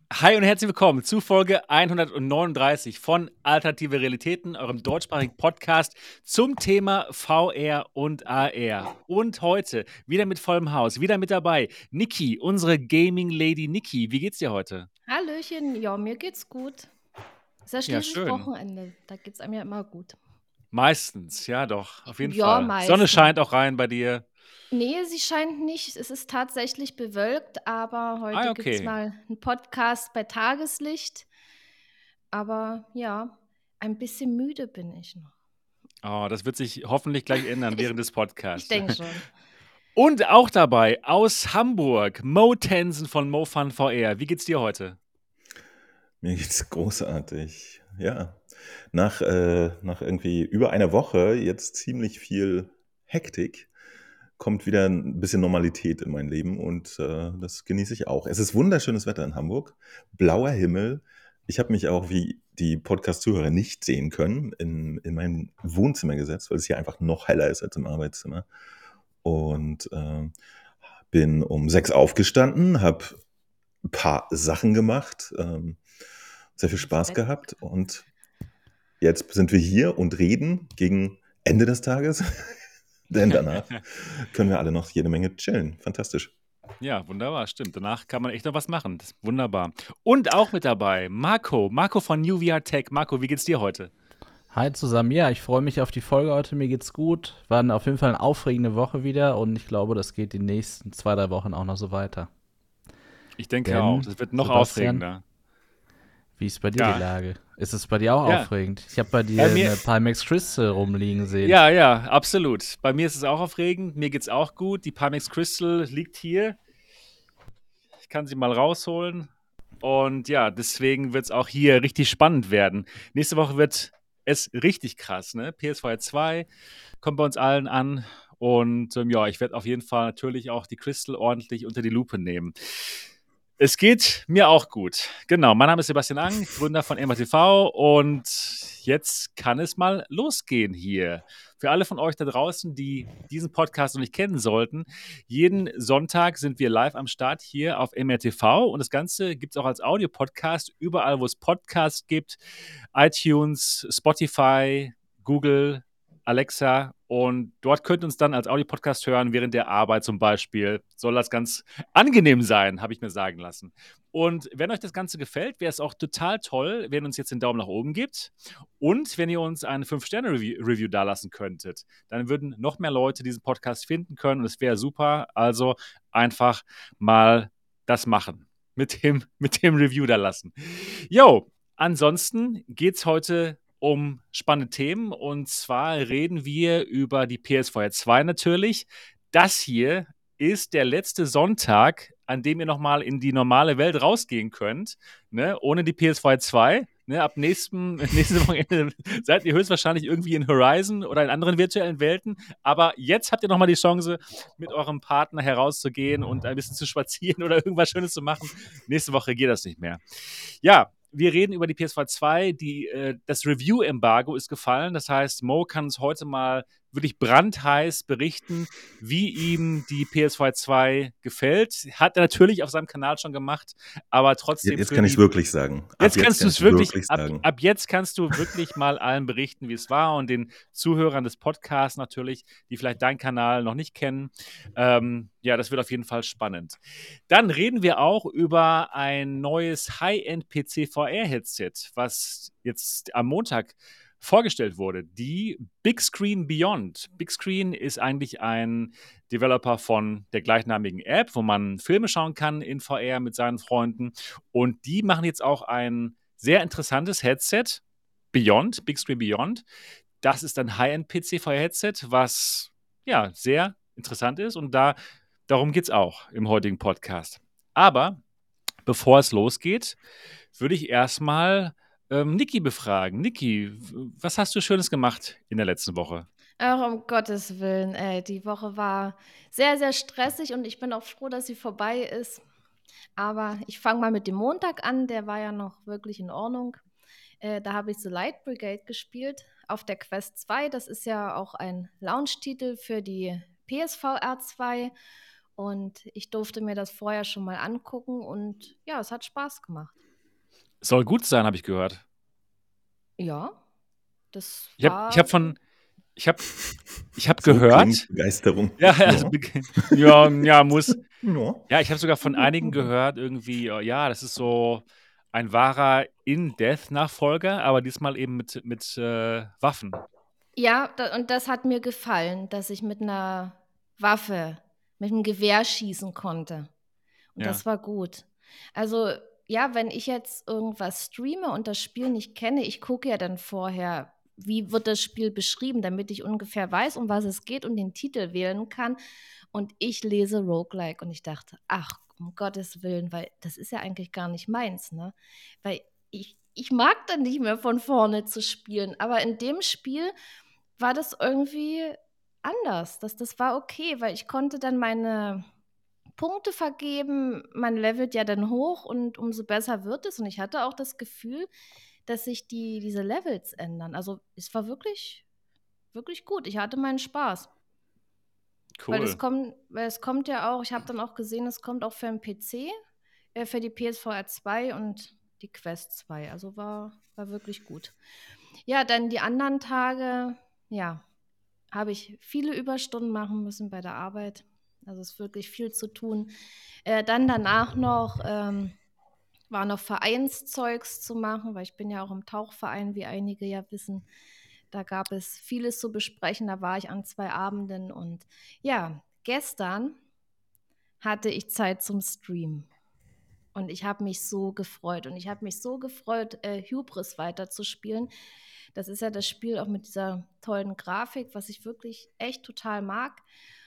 Hi und herzlich willkommen zu Folge 139 von Alternative Realitäten, eurem deutschsprachigen Podcast zum Thema VR und AR. Und heute wieder mit vollem Haus, wieder mit dabei Niki, unsere Gaming Lady Niki. Wie geht's dir heute? Hallöchen, ja, mir geht's gut. Ist ja Ja, schließlich schön. Wochenende, da geht's einem ja immer gut. Meistens, ja doch, auf jeden Ja, Fall. Sonne meistens. scheint auch rein bei dir. Nee, sie scheint nicht. Es ist tatsächlich bewölkt, aber heute Ah, gibt's okay. mal einen Podcast bei Tageslicht. Aber ja, ein bisschen müde bin ich noch. Oh, das wird sich hoffentlich gleich ändern Ich während des ich Podcasts. denke schon. Und auch dabei aus Hamburg, Mo Tensen von MoFun VR. Wie geht's dir heute? Mir geht's großartig. Ja, nach irgendwie über einer Woche jetzt ziemlich viel Hektik kommt wieder ein bisschen Normalität in mein Leben und das genieße ich auch. Es ist wunderschönes Wetter in Hamburg, blauer Himmel. Ich habe mich auch, wie die Podcast-Zuhörer nicht sehen können, in mein Wohnzimmer gesetzt, weil es hier einfach noch heller ist als im Arbeitszimmer. Und bin um 6 aufgestanden, habe ein paar Sachen gemacht, sehr viel Spaß Respekt. gehabt und jetzt sind wir hier und reden gegen Ende des Tages, denn danach können wir alle noch jede Menge chillen. Fantastisch. Ja, wunderbar, stimmt. Danach kann man echt noch was machen. Das ist wunderbar. Und auch mit dabei Marco von New VR Tech. Marco, wie geht's dir heute? Hi zusammen, ja, ich freue mich auf die Folge heute, mir geht's gut. War auf jeden Fall eine aufregende Woche wieder und ich glaube, das geht die nächsten 2, 3 Wochen auch noch so weiter. Ich denke auch, Denn, das wird noch Sebastian, aufregender. wie ist bei dir die Ja, Lage? Ist es bei dir auch ja. aufregend? Ich habe bei Bei dir mir, eine Pimax Crystal rumliegen sehen. ja, absolut. Bei mir ist es auch aufregend. Mir geht's auch gut. Die Pimax Crystal liegt hier. Ich kann sie mal rausholen. Und ja, deswegen wird es auch hier richtig spannend werden. Nächste Woche wird es richtig krass, ne? PS4 2 kommt bei uns allen an. Und ja, ich werde auf jeden Fall natürlich auch die Crystal ordentlich unter die Lupe nehmen. Es geht mir auch gut. Genau, mein Name ist Sebastian Ang, Gründer von MRTV und jetzt kann es mal losgehen hier. Für alle von euch da draußen, die diesen Podcast noch nicht kennen sollten, jeden Sonntag sind wir live am Start hier auf MRTV und das Ganze gibt es auch als Audio-Podcast überall, wo es Podcasts gibt, iTunes, Spotify, Google, Alexa und dort könnt ihr uns dann als Audio-Podcast hören, während der Arbeit zum Beispiel. Soll das ganz angenehm sein, habe ich mir sagen lassen. Und wenn euch das Ganze gefällt, wäre es auch total toll, wenn ihr uns jetzt den Daumen nach oben gibt und wenn ihr uns eine 5-Sterne-Review dalassen könntet. Dann würden noch mehr Leute diesen Podcast finden können und es wäre super. Also einfach mal das machen. Mit dem Review da lassen. Jo, ansonsten geht es heute um spannende Themen und zwar reden wir über die PS4 2 natürlich. Das hier ist der letzte Sonntag, an dem ihr nochmal in die normale Welt rausgehen könnt, ne? Ohne die PS4 2. Ne? Ab nächstes Wochenende seid ihr höchstwahrscheinlich irgendwie in Horizon oder in anderen virtuellen Welten. Aber jetzt habt ihr nochmal die Chance, mit eurem Partner herauszugehen und ein bisschen zu spazieren oder irgendwas Schönes zu machen. Nächste Woche geht das nicht mehr. Ja, wir reden über die PS4 2. Das Review-Embargo ist gefallen. Das heißt, Mo kann uns heute mal wirklich brandheiß berichten, wie ihm die PS4 2 gefällt. Hat er natürlich auf seinem Kanal schon gemacht, aber trotzdem Jetzt für kann ich es die. wirklich sagen. Ab Jetzt jetzt kannst du kann es ich wirklich, wirklich ab, sagen. ab jetzt kannst du wirklich mal allen berichten, wie es war und den Zuhörern des Podcasts natürlich, die vielleicht deinen Kanal noch nicht kennen. Ja, das wird auf jeden Fall spannend. Dann reden wir auch über ein neues High-End-PC-VR-Headset, was jetzt am Montag vorgestellt wurde. Die Big Screen Beyond. Big Screen ist eigentlich ein Developer von der gleichnamigen App, wo man Filme schauen kann in VR mit seinen Freunden. Und die machen jetzt auch ein sehr interessantes Headset, Beyond, Big Screen Beyond. Das ist ein High-End-PC-VR-Headset, was ja sehr interessant ist. Und darum geht es auch im heutigen Podcast. Aber bevor es losgeht, würde ich erstmal Niki befragen. Niki, was hast du Schönes gemacht in der letzten Woche? Ach, um Gottes Willen, ey, die Woche war sehr, sehr stressig und ich bin auch froh, dass sie vorbei ist. Aber ich fange mal mit dem Montag an, der war ja noch wirklich in Ordnung. Da habe ich The Light Brigade gespielt auf der Quest 2. Das ist ja auch ein Launch-Titel für die PSVR 2. Und ich durfte mir das vorher schon mal angucken und ja, es hat Spaß gemacht. Soll gut sein, habe ich gehört. Ja, das Ich habe war. ich hab von, ich habe ich hab So gehört, klingt Begeisterung. ja, also, ja, muss. Ja. Ja, ich habe sogar von einigen gehört, irgendwie, ja, das ist so ein wahrer In-Death-Nachfolger, aber diesmal eben mit Waffen. Ja, und das hat mir gefallen, dass ich mit einer Waffe, mit einem Gewehr schießen konnte. Und Ja. das war gut. Also, ja, wenn ich jetzt irgendwas streame und das Spiel nicht kenne, ich gucke ja dann vorher, wie wird das Spiel beschrieben, damit ich ungefähr weiß, um was es geht und den Titel wählen kann. Und ich lese Roguelike und ich dachte, ach, um Gottes Willen, weil das ist ja eigentlich gar nicht meins, ne? Weil ich mag dann nicht mehr von vorne zu spielen. Aber in dem Spiel war das irgendwie anders. Das war okay, weil ich konnte dann meine Punkte vergeben, man levelt ja dann hoch und umso besser wird es. Und ich hatte auch das Gefühl, dass sich diese Levels ändern. Also es war wirklich, wirklich gut. Ich hatte meinen Spaß. Weil es kommt ja auch, ich habe dann auch gesehen, es kommt auch für den PC, für die PSVR 2 und die Quest 2. Also war wirklich gut. Ja, dann die anderen Tage, ja, habe ich viele Überstunden machen müssen bei der Arbeit. Also es ist wirklich viel zu tun. Dann danach noch war noch Vereinszeugs zu machen, weil ich bin ja auch im Tauchverein, wie einige ja wissen. Da gab es vieles zu besprechen. Da war ich an 2 Abenden und ja, gestern hatte ich Zeit zum Stream. Und ich habe mich so gefreut. Und ich habe mich so gefreut, Hubris weiterzuspielen. Das ist ja das Spiel auch mit dieser tollen Grafik, was ich wirklich echt total mag.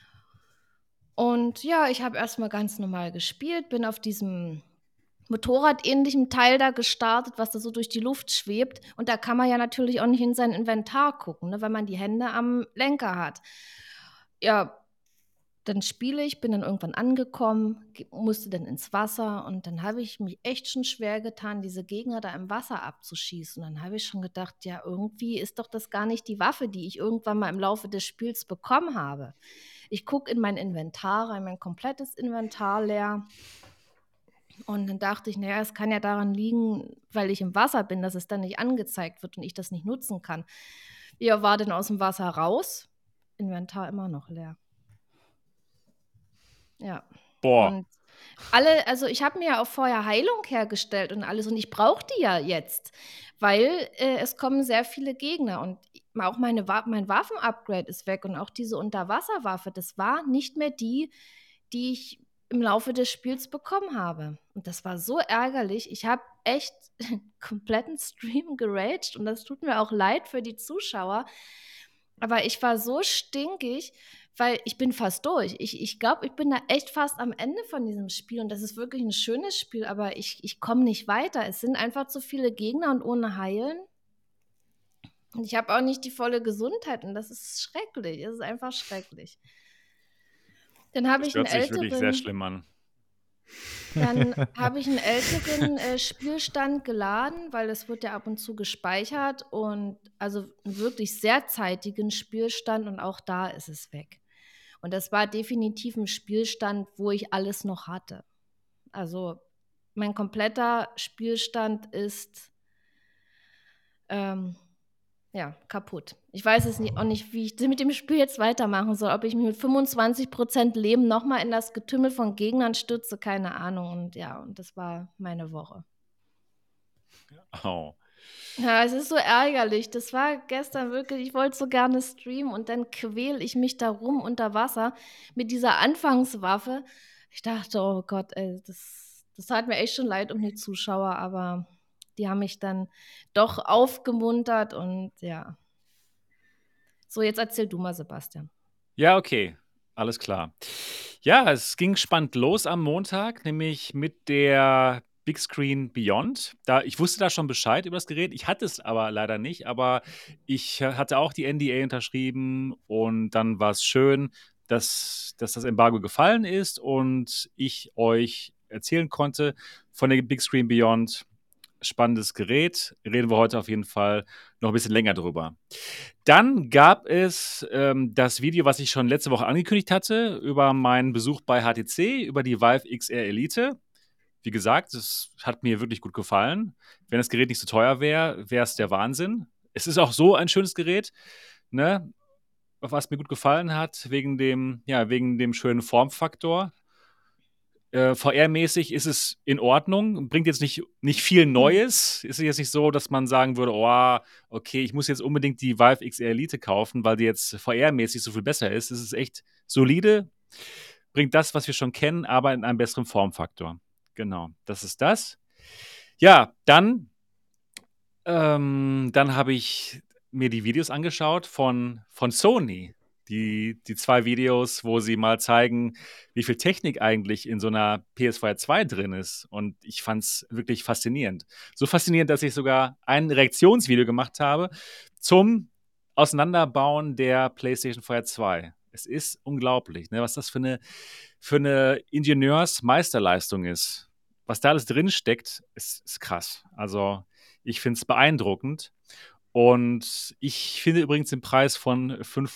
Und ja, ich habe erstmal ganz normal gespielt, bin auf diesem motorradähnlichen Teil da gestartet, was da so durch die Luft schwebt. Und da kann man ja natürlich auch nicht in sein Inventar gucken, ne, weil man die Hände am Lenker hat. Ja, dann spiele ich, bin dann irgendwann angekommen, musste dann ins Wasser und dann habe ich mich echt schon schwer getan, diese Gegner da im Wasser abzuschießen. Und dann habe ich schon gedacht, ja, irgendwie ist doch das gar nicht die Waffe, die ich irgendwann mal im Laufe des Spiels bekommen habe. Ich gucke in mein Inventar rein, mein komplettes Inventar leer. Und dann dachte ich, naja, es kann ja daran liegen, weil ich im Wasser bin, dass es dann nicht angezeigt wird und ich das nicht nutzen kann. Ja, war denn aus dem Wasser raus? Inventar immer noch leer. Ja. Boah. Und also ich habe mir ja auch vorher Heilung hergestellt und alles und ich brauche die ja jetzt, weil es kommen sehr viele Gegner und auch mein Waffen-Upgrade ist weg und auch diese Unterwasserwaffe, das war nicht mehr die ich im Laufe des Spiels bekommen habe. Und das war so ärgerlich. Ich habe echt einen kompletten Stream geraged und das tut mir auch leid für die Zuschauer. Aber ich war so stinkig, weil ich bin fast durch. Ich glaube, ich bin da echt fast am Ende von diesem Spiel und das ist wirklich ein schönes Spiel, aber ich komme nicht weiter. Es sind einfach zu viele Gegner und ohne Heilen. Und ich habe auch nicht die volle Gesundheit und das ist schrecklich. Es ist einfach schrecklich. Dann habe Das ich einen hört sich wirklich sehr älteren schlimm an. Dann habe ich einen älteren Spielstand geladen, weil es wird ja ab und zu gespeichert und also einen wirklich sehr zeitigen Spielstand und auch da ist es weg. Und das war definitiv ein Spielstand, wo ich alles noch hatte. Also mein kompletter Spielstand ist ja, kaputt. Ich weiß es auch nicht, wie ich mit dem Spiel jetzt weitermachen soll. Ob ich mich mit 25% Leben nochmal in das Getümmel von Gegnern stürze, keine Ahnung. Und ja, und das war meine Woche. Oh. Ja, es ist so ärgerlich. Das war gestern wirklich, ich wollte so gerne streamen und dann quäle ich mich da rum unter Wasser mit dieser Anfangswaffe. Ich dachte, oh Gott, ey, das tat mir echt schon leid um die Zuschauer, aber die haben mich dann doch aufgemuntert und ja. So, jetzt erzähl du mal, Sebastian. Ja, okay, alles klar. Ja, es ging spannend los am Montag, nämlich mit der Big Screen Beyond. Ich wusste da schon Bescheid über das Gerät, ich hatte es aber leider nicht, aber ich hatte auch die NDA unterschrieben und dann war es schön, dass das Embargo gefallen ist und ich euch erzählen konnte von der Big Screen Beyond. spannendes Gerät. Reden wir heute auf jeden Fall noch ein bisschen länger drüber. Dann gab es das Video, was ich schon letzte Woche angekündigt hatte, über meinen Besuch bei HTC, über die Vive XR Elite. Wie gesagt, es hat mir wirklich gut gefallen. Wenn das Gerät nicht so teuer wäre, wäre es der Wahnsinn. Es ist auch so ein schönes Gerät, ne? Was mir gut gefallen hat, wegen dem schönen Formfaktor. VR-mäßig ist es in Ordnung, bringt jetzt nicht viel Neues. Ist jetzt nicht so, dass man sagen würde, oh, okay, ich muss jetzt unbedingt die Vive XR Elite kaufen, weil die jetzt VR-mäßig so viel besser ist. Es ist echt solide, bringt das, was wir schon kennen, aber in einem besseren Formfaktor. Genau, das ist das. Ja, dann habe ich mir die Videos angeschaut von Sony. Die 2 Videos, wo sie mal zeigen, wie viel Technik eigentlich in so einer PS4 2 drin ist. Und ich fand es wirklich faszinierend. So faszinierend, dass ich sogar ein Reaktionsvideo gemacht habe zum Auseinanderbauen der PlayStation 4 2. Es ist unglaublich, ne, was das für eine Ingenieursmeisterleistung ist. Was da alles drin steckt, ist krass. Also ich finde es beeindruckend. Und ich finde übrigens den Preis von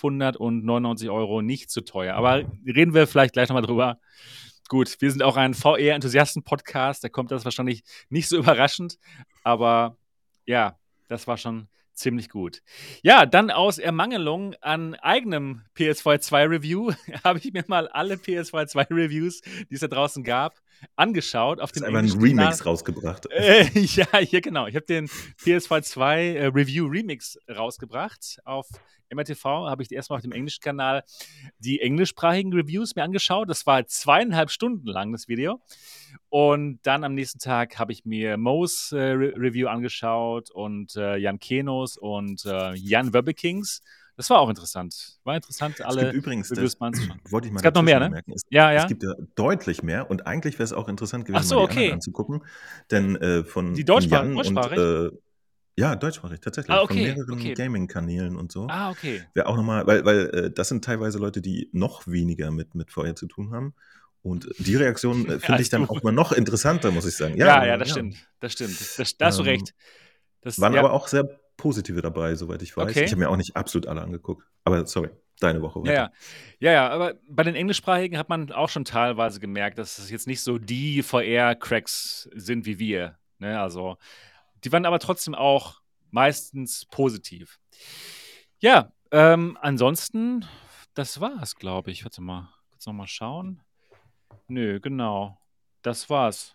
599 € nicht zu teuer. Aber reden wir vielleicht gleich nochmal drüber. Gut, wir sind auch ein VR-Enthusiasten-Podcast, da kommt das wahrscheinlich nicht so überraschend. Aber ja, das war schon ziemlich gut. Ja, dann aus Ermangelung an eigenem PS4 2 Review habe ich mir mal alle PS4 2 Reviews, die es da draußen gab, angeschaut. Auf Du hast dem einfach einen englischen Kanal. Remix rausgebracht. Ja, hier genau. Ich habe den PS4 2 Review Remix rausgebracht. Auf MRTV habe ich erstmal auf dem englischen Kanal die englischsprachigen Reviews mir angeschaut. Das war 2,5 Stunden lang, das Video. Und dann am nächsten Tag habe ich mir Mo's Review angeschaut und Jan Kenos und Jan Wöbbekings. Das war auch interessant. War interessant, Es alle gibt übrigens, Reviews das mal anzuschauen. wollte ich mal Es gab noch mehr, dazwischen ne? anmerken, Ja, es ja. gibt ja deutlich mehr und eigentlich wäre es auch interessant Ach gewesen, so, mal die anderen okay. anzugucken, denn Die von Jan und deutschsprachig? ja, deutschsprachig, tatsächlich, Ah, von okay, mehreren okay. Gaming-Kanälen und so. Ah, okay. Wäre auch nochmal, weil das sind teilweise Leute, die noch weniger mit VR zu tun haben. Und die Reaktion finde Als ich dann du. auch mal noch interessanter, muss ich sagen. Ja, das stimmt. Das stimmt. Da hast du Ähm, recht. Das, waren ja, aber auch sehr positive dabei, soweit ich weiß. Ich okay. habe mir auch nicht absolut alle angeguckt. Aber sorry, deine Woche weiter. Ja, aber bei den Englischsprachigen hat man auch schon teilweise gemerkt, dass es jetzt nicht so die VR-Cracks sind wie wir. Ne? Also, die waren aber trotzdem auch meistens positiv. Ja, ansonsten, das war's, glaube ich. Warte mal, kurz nochmal schauen. Nö, genau. Das war's.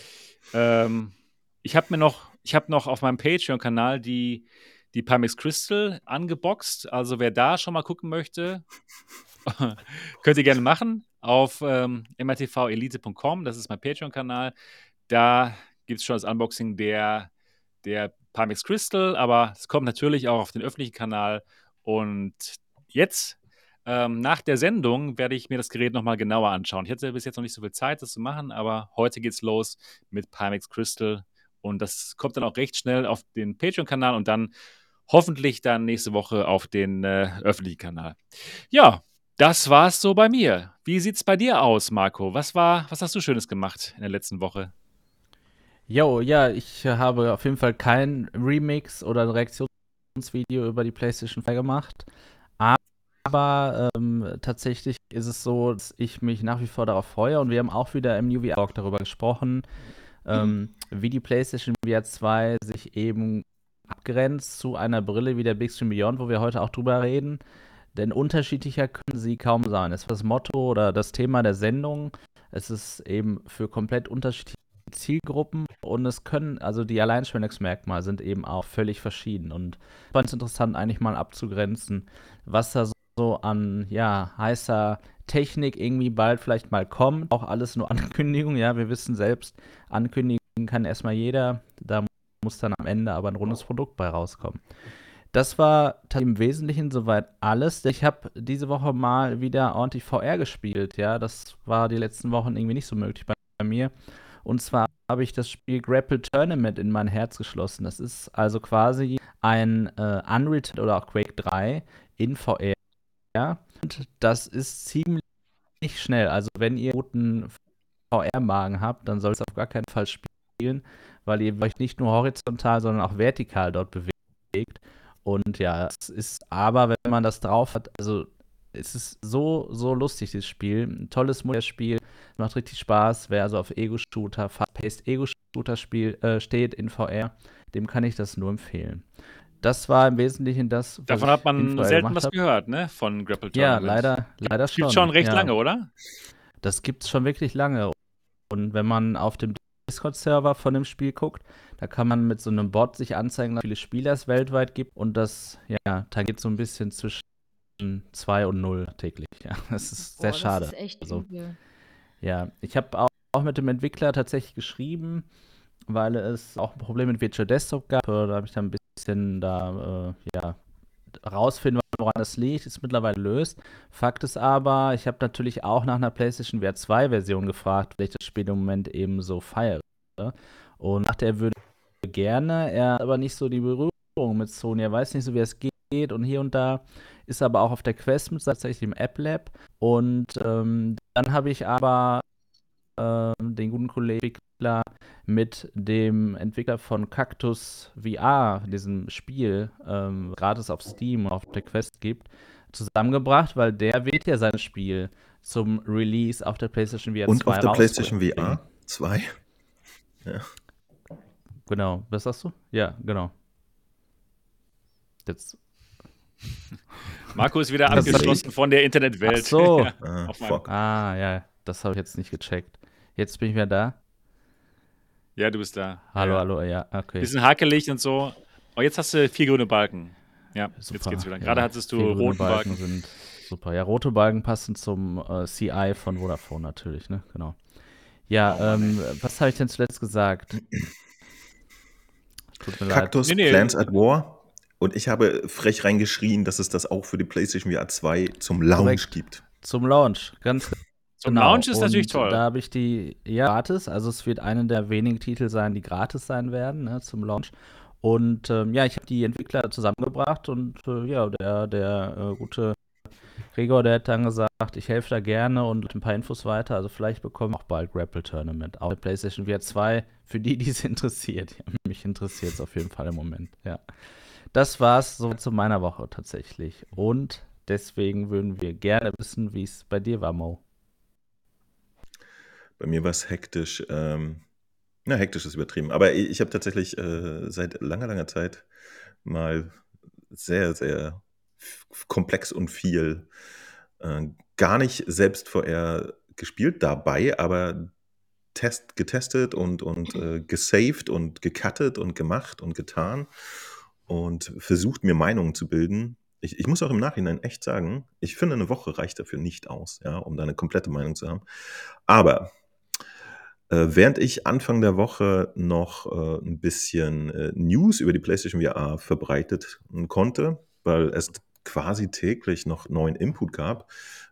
Ich habe noch auf meinem Patreon-Kanal die Pimax Crystal angeboxt. Also wer da schon mal gucken möchte, könnt ihr gerne machen auf mrtvelite.com. Das ist mein Patreon-Kanal. Da gibt es schon das Unboxing der Pimax Crystal, aber es kommt natürlich auch auf den öffentlichen Kanal. Und jetzt, nach der Sendung, werde ich mir das Gerät nochmal genauer anschauen. Ich hatte bis jetzt noch nicht so viel Zeit, das zu machen, aber heute geht's los mit Pimax Crystal. Und das kommt dann auch recht schnell auf den Patreon-Kanal und dann hoffentlich dann nächste Woche auf den öffentlichen Kanal. Ja, das war's so bei mir. Wie sieht's bei dir aus, Marco? Was hast du Schönes gemacht in der letzten Woche? Jo, ja, ich habe auf jeden Fall kein Remix oder ein Reaktionsvideo über die PlayStation 4 gemacht. Aber tatsächlich ist es so, dass ich mich nach wie vor darauf freue und wir haben auch wieder im New VR Talk darüber gesprochen, wie die PlayStation VR 2 sich eben abgrenzt zu einer Brille wie der Big Screen Beyond, wo wir heute auch drüber reden. Denn unterschiedlicher können sie kaum sein. Das ist das Motto oder das Thema der Sendung. Es ist eben für komplett unterschiedliche Zielgruppen und es können, also die Alleinstellungsmerkmale sind eben auch völlig verschieden. Und ich fand es interessant, eigentlich mal abzugrenzen, was da so an heißer Technik irgendwie bald vielleicht mal kommt. Auch alles nur Ankündigung, ja, wir wissen selbst, ankündigen kann erstmal jeder, da muss dann am Ende aber ein rundes Produkt bei rauskommen. Das war im Wesentlichen soweit alles. Ich habe diese Woche mal wieder ordentlich VR gespielt, ja, das war die letzten Wochen irgendwie nicht so möglich bei mir. Und zwar habe ich das Spiel Grapple Tournament in mein Herz geschlossen. Das ist also quasi ein Unreal oder auch Quake 3 in VR. Und das ist ziemlich schnell. Also wenn ihr einen guten VR-Magen habt, dann soll es auf gar keinen Fall spielen, weil ihr euch nicht nur horizontal, sondern auch vertikal dort bewegt. Und ja, es ist aber, wenn man das drauf hat, also es ist so lustig, dieses Spiel. Ein tolles Multiplayer-Spiel, macht richtig Spaß. Wer also auf Ego-Shooter, Fast-Paced Ego-Shooter steht in VR, dem kann ich das nur empfehlen. Das war im Wesentlichen das, was Davon ich hat man in VR selten gemacht was habe. gehört, ne? Von Grapple Ja, Tournament. leider Das gibt's schon. schon recht Ja, lange, oder? das gibt's schon wirklich lange. Und wenn man auf dem Discord-Server von dem Spiel guckt, da kann man mit so einem Bot sich anzeigen, wie viele Spieler es weltweit gibt. Und das, ja, tangiert so ein bisschen zwischen 2 und 0 täglich. Ja, das ist sehr schade. Das ist echt Also, übel. ja, ich habe auch mit dem Entwickler tatsächlich geschrieben, weil es auch ein Problem mit Virtual Desktop gab. Da habe ich dann ein bisschen rausfinden, woran das liegt, ist mittlerweile gelöst. Fakt ist aber, ich habe natürlich auch nach einer PlayStation VR 2 Version gefragt, weil ich das Spiel im Moment eben so feiere. Und dachte, er würde gerne, er hat aber nicht so die Berührung mit Sony, er weiß nicht so, wie es geht und hier und da, ist aber auch auf der Quest mit tatsächlich im App Lab. Und dann habe ich aber den guten Kollegen mit dem Entwickler von Cactus VR, diesem Spiel, gratis auf Steam und auf der Quest gibt, zusammengebracht, weil der wird ja sein Spiel zum Release auf der PlayStation VR 2 Und auf der PlayStation rausbringen. VR 2? Ja. Genau, was sagst du? Ja, genau. Jetzt. Marco ist wieder Das abgeschlossen von der Internetwelt. Ach so. Ja, Ah, auf meinem- fuck. Ja, das habe ich jetzt nicht gecheckt. Jetzt bin ich wieder da. Ja, du bist da. Hallo, Ja. hallo, ja, okay. Bisschen hakelig und so. Oh, jetzt hast du 4 grüne Balken. Ja, Super, jetzt geht's wieder. ja. Gerade hattest du 4 grüne roten Balken. sind super. Ja, rote Balken passen zum CI von Vodafone natürlich, ne? Genau. Ja, Oh Mann, was habe ich denn zuletzt gesagt? Tut mir Cactus Nee, nee. Plants at War. Und ich habe frech reingeschrien, dass es das auch für die PlayStation VR 2 zum Launch Korrekt. gibt. leid. Zum Launch, ganz Zum genau. Launch ist natürlich Und toll. da habe ich die, ja, gratis, also es wird einer der wenigen Titel sein, die gratis sein werden, ne, zum Launch. Und ja, ich habe die Entwickler zusammengebracht und ja, der gute Gregor, der hat dann gesagt, ich helfe da gerne und ein paar Infos weiter. Also vielleicht bekommen wir auch bald Grapple Tournament. Auch der PlayStation VR 2, für die es interessiert. Ja, mich interessiert es auf jeden Fall im Moment, ja. Das war's so zu meiner Woche tatsächlich. Und deswegen würden wir gerne wissen, wie es bei dir war, Mo. Bei mir war es hektisch. Hektisch ist übertrieben. Aber ich habe tatsächlich seit langer Zeit mal sehr, sehr komplex und viel gar nicht selbst VR gespielt dabei, aber getestet und gesaved und gecuttet und gemacht und getan und versucht, mir Meinungen zu bilden. Ich muss auch im Nachhinein echt sagen, ich finde, eine Woche reicht dafür nicht aus, ja, um da eine komplette Meinung zu haben. Aber während ich Anfang der Woche noch ein bisschen News über die PlayStation VR verbreitet konnte, weil es quasi täglich noch neuen Input gab,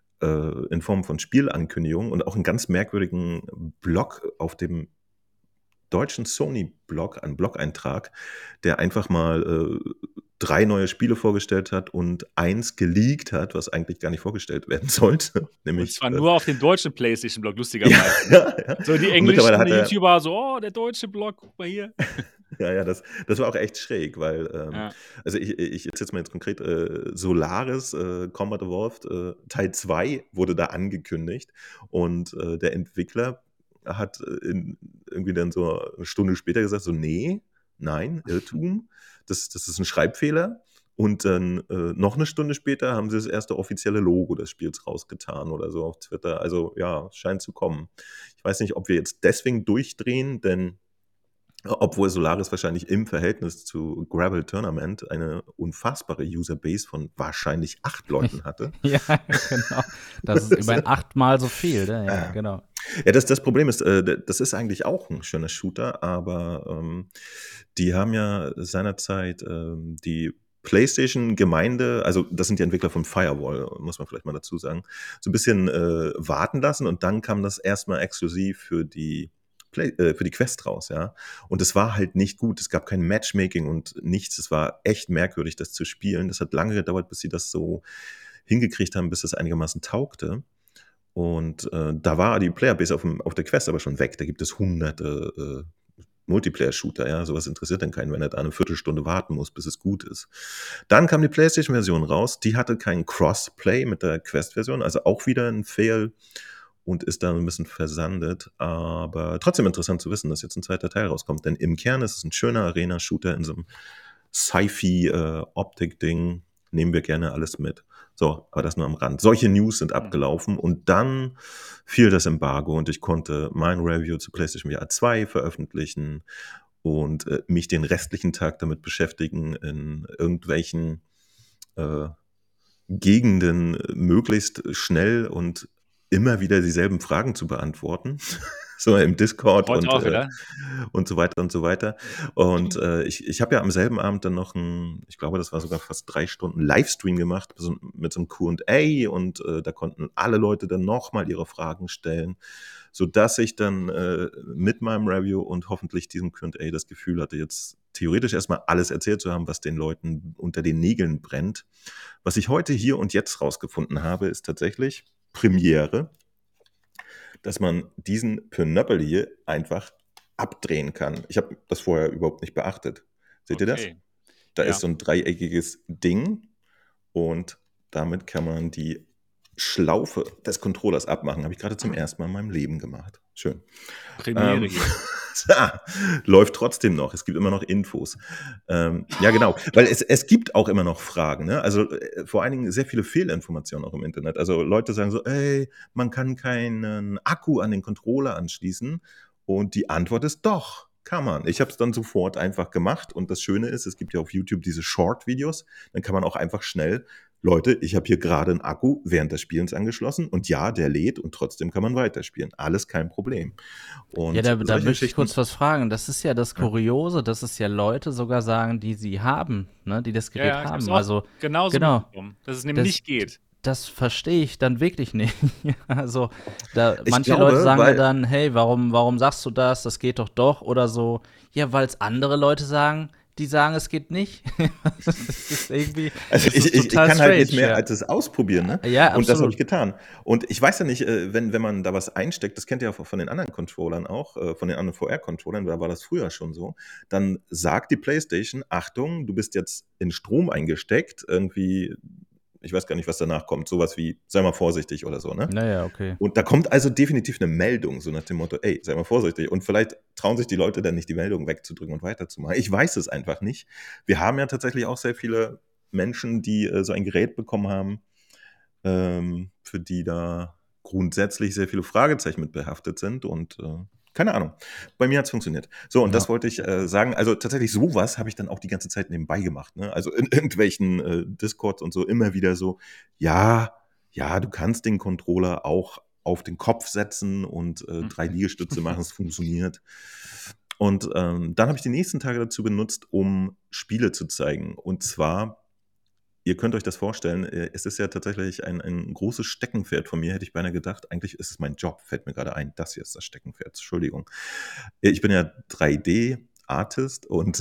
in Form von Spielankündigungen und auch einen ganz merkwürdigen Blog auf dem deutschen Sony-Blog, ein Blog-Eintrag, der einfach mal 3 neue Spiele vorgestellt hat und 1 geleakt hat, was eigentlich gar nicht vorgestellt werden sollte. Und Nämlich, zwar nur auf dem deutschen PlayStation-Blog, lustigerweise. ja. So die Und mittlerweile englischen hat er, YouTuber so, oh, der deutsche Blog, guck mal hier. ja, das war auch echt schräg, weil, Ja. also ich jetzt mal jetzt konkret, Solaris, Combat Evolved, Teil 2 wurde da angekündigt und der Entwickler hat irgendwie dann so eine Stunde später gesagt, so, nee, nein, Irrtum, das ist ein Schreibfehler. Und dann noch eine Stunde später haben sie das erste offizielle Logo des Spiels rausgetan oder so auf Twitter. Also ja, scheint zu kommen. Ich weiß nicht, ob wir jetzt deswegen durchdrehen, denn obwohl Solaris wahrscheinlich im Verhältnis zu Gravel Tournament eine unfassbare Userbase von wahrscheinlich 8 Leuten hatte. Ja, genau. Das ist immerhin 8-mal so viel, ne? Ja, genau. Ja, das Problem ist, das ist eigentlich auch ein schöner Shooter, aber die haben ja seinerzeit die PlayStation-Gemeinde, also das sind die Entwickler von Firewall, muss man vielleicht mal dazu sagen, so ein bisschen warten lassen und dann kam das erstmal exklusiv für die Quest raus, ja. Und es war halt nicht gut. Es gab kein Matchmaking und nichts. Es war echt merkwürdig, das zu spielen. Das hat lange gedauert, bis sie das so hingekriegt haben, bis das einigermaßen taugte. Und da war die Playerbase auf der Quest aber schon weg. Da gibt es hunderte Multiplayer-Shooter, ja, sowas interessiert dann keinen, wenn er da eine Viertelstunde warten muss, bis es gut ist. Dann kam die PlayStation-Version raus, die hatte kein Crossplay mit der Quest-Version, also auch wieder ein Fail und ist da ein bisschen versandet, aber trotzdem interessant zu wissen, dass jetzt ein zweiter Teil rauskommt, denn im Kern ist es ein schöner Arena-Shooter in so einem Sci-Fi-Optik-Ding, nehmen wir gerne alles mit. So, aber das nur am Rand. Solche News sind abgelaufen und dann fiel das Embargo und ich konnte mein Review zu PlayStation VR 2 veröffentlichen und mich den restlichen Tag damit beschäftigen, in irgendwelchen Gegenden möglichst schnell und immer wieder dieselben Fragen zu beantworten. So im Discord Heute auch wieder. und so weiter und so weiter. Und ich habe ja am selben Abend dann noch ich glaube, das war sogar fast 3 Stunden Livestream gemacht mit so einem Q&A und da konnten alle Leute dann nochmal ihre Fragen stellen, sodass ich dann mit meinem Review und hoffentlich diesem Q&A das Gefühl hatte, jetzt theoretisch erstmal alles erzählt zu haben, was den Leuten unter den Nägeln brennt. Was ich heute hier und jetzt rausgefunden habe, ist tatsächlich Premiere, dass man diesen Pinöppel hier einfach abdrehen kann. Ich habe das vorher überhaupt nicht beachtet. Seht ihr das? Okay. Da Ja. ist so ein dreieckiges Ding und damit kann man die Schlaufe des Controllers abmachen. Habe ich gerade zum ersten Mal in meinem Leben gemacht. Schön. Premiere hier. Läuft trotzdem noch. Es gibt immer noch Infos. Ja, genau. Weil es gibt auch immer noch Fragen. Ne? Also vor allen Dingen sehr viele Fehlinformationen auch im Internet. Also Leute sagen so, ey, man kann keinen Akku an den Controller anschließen. Und die Antwort ist doch, kann man. Ich habe es dann sofort einfach gemacht. Und das Schöne ist, es gibt ja auf YouTube diese Short-Videos. Dann kann man auch einfach schnell, Leute, ich habe hier gerade einen Akku während des Spielens angeschlossen. Und ja, der lädt und trotzdem kann man weiterspielen. Alles kein Problem. Und Ja, da solche möchte ich Geschichten- kurz was fragen. Das ist ja das Kuriose, dass es ja Leute sogar sagen, die sie haben, ne, die das Gerät Ja, ich hab's haben. auch Also genauso genau. mitbekommen, dass es nämlich Das- nicht geht. das verstehe ich dann wirklich nicht. Also Ich manche glaube, Leute sagen mir weil- dann, hey, warum sagst du das? Das geht doch oder so. Ja, weil es andere Leute sagen, die sagen, es geht nicht. Das ist irgendwie, Also das ist ich total kann halt nicht strange, mehr ja. als es ausprobieren, ne? Ja, Und das habe absolut. ich getan. Und ich weiß ja nicht, wenn man da was einsteckt, das kennt ihr ja von den anderen Controllern auch, von den anderen VR-Controllern, da war das früher schon so, dann sagt die PlayStation, Achtung, du bist jetzt in Strom eingesteckt, irgendwie, ich weiß gar nicht, was danach kommt, sowas wie, sei mal vorsichtig oder so, ne? Naja, okay. Und da kommt also definitiv eine Meldung, so nach dem Motto, ey, sei mal vorsichtig. Und vielleicht trauen sich die Leute dann nicht, die Meldung wegzudrücken und weiterzumachen. Ich weiß es einfach nicht. Wir haben ja tatsächlich auch sehr viele Menschen, die so ein Gerät bekommen haben, für die da grundsätzlich sehr viele Fragezeichen mit behaftet sind. Und keine Ahnung. Bei mir hat es funktioniert. So, und Ja. das wollte ich sagen. Also tatsächlich sowas habe ich dann auch die ganze Zeit nebenbei gemacht. Ne? Also in irgendwelchen Discords und so immer wieder so, ja, du kannst den Controller auch auf den Kopf setzen und 3 Liegestütze machen, es funktioniert. Und dann habe ich die nächsten Tage dazu benutzt, um Spiele zu zeigen. Und zwar, ihr könnt euch das vorstellen, es ist ja tatsächlich ein großes Steckenpferd von mir, hätte ich beinahe gedacht. Eigentlich ist es mein Job, fällt mir gerade ein. Das hier ist das Steckenpferd, Entschuldigung. Ich bin ja 3D-Artist und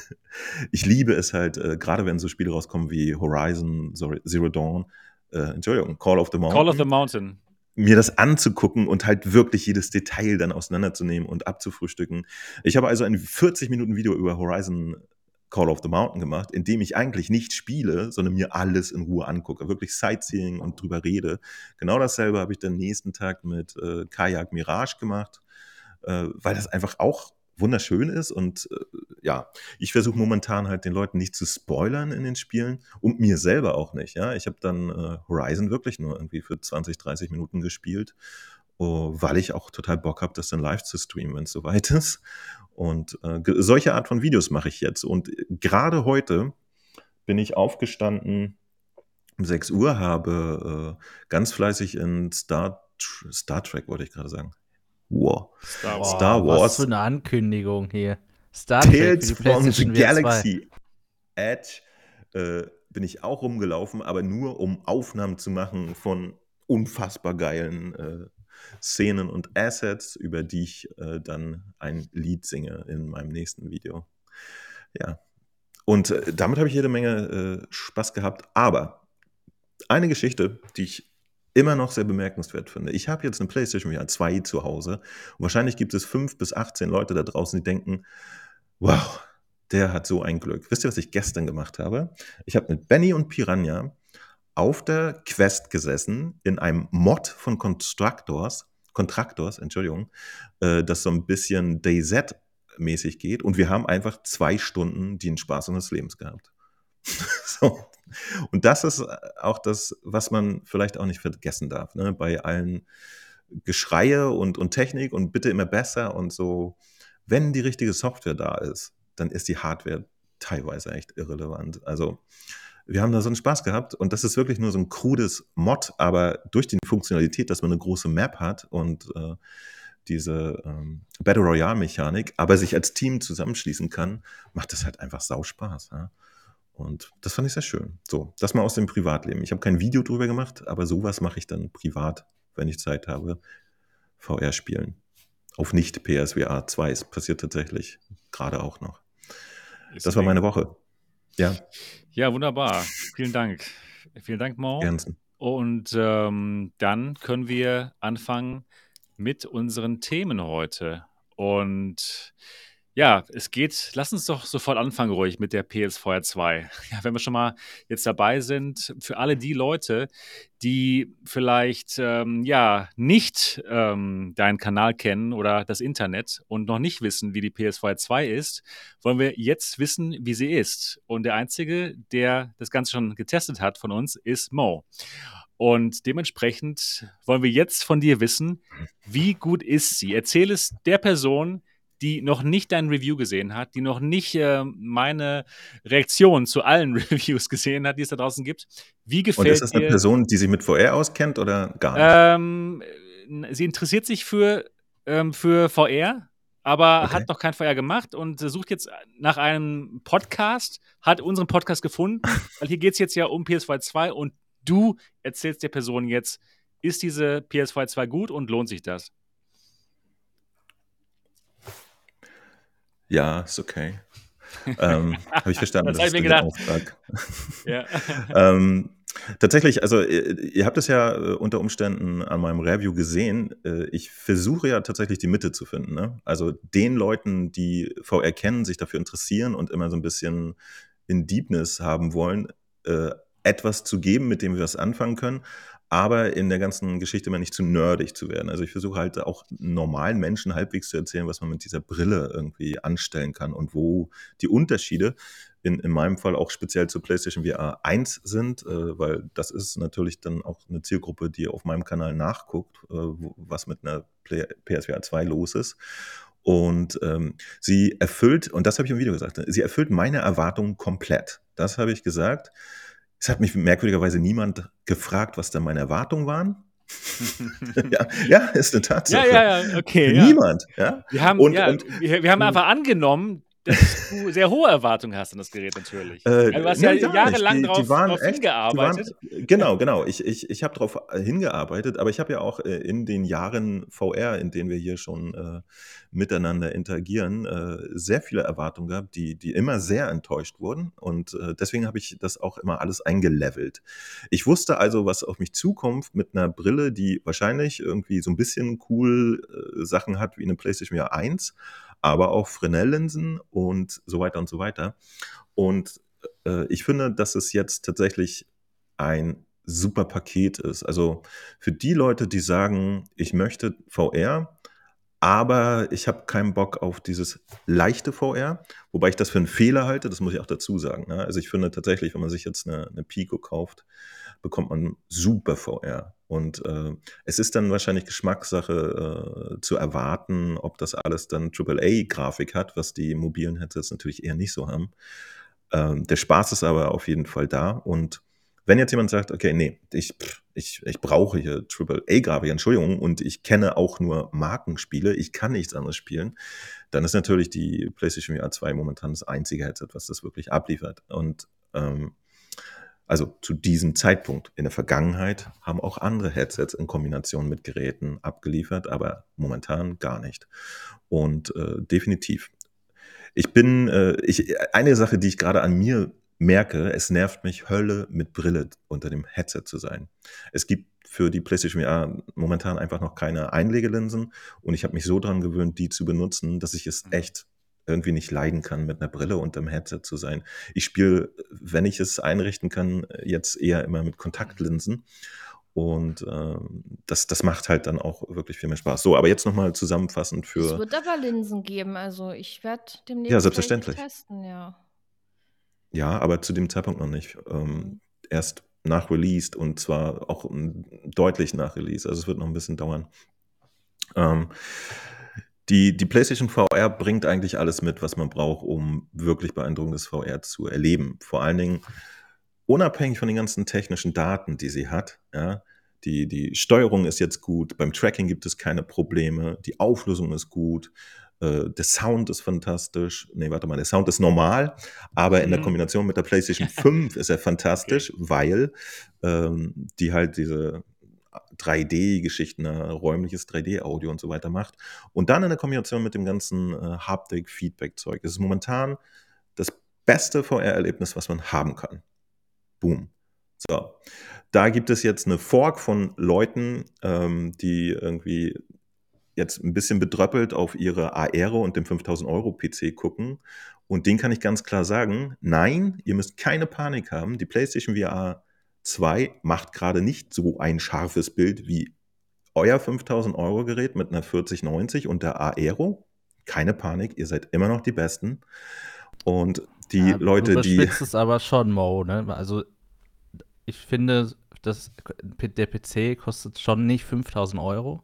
ich liebe es halt, gerade wenn so Spiele rauskommen wie Horizon, Zero Dawn, Call of the Mountain. Call of the Mountain. Mir das anzugucken und halt wirklich jedes Detail dann auseinanderzunehmen und abzufrühstücken. Ich habe also ein 40-Minuten-Video über Horizon Call of the Mountain gemacht, in dem ich eigentlich nicht spiele, sondern mir alles in Ruhe angucke. Wirklich Sightseeing und drüber rede. Genau dasselbe habe ich dann nächsten Tag mit Kajak Mirage gemacht, weil das einfach auch wunderschön ist und ja, ich versuche momentan halt den Leuten nicht zu spoilern in den Spielen und mir selber auch nicht, ja. Ich habe dann Horizon wirklich nur irgendwie für 20, 30 Minuten gespielt, weil ich auch total Bock habe, das dann live zu streamen, wenn es soweit ist. Und solche Art von Videos mache ich jetzt. Und gerade heute bin ich aufgestanden um 6 Uhr, habe ganz fleißig in Star Trek, wollte ich gerade sagen. Wow. Star Was Wars. für eine Ankündigung hier. Star Trek für Tales die from the PlayStation VR 2. Galaxy Edge bin ich auch rumgelaufen, aber nur um Aufnahmen zu machen von unfassbar geilen Szenen und Assets, über die ich dann ein Lied singe in meinem nächsten Video. Ja. Und damit habe ich jede Menge Spaß gehabt. Aber eine Geschichte, die ich immer noch sehr bemerkenswert finde. Ich habe jetzt eine PlayStation VR 2 zu Hause und wahrscheinlich gibt es 5 bis 18 Leute da draußen, die denken, wow, der hat so ein Glück. Wisst ihr, was ich gestern gemacht habe? Ich habe mit Benny und Piranha auf der Quest gesessen, in einem Mod von Contractors, Entschuldigung, das so ein bisschen DayZ-mäßig geht. Und wir haben einfach 2 Stunden den Spaß unseres Lebens gehabt. So. Und das ist auch das, was man vielleicht auch nicht vergessen darf, ne? Bei allen Geschreie und Technik und bitte immer besser und so. Wenn die richtige Software da ist, dann ist die Hardware teilweise echt irrelevant. Also wir haben da so einen Spaß gehabt und das ist wirklich nur so ein krudes Mod, aber durch die Funktionalität, dass man eine große Map hat und diese Battle Royale-Mechanik, aber sich als Team zusammenschließen kann, macht das halt einfach sau Spaß. Ja? Und das fand ich sehr schön. So, das mal aus dem Privatleben. Ich habe kein Video drüber gemacht, aber sowas mache ich dann privat, wenn ich Zeit habe. VR spielen. Auf nicht PSVR 2. Es passiert tatsächlich gerade auch noch. Das war meine Woche. Ja. Ja, wunderbar. Vielen Dank. Vielen Dank, Mo. Gernsen. Und dann können wir anfangen mit unseren Themen heute. Und ja, lass uns doch sofort anfangen ruhig mit der PSVR 2. Ja, wenn wir schon mal jetzt dabei sind, für alle die Leute, die vielleicht nicht deinen Kanal kennen oder das Internet und noch nicht wissen, wie die PSVR 2 ist, wollen wir jetzt wissen, wie sie ist. Und der Einzige, der das Ganze schon getestet hat von uns, ist Mo. Und dementsprechend wollen wir jetzt von dir wissen, wie gut ist sie? Erzähl es der Person, die noch nicht dein Review gesehen hat, die noch nicht meine Reaktion zu allen Reviews gesehen hat, die es da draußen gibt. Wie gefällt dir? Und ist das eine Person, die sich mit VR auskennt oder gar nicht? Sie interessiert sich für VR, aber hat noch kein VR gemacht und sucht jetzt nach einem Podcast, hat unseren Podcast gefunden, weil hier geht es jetzt ja um PSVR 2 und du erzählst der Person jetzt, ist diese PSVR 2 gut und lohnt sich das? Ja, ist okay. Habe ich verstanden, das ist der Auftrag. Ja. Tatsächlich, also ihr habt es ja unter Umständen an meinem Review gesehen. Ich versuche ja tatsächlich die Mitte zu finden. Ne? Also den Leuten, die VR kennen, sich dafür interessieren und immer so ein bisschen in Deepness haben wollen, etwas zu geben, mit dem wir was anfangen können, aber in der ganzen Geschichte immer nicht zu nerdig zu werden. Also ich versuche halt auch normalen Menschen halbwegs zu erzählen, was man mit dieser Brille irgendwie anstellen kann und wo die Unterschiede in meinem Fall auch speziell zur PlayStation VR 1 sind, weil das ist natürlich dann auch eine Zielgruppe, die auf meinem Kanal nachguckt, was mit einer PSVR 2 los ist. Und sie erfüllt, und das habe ich im Video gesagt, sie erfüllt meine Erwartungen komplett. Das habe ich gesagt. Es hat mich merkwürdigerweise niemand gefragt, was da meine Erwartungen waren. ja, ist eine Tatsache. Ja, okay. Niemand. Ja. Wir haben einfach angenommen, dass du sehr hohe Erwartungen hast an das Gerät natürlich. Du hast ja jahrelang drauf hingearbeitet. Genau. Ich habe darauf hingearbeitet, aber ich habe ja auch in den Jahren VR, in denen wir hier schon miteinander interagieren, sehr viele Erwartungen gehabt, die immer sehr enttäuscht wurden. Und deswegen habe ich das auch immer alles eingelevelt. Ich wusste also, was auf mich zukommt mit einer Brille, die wahrscheinlich irgendwie so ein bisschen cool Sachen hat wie eine PlayStation VR 1, aber auch Fresnel-Linsen und so weiter und so weiter. Und ich finde, dass es jetzt tatsächlich ein super Paket ist. Also für die Leute, die sagen, ich möchte VR, aber ich habe keinen Bock auf dieses leichte VR, wobei ich das für einen Fehler halte, das muss ich auch dazu sagen. Ne? Also ich finde tatsächlich, wenn man sich jetzt eine Pico kauft, bekommt man super VR. Und es ist dann wahrscheinlich Geschmackssache zu erwarten, ob das alles dann AAA-Grafik hat, was die mobilen Headsets natürlich eher nicht so haben. Der Spaß ist aber auf jeden Fall da. Und wenn jetzt jemand sagt, okay, nee, ich brauche hier AAA-Grafik, Entschuldigung, und ich kenne auch nur Markenspiele, ich kann nichts anderes spielen, dann ist natürlich die PlayStation VR 2 momentan das einzige Headset, was das wirklich abliefert. Und also zu diesem Zeitpunkt. In der Vergangenheit haben auch andere Headsets in Kombination mit Geräten abgeliefert, aber momentan gar nicht. Und definitiv. Eine Sache, die ich gerade an mir merke, es nervt mich Hölle, mit Brille unter dem Headset zu sein. Es gibt für die PlayStation VR momentan einfach noch keine Einlegelinsen und ich habe mich so dran gewöhnt, die zu benutzen, dass ich es echt irgendwie nicht leiden kann, mit einer Brille unterm Headset zu sein. Ich spiele, wenn ich es einrichten kann, jetzt eher immer mit Kontaktlinsen. Und das macht halt dann auch wirklich viel mehr Spaß. So, aber jetzt nochmal zusammenfassend Es für. wird aber Linsen geben, also ich werde Ja, demnächst welche selbstverständlich. testen, ja. Ja, aber zu dem Zeitpunkt noch nicht. Erst nach Release und zwar auch deutlich nach Release. Also es wird noch ein bisschen dauern. Die PlayStation VR bringt eigentlich alles mit, was man braucht, um wirklich beeindruckendes VR zu erleben. Vor allen Dingen unabhängig von den ganzen technischen Daten, die sie hat. Ja, die Steuerung ist jetzt gut, beim Tracking gibt es keine Probleme, die Auflösung ist gut, der Sound ist fantastisch. Nee, warte mal, der Sound ist normal, aber in der Kombination mit der PlayStation 5 ist er fantastisch, weil die halt diese 3D-Geschichten, räumliches 3D-Audio und so weiter macht. Und dann in der Kombination mit dem ganzen Haptik-Feedback-Zeug. Das ist momentan das beste VR-Erlebnis, was man haben kann. Boom. So. Da gibt es jetzt eine Fork von Leuten, die irgendwie jetzt ein bisschen bedröppelt auf ihre Aero und dem 5.000 € PC gucken. Und denen kann ich ganz klar sagen, nein, ihr müsst keine Panik haben. Die PlayStation VR 2 macht gerade nicht so ein scharfes Bild wie euer 5.000 € Gerät mit einer 4090 und der Aero. Keine Panik, ihr seid immer noch die Besten. Und die Ja, Leute, du die. überspitzt es aber schon, Mo, ne? Also ich finde, der PC kostet schon nicht 5.000 €.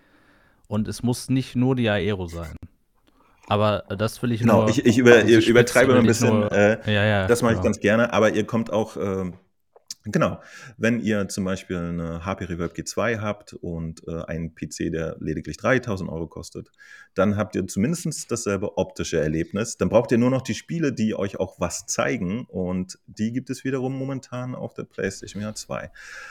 Und es muss nicht nur die Aero sein. Aber das will ich Genau, nur. ich diese übertreibe Spitze ein will ich bisschen. nur. Ja, Das mache ich genau. ganz gerne, aber ihr kommt auch. Genau, wenn ihr zum Beispiel eine HP Reverb G2 habt und einen PC, der lediglich 3.000 € kostet, dann habt ihr zumindest dasselbe optische Erlebnis. Dann braucht ihr nur noch die Spiele, die euch auch was zeigen und die gibt es wiederum momentan auf der PlayStation VR 2.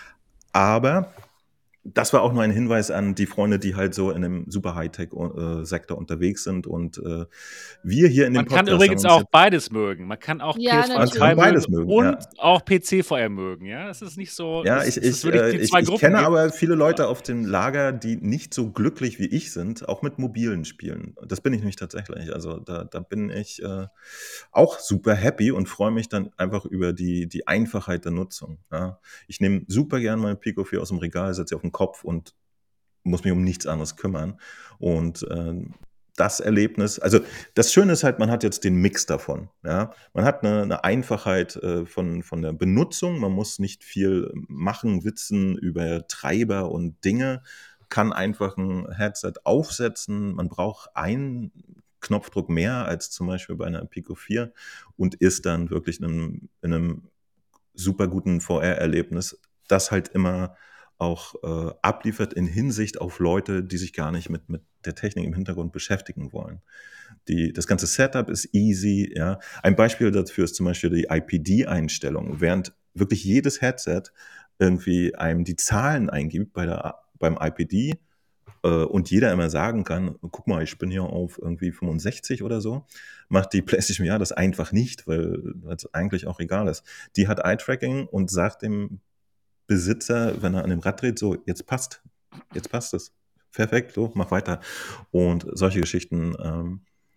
Aber das war auch nur ein Hinweis an die Freunde, die halt so in einem super Hightech-Sektor unterwegs sind. Und wir hier in dem Man kann Podcast haben übrigens uns auch jetzt. beides mögen. Man kann auch Ja, PS2 Man kann 2 beides mögen mögen, ja. und auch PC-VR mögen. Ja, es ist nicht so, Ja, es ist wirklich die zwei ich Gruppen kenne gibt. aber viele Leute auf dem Lager, die nicht so glücklich wie ich sind, auch mit mobilen Spielen. Das bin ich nämlich tatsächlich. Also da bin ich auch super happy und freue mich dann einfach über die Einfachheit der Nutzung. Ja. Ich nehme super gern meine Pico 4 aus dem Regal, setze sie auf den Kopf und muss mich um nichts anderes kümmern. Und das Erlebnis, also das Schöne ist halt, man hat jetzt den Mix davon. Ja? Man hat eine Einfachheit von der Benutzung, man muss nicht viel machen, witzen über Treiber und Dinge, kann einfach ein Headset aufsetzen, man braucht einen Knopfdruck mehr als zum Beispiel bei einer Pico 4 und ist dann wirklich in einem super guten VR-Erlebnis, das halt immer auch abliefert in Hinsicht auf Leute, die sich gar nicht mit der Technik im Hintergrund beschäftigen wollen. Das ganze Setup ist easy. Ja. Ein Beispiel dafür ist zum Beispiel die IPD-Einstellung. Während wirklich jedes Headset irgendwie einem die Zahlen eingibt beim IPD und jeder immer sagen kann, guck mal, ich bin hier auf irgendwie 65 oder so, macht die PlayStation VR das einfach nicht, weil es eigentlich auch egal ist. Die hat Eye-Tracking und sagt dem Besitzer, wenn er an dem Rad dreht, so, jetzt passt es. Perfekt, so, mach weiter. Und solche Geschichten,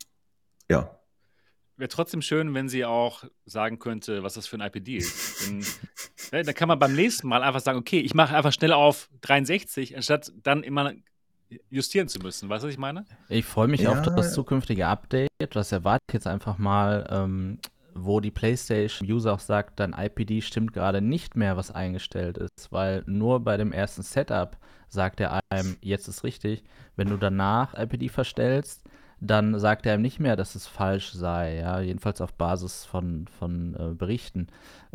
ja. Wäre trotzdem schön, wenn sie auch sagen könnte, was das für ein IPD ist. Da kann man beim nächsten Mal einfach sagen, okay, ich mache einfach schnell auf 63, anstatt dann immer justieren zu müssen. Weißt du, was ich meine? Ich freue mich auf Ja. das zukünftige Update. Das erwarte ich jetzt einfach mal, wo die PlayStation-User auch sagt, dein IPD stimmt gerade nicht mehr, was eingestellt ist, weil nur bei dem ersten Setup sagt er einem, jetzt ist richtig. Wenn du danach IPD verstellst, dann sagt er einem nicht mehr, dass es falsch sei, ja, jedenfalls auf Basis von Berichten.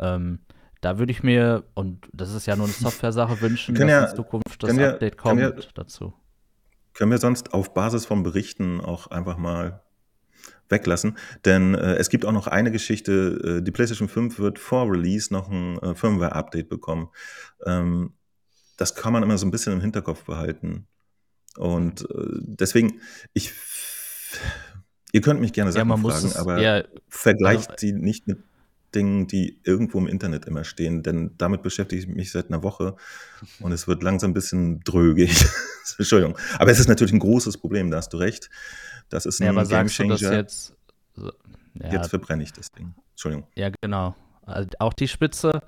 Da würde ich mir, und das ist ja nur eine Software-Sache, wünschen, dass in Zukunft das Update kommt dazu. Können wir sonst auf Basis von Berichten auch einfach mal weglassen, denn es gibt auch noch eine Geschichte, die PlayStation 5 wird vor Release noch ein Firmware-Update bekommen. Das kann man immer so ein bisschen im Hinterkopf behalten. Und deswegen, ihr könnt mich gerne Sachen fragen, aber vergleicht sie nicht mit Dingen, die irgendwo im Internet immer stehen, denn damit beschäftige ich mich seit einer Woche und es wird langsam ein bisschen drögig. Entschuldigung. Aber es ist natürlich ein großes Problem, da hast du recht. Das ist Ja, aber ein sagst du das Gamechanger. jetzt? So, ja, Jetzt verbrenne ich das Ding. Entschuldigung. ja, genau. Also auch die Spitze.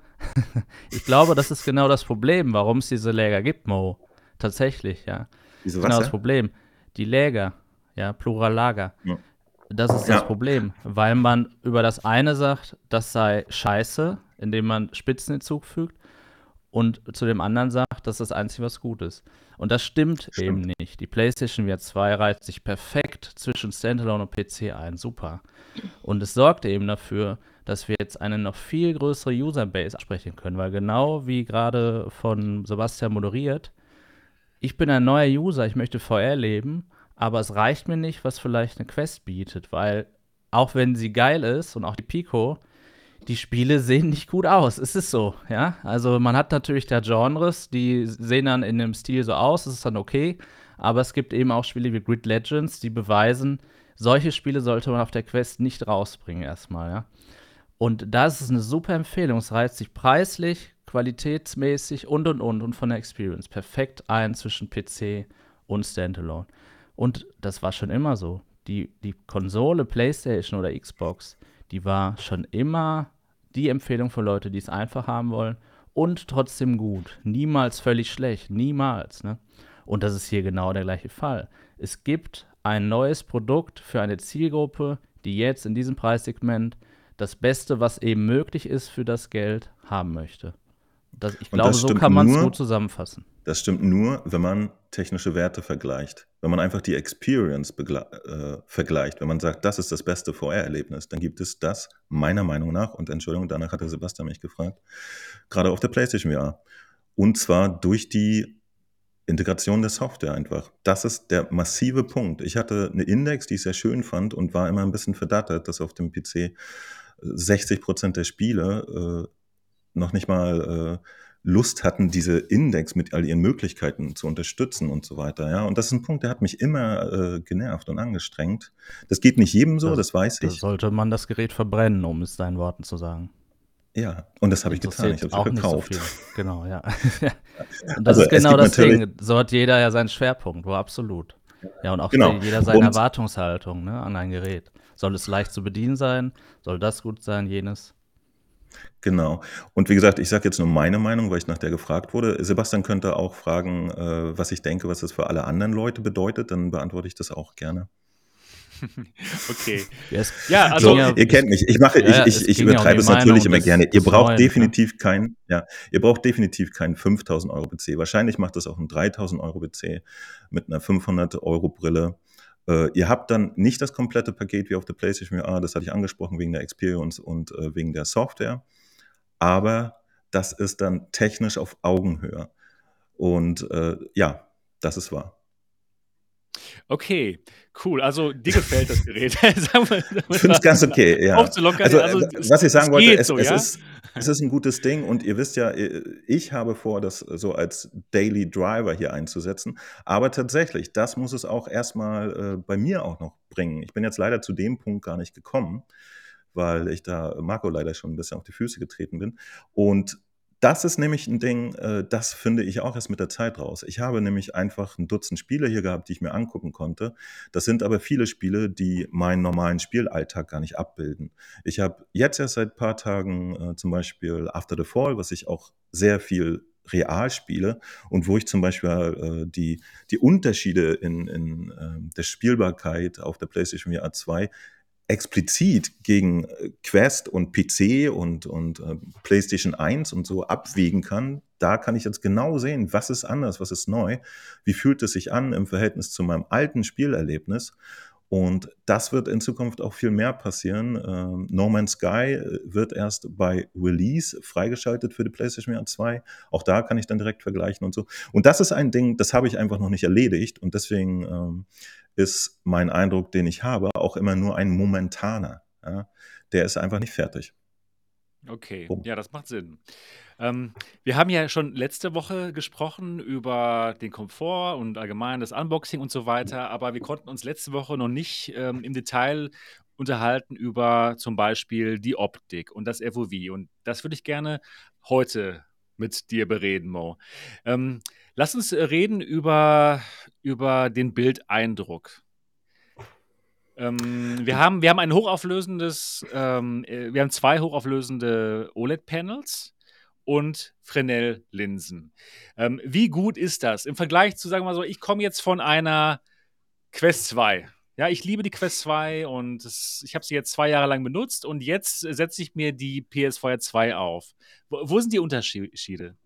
Ich glaube, das ist genau das Problem, warum es diese Läger gibt, Mo. Tatsächlich, ja. Wieso Genau das Wasser? Problem. Die Läger, ja, Plural Lager. Ja. Das ist das Ja. Problem, weil man über das eine sagt, das sei scheiße, indem man Spitzen hinzufügt, und zu dem anderen sagt, das ist das Einzige, was gut ist. Und das stimmt eben nicht. Die PlayStation VR 2 reiht sich perfekt zwischen Standalone und PC ein. Super. Und es sorgt eben dafür, dass wir jetzt eine noch viel größere Userbase ansprechen können, weil genau wie gerade von Sebastian moderiert, ich bin ein neuer User, ich möchte VR leben, aber es reicht mir nicht, was vielleicht eine Quest bietet, weil auch wenn sie geil ist und auch die Pico, die Spiele sehen nicht gut aus. Es ist so, ja. Also man hat natürlich da Genres, die sehen dann in dem Stil so aus, das ist dann okay. Aber es gibt eben auch Spiele wie Grid Legends, die beweisen, solche Spiele sollte man auf der Quest nicht rausbringen erstmal, ja. Und da ist es eine super Empfehlung. Es reizt sich preislich, qualitätsmäßig und von der Experience perfekt ein zwischen PC und Standalone. Und das war schon immer so. Die Konsole, PlayStation oder Xbox, die war schon immer die Empfehlung für Leute, die es einfach haben wollen und trotzdem gut. Niemals völlig schlecht, niemals. Ne? Und das ist hier genau der gleiche Fall. Es gibt ein neues Produkt für eine Zielgruppe, die jetzt in diesem Preissegment das Beste, was eben möglich ist für das Geld, haben möchte. Ich glaube, so kann man es gut zusammenfassen. Das stimmt nur, wenn man technische Werte vergleicht. Wenn man einfach die Experience vergleicht, wenn man sagt, das ist das beste VR-Erlebnis, dann gibt es das meiner Meinung nach, und Entschuldigung, danach hat der Sebastian mich gefragt, gerade auf der PlayStation VR. Und zwar durch die Integration der Software einfach. Das ist der massive Punkt. Ich hatte eine Index, die ich sehr schön fand und war immer ein bisschen verdattert, dass auf dem PC 60% der Spiele noch nicht mal Lust hatten, diese Index mit all ihren Möglichkeiten zu unterstützen und so weiter. Ja? Und das ist ein Punkt, der hat mich immer genervt und angestrengt. Das geht nicht jedem so, das weiß Da ich. sollte man das Gerät verbrennen, um es deinen Worten zu sagen. Ja, und das habe ich getan. Ich habe es auch gekauft. Nicht so viel. Genau, ja. Und das ist genau das Ding. So hat jeder ja seinen Schwerpunkt, absolut. Ja, und auch jeder seine Erwartungshaltung, ne, an ein Gerät. Soll es leicht zu bedienen sein? Soll das gut sein, jenes? Genau. Und wie gesagt, ich sage jetzt nur meine Meinung, weil ich nach der gefragt wurde. Sebastian könnte auch fragen, was ich denke, was das für alle anderen Leute bedeutet. Dann beantworte ich das auch gerne. Okay. Ja, also ihr kennt mich. Ich übertreibe es natürlich immer gerne. Ihr braucht definitiv keinen 5.000 € PC. Wahrscheinlich macht das auch ein 3.000 € PC mit einer 500 € Brille. Ihr habt dann nicht das komplette Paket wie auf der PlayStation VR, das hatte ich angesprochen, wegen der Experience und wegen der Software. Aber das ist dann technisch auf Augenhöhe. Und ja, das ist wahr. Okay, cool. Also dir gefällt das Gerät. Ich finde es ganz okay, ja. Also, was ich sagen wollte, es ist ein gutes Ding und ihr wisst ja, ich habe vor, das so als Daily Driver hier einzusetzen. Aber tatsächlich, das muss es auch erstmal bei mir auch noch bringen. Ich bin jetzt leider zu dem Punkt gar nicht gekommen, weil ich da Marco leider schon ein bisschen auf die Füße getreten bin. Und das ist nämlich ein Ding, das finde ich auch erst mit der Zeit raus. Ich habe nämlich einfach ein Dutzend Spiele hier gehabt, die ich mir angucken konnte. Das sind aber viele Spiele, die meinen normalen Spielalltag gar nicht abbilden. Ich habe jetzt erst seit ein paar Tagen zum Beispiel After the Fall, was ich auch sehr viel real spiele und wo ich zum Beispiel die Unterschiede in der Spielbarkeit auf der PlayStation VR 2 explizit gegen Quest und PC und PlayStation 1 und so abwägen kann, da kann ich jetzt genau sehen, was ist anders, was ist neu, wie fühlt es sich an im Verhältnis zu meinem alten Spielerlebnis. Und das wird in Zukunft auch viel mehr passieren. No Man's Sky wird erst bei Release freigeschaltet für die PlayStation VR 2. Auch da kann ich dann direkt vergleichen und so. Und das ist ein Ding, das habe ich einfach noch nicht erledigt. Und deswegen ist mein Eindruck, den ich habe, auch immer nur ein momentaner. Ja? Der ist einfach nicht fertig. Okay, ja, das macht Sinn. Wir haben ja schon letzte Woche gesprochen über den Komfort und allgemein das Unboxing und so weiter, aber wir konnten uns letzte Woche noch nicht im Detail unterhalten über zum Beispiel die Optik und das FOV. Und das würde ich gerne heute mit dir bereden, Mo. Lass uns reden über den Bildeindruck. Wir haben ein hochauflösendes, wir haben 2 hochauflösende OLED-Panels und Fresnel-Linsen. Wie gut ist das im Vergleich zu, sagen wir mal so, ich komme jetzt von einer Quest 2. Ja, ich liebe die Quest 2 und ich habe sie jetzt 2 Jahre lang benutzt und jetzt setze ich mir die PS4 2 auf. Wo sind die Unterschiede?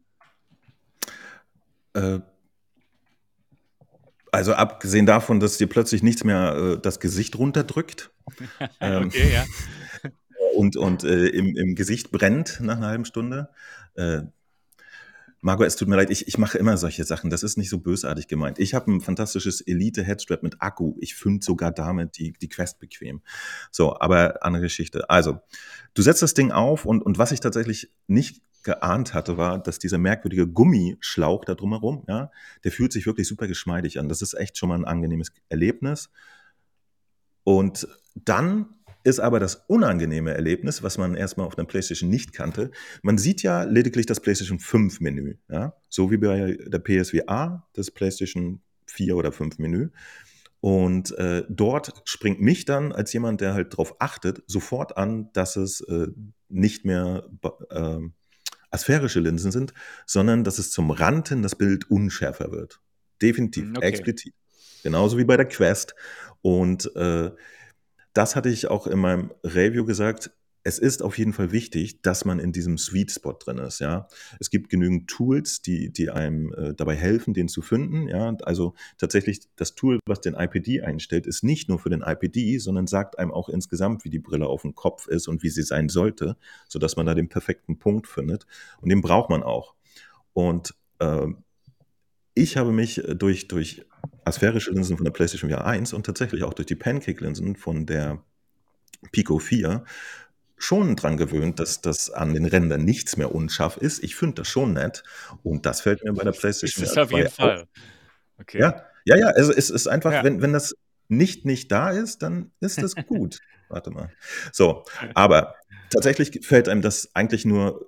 Also abgesehen davon, dass dir plötzlich nichts mehr das Gesicht runterdrückt Okay, ja. und im Gesicht brennt nach einer halben Stunde. Margot, es tut mir leid, ich mache immer solche Sachen. Das ist nicht so bösartig gemeint. Ich habe ein fantastisches Elite-Headstrap mit Akku. Ich finde sogar damit die Quest bequem. So, aber andere Geschichte. Also, du setzt das Ding auf und was ich tatsächlich nicht geahnt hatte, war, dass dieser merkwürdige Gummischlauch da drumherum, ja, der fühlt sich wirklich super geschmeidig an. Das ist echt schon mal ein angenehmes Erlebnis. Und dann ist aber das unangenehme Erlebnis, was man erstmal auf der PlayStation nicht kannte. Man sieht ja lediglich das PlayStation 5 Menü, ja? So wie bei der PSVR, das PlayStation 4 oder 5 Menü. Und dort springt mich dann als jemand, der halt darauf achtet, sofort an, dass es nicht mehr asphärische Linsen sind, sondern dass es zum Rand hin das Bild unschärfer wird. Definitiv, Okay. explizit. Genauso wie bei der Quest. Und das hatte ich auch in meinem Review gesagt. Es ist auf jeden Fall wichtig, dass man in diesem Sweet Spot drin ist. Ja, es gibt genügend Tools, die einem dabei helfen, den zu finden. Ja, also tatsächlich das Tool, was den IPD einstellt, ist nicht nur für den IPD, sondern sagt einem auch insgesamt, wie die Brille auf dem Kopf ist und wie sie sein sollte, sodass man da den perfekten Punkt findet. Und den braucht man auch. Und ich habe mich durch asphärische Linsen von der PlayStation VR 1 und tatsächlich auch durch die Pancake-Linsen von der Pico 4 schon dran gewöhnt, dass das an den Rändern nichts mehr unscharf ist. Ich finde das schon nett und das fällt mir bei der Ist PlayStation es VR auf 2 jeden auf. Fall. Okay. Ja, also es ist einfach, Ja. wenn das nicht da ist, dann ist das gut. Warte mal. So, aber tatsächlich fällt einem das eigentlich nur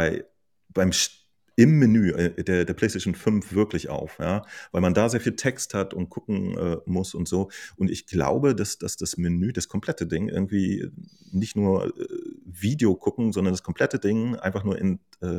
im Menü der PlayStation 5 wirklich auf, ja, weil man da sehr viel Text hat und gucken muss und so. Und ich glaube, dass das Menü, das komplette Ding, irgendwie nicht nur Video gucken, sondern das komplette Ding einfach nur in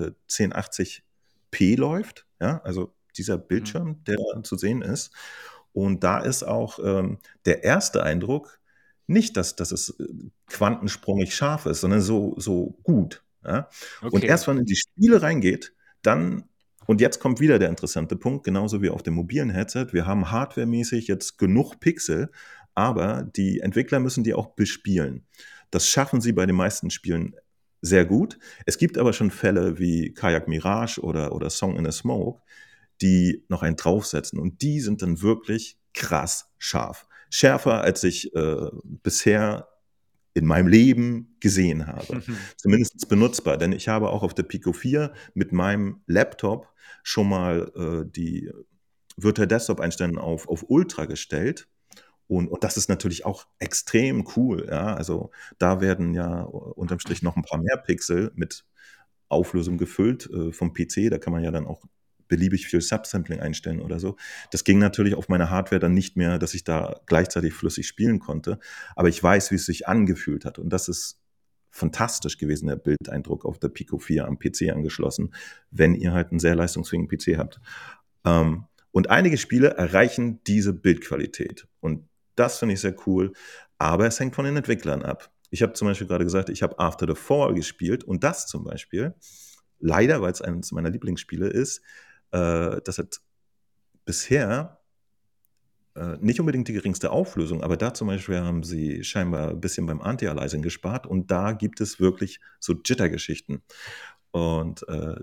1080p läuft, ja, also dieser Bildschirm, der da zu sehen ist. Und da ist auch der erste Eindruck nicht, dass es quantensprungig scharf ist, sondern so gut. Ja? Und Okay. erst wenn man in die Spiele reingeht, dann, und jetzt kommt wieder der interessante Punkt, genauso wie auf dem mobilen Headset, wir haben hardwaremäßig jetzt genug Pixel, aber die Entwickler müssen die auch bespielen. Das schaffen sie bei den meisten Spielen sehr gut. Es gibt aber schon Fälle wie Kayak Mirage oder Song in a Smoke, die noch einen draufsetzen. Und die sind dann wirklich krass scharf. Schärfer, als ich bisher in meinem Leben gesehen habe. Zumindest benutzbar, denn ich habe auch auf der Pico 4 mit meinem Laptop schon mal die Virtual Desktop-Einstellungen auf Ultra gestellt. Und das ist natürlich auch extrem cool. Ja? Also da werden ja unterm Strich noch ein paar mehr Pixel mit Auflösung gefüllt vom PC. Da kann man ja dann auch beliebig viel Subsampling einstellen oder so. Das ging natürlich auf meiner Hardware dann nicht mehr, dass ich da gleichzeitig flüssig spielen konnte. Aber ich weiß, wie es sich angefühlt hat. Und das ist fantastisch gewesen, der Bildeindruck auf der Pico 4 am PC angeschlossen, wenn ihr halt einen sehr leistungsfähigen PC habt. Und einige Spiele erreichen diese Bildqualität. Und das finde ich sehr cool. Aber es hängt von den Entwicklern ab. Ich habe zum Beispiel gerade gesagt, ich habe After the Fall gespielt und das zum Beispiel, leider, weil es eines meiner Lieblingsspiele ist, das hat bisher nicht unbedingt die geringste Auflösung, aber da zum Beispiel haben sie scheinbar ein bisschen beim Anti-Aliasing gespart und da gibt es wirklich so Jitter-Geschichten. Und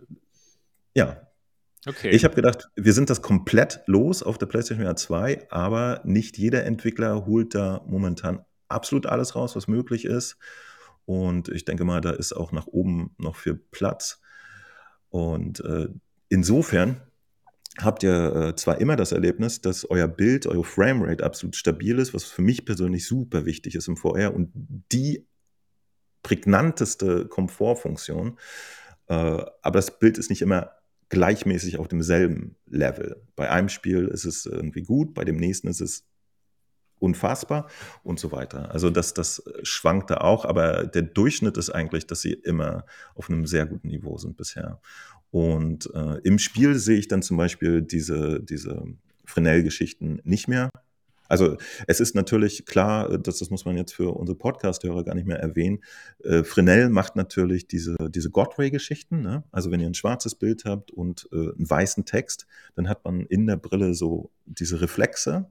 ja, Okay. ich habe gedacht, wir sind das komplett los auf der PlayStation VR 2, aber nicht jeder Entwickler holt da momentan absolut alles raus, was möglich ist. Und ich denke mal, da ist auch nach oben noch viel Platz. Und insofern habt ihr zwar immer das Erlebnis, dass euer Bild, eure Framerate absolut stabil ist, was für mich persönlich super wichtig ist im VR und die prägnanteste Komfortfunktion, aber das Bild ist nicht immer gleichmäßig auf demselben Level. Bei einem Spiel ist es irgendwie gut, bei dem nächsten ist es unfassbar und so weiter. Also das schwankt da auch, aber der Durchschnitt ist eigentlich, dass sie immer auf einem sehr guten Niveau sind bisher. Und im Spiel sehe ich dann zum Beispiel diese Fresnel-Geschichten nicht mehr. Also es ist natürlich klar, das muss man jetzt für unsere Podcast-Hörer gar nicht mehr erwähnen. Fresnel macht natürlich diese God-Ray-Geschichten. Ne? Also wenn ihr ein schwarzes Bild habt und einen weißen Text, dann hat man in der Brille so diese Reflexe.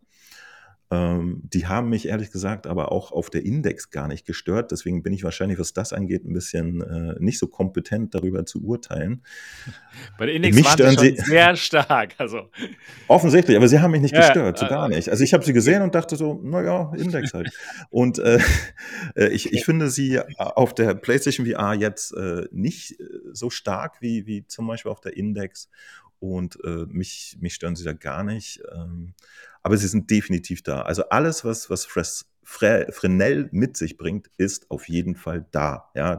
Die haben mich ehrlich gesagt aber auch auf der Index gar nicht gestört. Deswegen bin ich wahrscheinlich, was das angeht, ein bisschen nicht so kompetent darüber zu urteilen. Bei der Index Mich waren sie stören schon sie sehr stark. Also, offensichtlich, aber sie haben mich nicht ja, gestört, so gar nicht. Also ich habe sie gesehen und dachte so, naja, Index halt. Und ich finde sie auf der PlayStation VR jetzt nicht so stark wie zum Beispiel auf der Index. Und mich stören sie da gar nicht. Aber sie sind definitiv da. Also alles, was Fresnel mit sich bringt, ist auf jeden Fall da. Ja,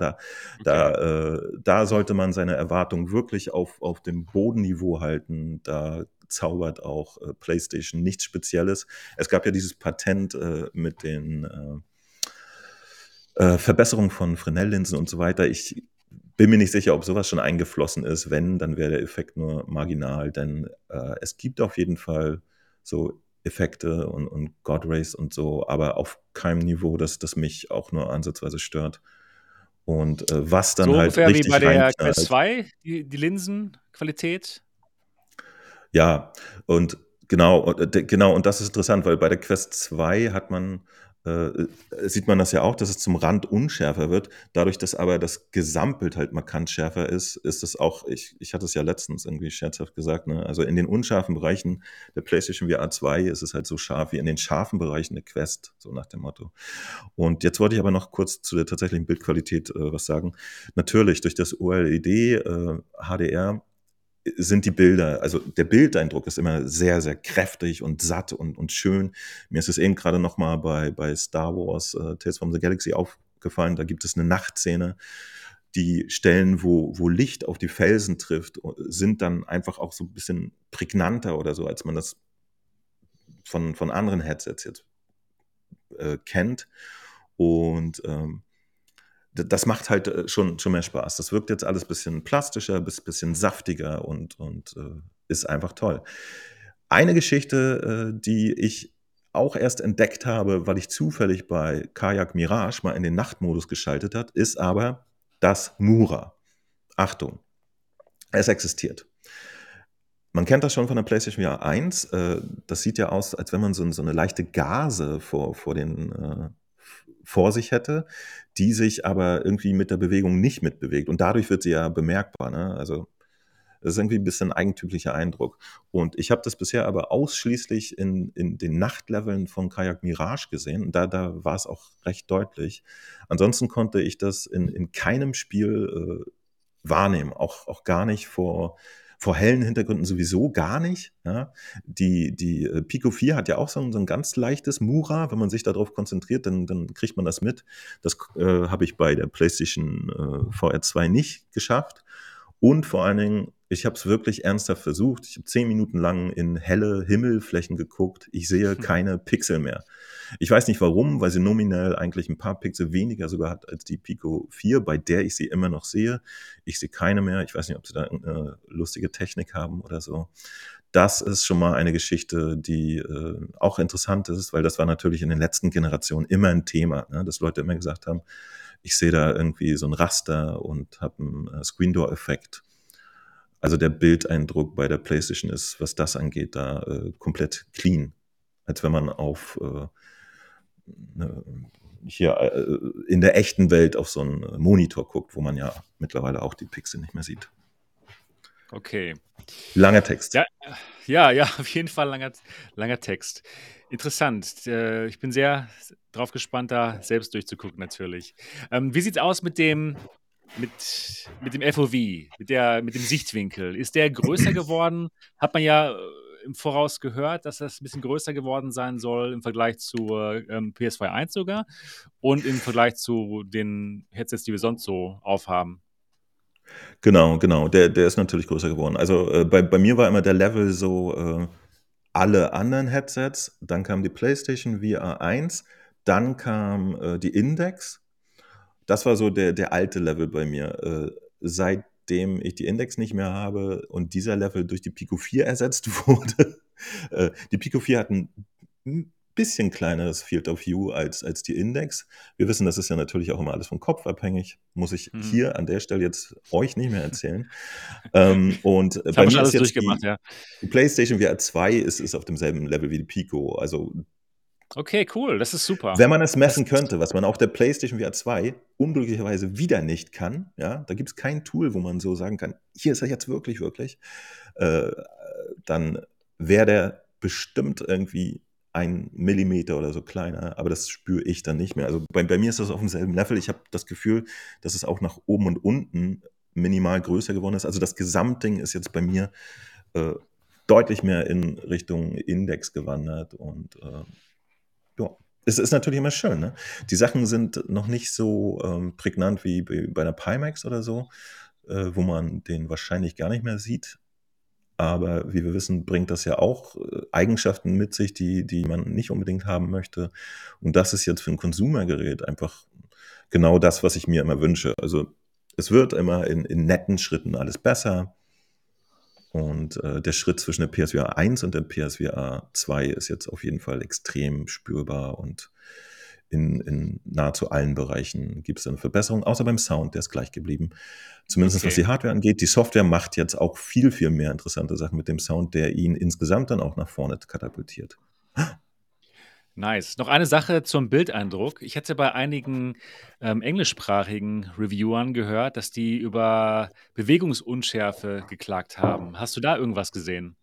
da sollte man seine Erwartungen wirklich auf dem Bodenniveau halten. Da zaubert auch PlayStation nichts Spezielles. Es gab ja dieses Patent mit den Verbesserungen von Fresnel-Linsen und so weiter. Ich bin mir nicht sicher, ob sowas schon eingeflossen ist. Wenn, dann wäre der Effekt nur marginal, denn es gibt auf jeden Fall so Effekte und God Rays und so, aber auf keinem Niveau, dass das mich auch nur ansatzweise stört. Und was dann so halt ungefähr wie bei richtig der Quest reinknallt, 2, die Linsenqualität. ja, und genau, und das ist interessant, weil bei der Quest 2 sieht man das ja auch, dass es zum Rand unschärfer wird. Dadurch, dass aber das Gesamtbild halt markant schärfer ist es auch, ich hatte es ja letztens irgendwie scherzhaft gesagt, ne? Also in den unscharfen Bereichen der PlayStation VR 2 ist es halt so scharf wie in den scharfen Bereichen der Quest, so nach dem Motto. Und jetzt wollte ich aber noch kurz zu der tatsächlichen Bildqualität was sagen. Natürlich, durch das OLED HDR sind die Bilder, also der Bildeindruck ist immer sehr, sehr kräftig und satt und schön. Mir ist es eben gerade noch mal bei Star Wars Tales from the Galaxy aufgefallen, da gibt es eine Nachtszene. Die Stellen, wo Licht auf die Felsen trifft, sind dann einfach auch so ein bisschen prägnanter oder so, als man das von anderen Headsets jetzt kennt. Und das macht halt schon mehr Spaß. Das wirkt jetzt alles ein bisschen plastischer, bisschen saftiger und ist einfach toll. Eine Geschichte, die ich auch erst entdeckt habe, weil ich zufällig bei Kajak Mirage mal in den Nachtmodus geschaltet hat, ist aber das Mura. Achtung, es existiert. Man kennt das schon von der PlayStation VR 1. Das sieht ja aus, als wenn man so eine leichte Gase vor sich hätte, die sich aber irgendwie mit der Bewegung nicht mitbewegt. Und dadurch wird sie ja bemerkbar. Ne? Also das ist irgendwie ein bisschen ein eigentümlicher Eindruck. Und ich habe das bisher aber ausschließlich in den Nachtleveln von Kajak Mirage gesehen. Und da war es auch recht deutlich. Ansonsten konnte ich das in keinem Spiel wahrnehmen, auch gar nicht vor hellen Hintergründen sowieso gar nicht. Ja. Die Pico 4 hat ja auch so ein ganz leichtes Mura. Wenn man sich darauf konzentriert, dann kriegt man das mit. Das habe ich bei der PlayStation VR 2 nicht geschafft. Und vor allen Dingen, ich habe es wirklich ernsthaft versucht. Ich habe 10 Minuten lang in helle Himmelflächen geguckt. Ich sehe keine Pixel mehr. Ich weiß nicht warum, weil sie nominell eigentlich ein paar Pixel weniger sogar hat als die Pico 4, bei der ich sie immer noch sehe. Ich sehe keine mehr. Ich weiß nicht, ob sie da irgendeine lustige Technik haben oder so. Das ist schon mal eine Geschichte, die auch interessant ist, weil das war natürlich in den letzten Generationen immer ein Thema, ne? Dass Leute immer gesagt haben, ich sehe da irgendwie so ein Raster und habe einen Screen-Door-Effekt. Also der Bildeindruck bei der PlayStation ist, was das angeht, da komplett clean. Als wenn man auf hier in der echten Welt auf so einen Monitor guckt, wo man ja mittlerweile auch die Pixel nicht mehr sieht. Okay. Langer Text. Ja, auf jeden Fall langer Text. Interessant. Ich bin sehr drauf gespannt, da selbst durchzugucken natürlich. Wie sieht's aus mit dem mit dem FOV, mit dem Sichtwinkel, ist der größer geworden? Hat man ja im Voraus gehört, dass das ein bisschen größer geworden sein soll im Vergleich zur PS2 1 sogar und im Vergleich zu den Headsets, die wir sonst so aufhaben. Genau, der ist natürlich größer geworden. Also bei mir war immer der Level so alle anderen Headsets, dann kam die PlayStation VR 1, dann kam die Index. Das war so der alte Level bei mir. Seitdem ich die Index nicht mehr habe und dieser Level durch die Pico 4 ersetzt wurde. Die Pico 4 hat ein bisschen kleineres Field of View als die Index. Wir wissen, das ist ja natürlich auch immer alles vom Kopf abhängig. Muss ich hier an der Stelle jetzt euch nicht mehr erzählen. Und Das bei haben wir schon mir ist alles jetzt durchgemacht, ja. die PlayStation VR 2 ist auf demselben Level wie die Pico. Also Okay, cool, das ist super. wenn man es messen könnte, was man auf der PlayStation VR 2 unglücklicherweise wieder nicht kann, ja, da gibt es kein Tool, wo man so sagen kann, hier ist er jetzt wirklich, dann wäre der bestimmt irgendwie 1 Millimeter oder so kleiner, aber das spüre ich dann nicht mehr. Also bei mir ist das auf demselben Level. Ich habe das Gefühl, dass es auch nach oben und unten minimal größer geworden ist. Also das Gesamtding ist jetzt bei mir deutlich mehr in Richtung Index gewandert und ja, es ist natürlich immer schön, ne? Die Sachen sind noch nicht so prägnant wie bei einer Pimax oder so, wo man den wahrscheinlich gar nicht mehr sieht. Aber wie wir wissen, bringt das ja auch Eigenschaften mit sich, die man nicht unbedingt haben möchte. Und das ist jetzt für ein Konsumergerät einfach genau das, was ich mir immer wünsche. Also es wird immer in netten Schritten alles besser. Und der Schritt zwischen der PSVR 1 und der PSVR 2 ist jetzt auf jeden Fall extrem spürbar und in nahezu allen Bereichen gibt es eine Verbesserung, außer beim Sound, der ist gleich geblieben. Zumindest was die Hardware angeht. Die Software macht jetzt auch viel, viel mehr interessante Sachen mit dem Sound, der ihn insgesamt dann auch nach vorne katapultiert. Nice. Noch eine Sache zum Bildeindruck. Ich hatte bei einigen englischsprachigen Reviewern gehört, dass die über Bewegungsunschärfe geklagt haben. Hast du da irgendwas gesehen?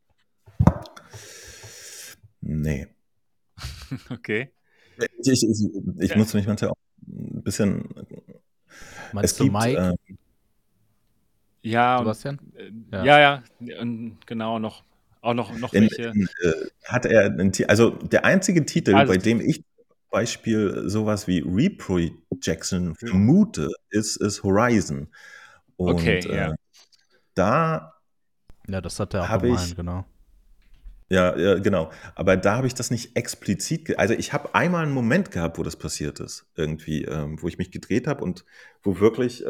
Nee. Okay. Ich nutze mich manchmal auch ein bisschen. Meinst du Mike, Ja, und, Sebastian? ja, und genau, noch welche. Hat er also der einzige Titel, Also- bei dem ich zum Beispiel sowas wie Reprojection vermute, ist Horizon. Und Okay, ja. da Ja, das hat er auch habe gemeint, ich, genau. ja, genau. Aber da habe ich das nicht explizit, also ich habe einmal einen Moment gehabt, wo das passiert ist, irgendwie, wo ich mich gedreht habe und wo wirklich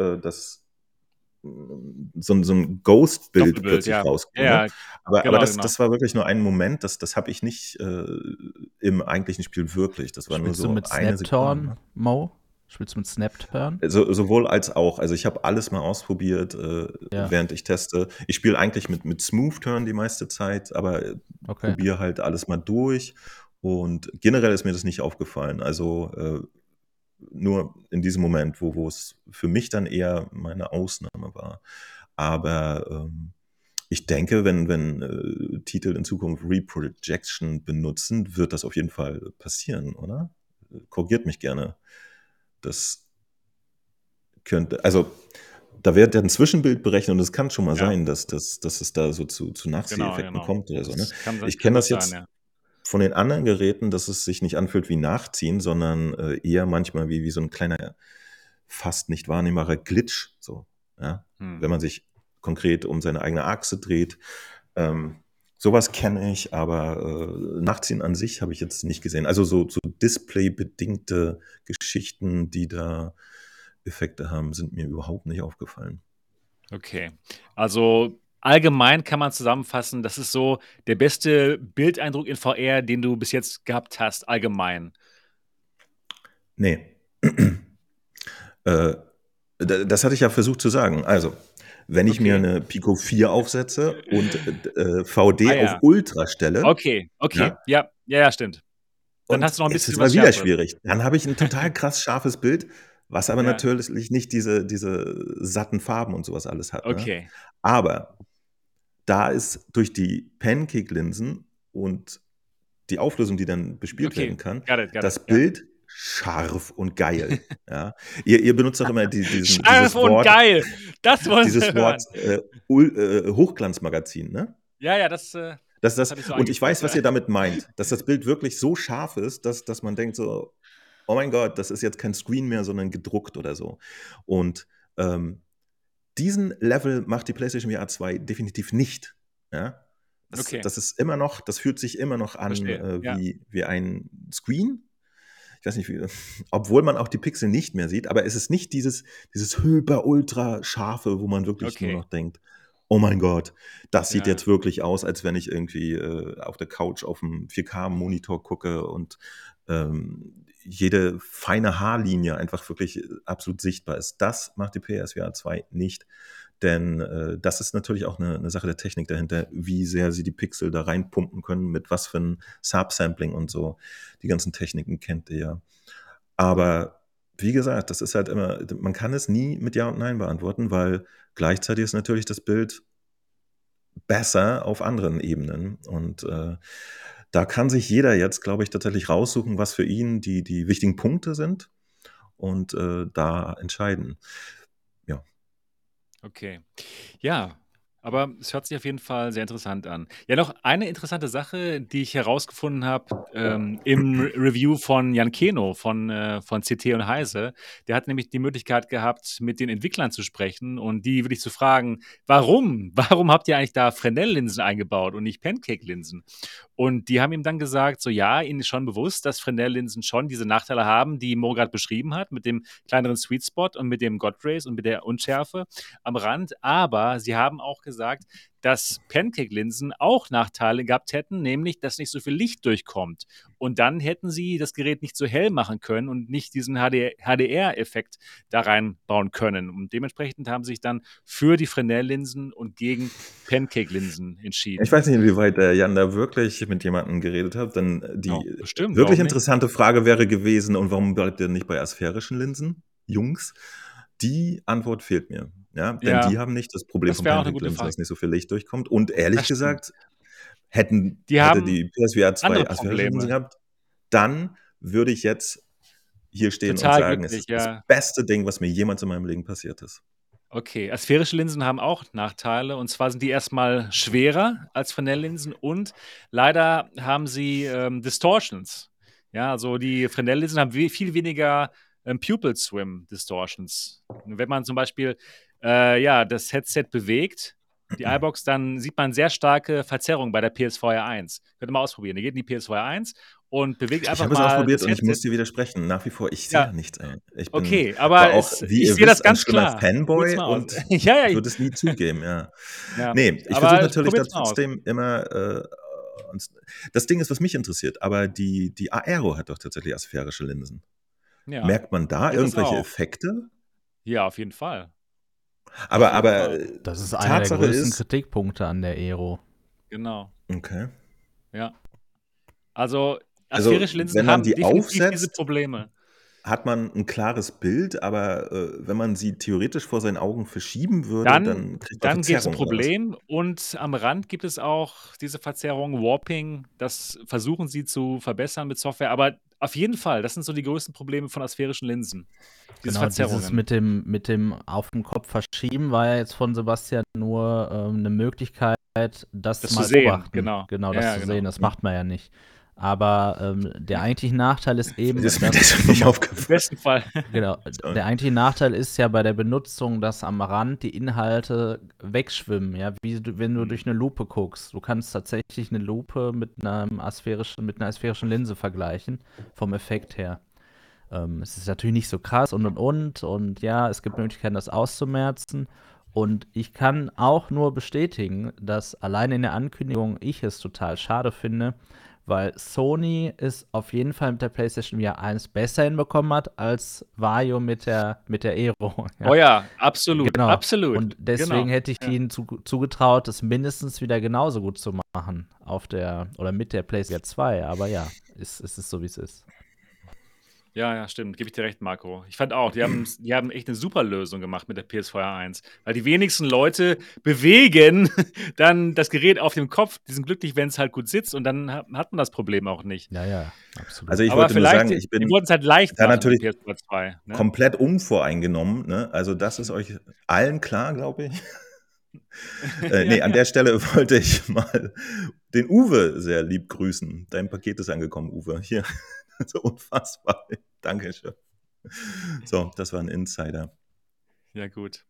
so ein Ghost-Bild Doppelbild, plötzlich ja. rauskam. Ja, Ne? Aber genau. das war wirklich nur ein Moment, das habe ich nicht im eigentlichen Spiel wirklich. Das war nur Spielst du so mit eine Sekunde. Snap-Turn, Mo? Spielst du mit Snap-Turn? Sowohl als auch. Also ich habe alles mal ausprobiert, während ich teste. Ich spiele eigentlich mit Smooth Turn die meiste Zeit, aber Okay. probiere halt alles mal durch. Und generell ist mir das nicht aufgefallen. Also nur in diesem Moment, wo es für mich dann eher meine Ausnahme war. Aber ich denke, wenn Titel in Zukunft Reprojection benutzen, wird das auf jeden Fall passieren, oder? Korrigiert mich gerne. Das könnte, also da wird ja ein Zwischenbild berechnet und es kann schon mal sein, dass es da so zu Nachzieheffekten Genau. kommt oder so. Ne? Das kann Ich kenne das gut jetzt sein, ja. von den anderen Geräten, dass es sich nicht anfühlt wie Nachziehen, sondern eher manchmal wie so ein kleiner, fast nicht wahrnehmbarer Glitch. So, ja? Wenn man sich konkret um seine eigene Achse dreht. Sowas kenne ich, aber Nachziehen an sich habe ich jetzt nicht gesehen. Also so displaybedingte Geschichten, die da Effekte haben, sind mir überhaupt nicht aufgefallen. Okay. Also allgemein kann man zusammenfassen, das ist so der beste Bildeindruck in VR, den du bis jetzt gehabt hast, allgemein. Nee. Das hatte ich ja versucht zu sagen. Also, wenn ich mir eine Pico 4 aufsetze und VD auf Ultra stelle. Okay. Ja, stimmt. Dann Und hast du noch ein jetzt bisschen ist was mal wieder Schärferes. schwierig. Dann habe ich ein total krass scharfes Bild, was aber Ja. natürlich nicht diese satten Farben und sowas alles hat. Ne? Okay. Aber da ist durch die Pancake-Linsen und die Auflösung, die dann bespielt werden kann, got it, das ja. Bild scharf und geil. Ja. Ihr benutzt auch immer dieses Scharf und Wort, geil. Das wollen dieses wir Wort hören. Hochglanzmagazin, ne? Ja, das Das, habe ich so und ich weiß, was eingeführt. ihr damit meint, dass das Bild wirklich so scharf ist, dass man denkt so, oh mein Gott, das ist jetzt kein Screen mehr, sondern gedruckt oder so. Und diesen Level macht die PlayStation VR 2 definitiv nicht. Ja? Okay, Das ist immer noch, das fühlt sich immer noch an verstehe. Ja. wie ein Screen. Ich weiß nicht, obwohl man auch die Pixel nicht mehr sieht, aber es ist nicht dieses hyper, ultra scharfe, wo man wirklich nur Okay. noch denkt, oh mein Gott, das sieht Ja. jetzt wirklich aus, als wenn ich irgendwie auf der Couch auf einem 4K-Monitor gucke und jede feine Haarlinie einfach wirklich absolut sichtbar ist. Das macht die PSVR 2 nicht, denn das ist natürlich auch eine Sache der Technik dahinter, wie sehr sie die Pixel da reinpumpen können, mit was für ein Subsampling und so. Die ganzen Techniken kennt ihr ja. Aber wie gesagt, das ist halt immer, man kann es nie mit Ja und Nein beantworten, weil gleichzeitig ist natürlich das Bild besser auf anderen Ebenen. Und da kann sich jeder jetzt, glaube ich, tatsächlich raussuchen, was für ihn die wichtigen Punkte sind und da entscheiden. Ja. Okay. Ja, aber es hört sich auf jeden Fall sehr interessant an. Ja, noch eine interessante Sache, die ich herausgefunden habe im Review von Jan Keno von CT und Heise. Der hat nämlich die Möglichkeit gehabt, mit den Entwicklern zu sprechen und die wirklich zu fragen, warum? Warum habt ihr eigentlich da Fresnel-Linsen eingebaut und nicht Pancake-Linsen? Und die haben ihm dann gesagt, so ja, ihnen ist schon bewusst, dass Fresnel-Linsen schon diese Nachteile haben, die Mo gerade beschrieben hat, mit dem kleineren Sweet Spot und mit dem God Rays und mit der Unschärfe am Rand. Aber sie haben auch gesagt, dass Pancake-Linsen auch Nachteile gehabt hätten, nämlich, dass nicht so viel Licht durchkommt. Und dann hätten sie das Gerät nicht so hell machen können und nicht diesen HDR-Effekt da reinbauen können. Und dementsprechend haben sie sich dann für die Fresnel-Linsen und gegen Pancake-Linsen entschieden. Ich weiß nicht, inwieweit der Jan da wirklich mit jemandem geredet hat, denn die bestimmt, wirklich warum nicht? interessante Frage wäre gewesen, und warum bleibt ihr nicht bei asphärischen Linsen, Jungs? Die Antwort fehlt mir. Ja, denn Ja, die haben nicht das Problem das von wäre auch eine gute Pancake-Linsen, Frage. dass nicht so viel Licht durchkommt. Und ehrlich Das stimmt. gesagt, hätte haben die PSVR 2 andere asphärische Linsen Probleme. gehabt, dann würde ich jetzt hier stehen und Total sagen, es glücklich, ist das ja. beste Ding, was mir jemals in meinem Leben passiert ist. Okay, asphärische Linsen haben auch Nachteile und zwar sind die erstmal schwerer als Fresnel-Linsen und leider haben sie Distortions. Ja, also die Fresnel-Linsen haben viel weniger Pupil Swim Distortions. Und wenn man zum Beispiel das Headset bewegt, die iBox, dann sieht man sehr starke Verzerrungen bei der PSVR 1. Könnt ihr mal ausprobieren. Ihr geht in die PSVR 1 und bewegt Ich einfach habe es mal ausprobiert das und ich muss Headset. dir widersprechen. Nach wie vor, ich sehe da Ja, nichts, ey. Ich okay, war aber auch, wie ich ihr sehe das wisst, ein ganz schlimmer klar. Probiert's Fanboy mal aus. und Ja, ich ja, würde es nie zugeben, ja. ja. Nee, ich versuche Aber natürlich da probiert's mal aus. trotzdem immer, das Ding ist, was mich interessiert, aber die Aero hat doch tatsächlich asphärische Linsen. Ja, Merkt man da die hat das irgendwelche auch. Effekte? Ja, auf jeden Fall. Aber, Auf jeden aber Fall. Das ist einer der Tatsache größten ist, Kritikpunkte an der Aero. Genau. okay. Ja. Also Also, asphärische Linsen wenn man haben die definitiv diese aufsetzt, Probleme. hat man ein klares Bild, aber wenn man sie theoretisch vor seinen Augen verschieben würde, dann kriegt man Dann gibt es ein Verzerrung oder was? Problem und am Rand gibt es auch diese Verzerrung, Warping. Das versuchen sie zu verbessern mit Software, aber auf jeden Fall, das sind so die größten Probleme von asphärischen Linsen. Diese Genau, dieses Verzerrungen. mit dem auf dem Kopf verschieben war ja jetzt von Sebastian nur eine Möglichkeit, das Das mal zu sehen, beobachten. genau. Genau, Ja, das ja, zu genau. sehen, das macht man ja nicht. Aber der eigentliche Nachteil ist eben, Das ist mir dass deshalb nicht Im aufgefallen. besten Fall. genau, Sorry. der eigentliche Nachteil ist ja bei der Benutzung, dass am Rand die Inhalte wegschwimmen, ja, wenn du durch eine Lupe guckst. Du kannst tatsächlich eine Lupe mit einer asphärischen Linse vergleichen, vom Effekt her. Es ist natürlich nicht so krass und ja, es gibt Möglichkeiten, das auszumerzen. Und ich kann auch nur bestätigen, dass allein in der Ankündigung ich es total schade finde, weil Sony es auf jeden Fall mit der PlayStation VR 1 besser hinbekommen hat als Vario mit der Aero. Ja. Oh ja, absolut, Genau. absolut. Und deswegen Genau. hätte ich ihnen zugetraut, das mindestens wieder genauso gut zu machen mit der PlayStation 2. Aber ja, es ist so, wie es ist. Ja, stimmt. Gebe ich dir recht, Marco. Ich fand auch, die haben echt eine super Lösung gemacht mit der PS4 1. Weil die wenigsten Leute bewegen dann das Gerät auf dem Kopf. Die sind glücklich, wenn es halt gut sitzt und dann hat man das Problem auch nicht. Ja, absolut. Also ich Aber wollte nur vielleicht, sagen, ich die bin wollten es halt leicht da machen, die natürlich PS4 2. Ne? komplett unvoreingenommen. Ne? Also das ist euch allen klar, glaube ich. Nee, an der Stelle wollte ich mal den Uwe sehr lieb grüßen. Dein Paket ist angekommen, Uwe. Hier, so unfassbar. Dankeschön. So, das war ein Insider. Ja, gut.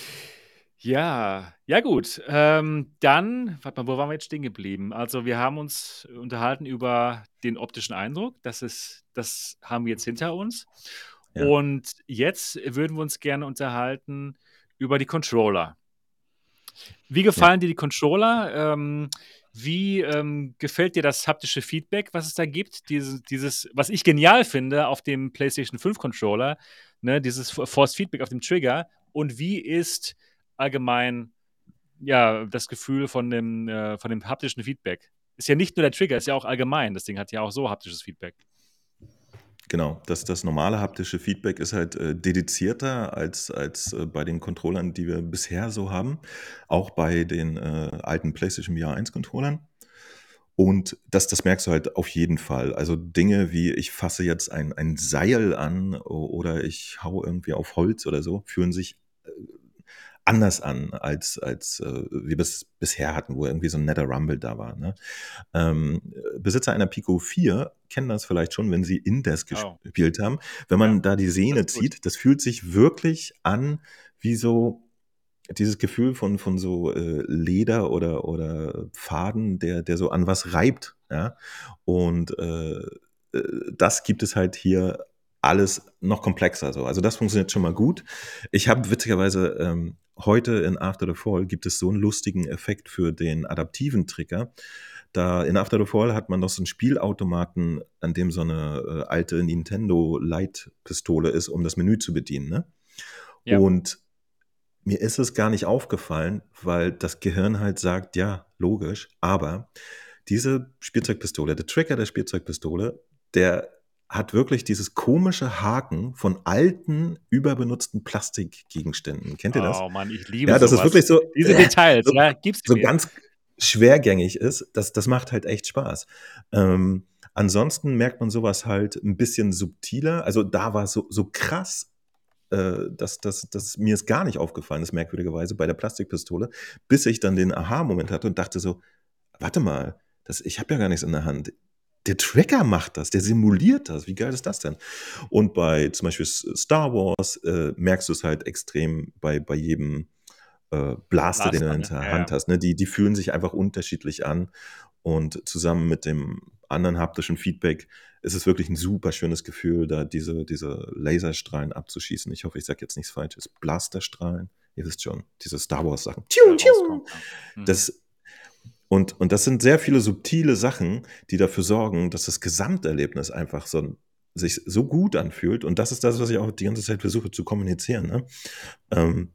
Ja, gut. Dann, warte mal, wo waren wir jetzt stehen geblieben? Also, wir haben uns unterhalten über den optischen Eindruck. Das haben wir jetzt hinter uns. Ja. Und jetzt würden wir uns gerne unterhalten über die Controller. Wie gefallen dir die Controller? Wie gefällt dir das haptische Feedback, was es da gibt? Dieses, was ich genial finde auf dem PlayStation 5 Controller, ne, dieses Force Feedback auf dem Trigger. Und wie ist allgemein das Gefühl von dem haptischen Feedback? Ist ja nicht nur der Trigger, ist ja auch allgemein. Das Ding hat ja auch so haptisches Feedback. Genau, das normale haptische Feedback ist halt dedizierter als bei den Controllern, die wir bisher so haben. Auch bei den alten PlayStation VR 1 Controllern. Und das merkst du halt auf jeden Fall. Also Dinge wie, ich fasse jetzt ein Seil an oder ich hau irgendwie auf Holz oder so, fühlen sich anders an, als wir bisher hatten, wo irgendwie so ein netter Rumble da war. Ne? Besitzer einer Pico 4 kennen das vielleicht schon, wenn sie Indes gespielt haben. Wenn man da die Sehne zieht, das fühlt sich wirklich an wie so dieses Gefühl von so Leder oder Faden, der so an was reibt. Ja? Und das gibt es halt hier alles noch komplexer. So. Also das funktioniert schon mal gut. Ich habe witzigerweise heute in After the Fall gibt es so einen lustigen Effekt für den adaptiven Trigger. Da in After the Fall hat man noch so einen Spielautomaten, an dem so eine alte Nintendo Light-Pistole ist, um das Menü zu bedienen. Ne? Ja. Und mir ist es gar nicht aufgefallen, weil das Gehirn halt sagt, ja, logisch, aber diese Spielzeugpistole, der Trigger der Spielzeugpistole, der hat wirklich dieses komische Haken von alten, überbenutzten Plastikgegenständen. Kennt ihr das? Oh Mann, ich liebe Ja, das sowas. ist wirklich so, Diese Details, so, gib's so mir. ganz schwergängig ist. Das macht halt echt Spaß. Ansonsten merkt man sowas halt ein bisschen subtiler. Also da war es so krass, dass mir es gar nicht aufgefallen ist, merkwürdigerweise, bei der Plastikpistole, bis ich dann den Aha-Moment hatte und dachte so, warte mal, ich habe ja gar nichts in der Hand. Der Trigger macht das, der simuliert das. Wie geil ist das denn? Und bei zum Beispiel Star Wars merkst du es halt extrem bei jedem Blaster, den du in der Hand hast. Ne? Die fühlen sich einfach unterschiedlich an. Und zusammen mit dem anderen haptischen Feedback ist es wirklich ein super schönes Gefühl, da diese Laserstrahlen abzuschießen. Ich hoffe, ich sage jetzt nichts Falsches. Blasterstrahlen, ihr wisst schon, diese Star Wars Sachen. Und das sind sehr viele subtile Sachen, die dafür sorgen, dass das Gesamterlebnis einfach sich so gut anfühlt. Und das ist das, was ich auch die ganze Zeit versuche zu kommunizieren. Ne?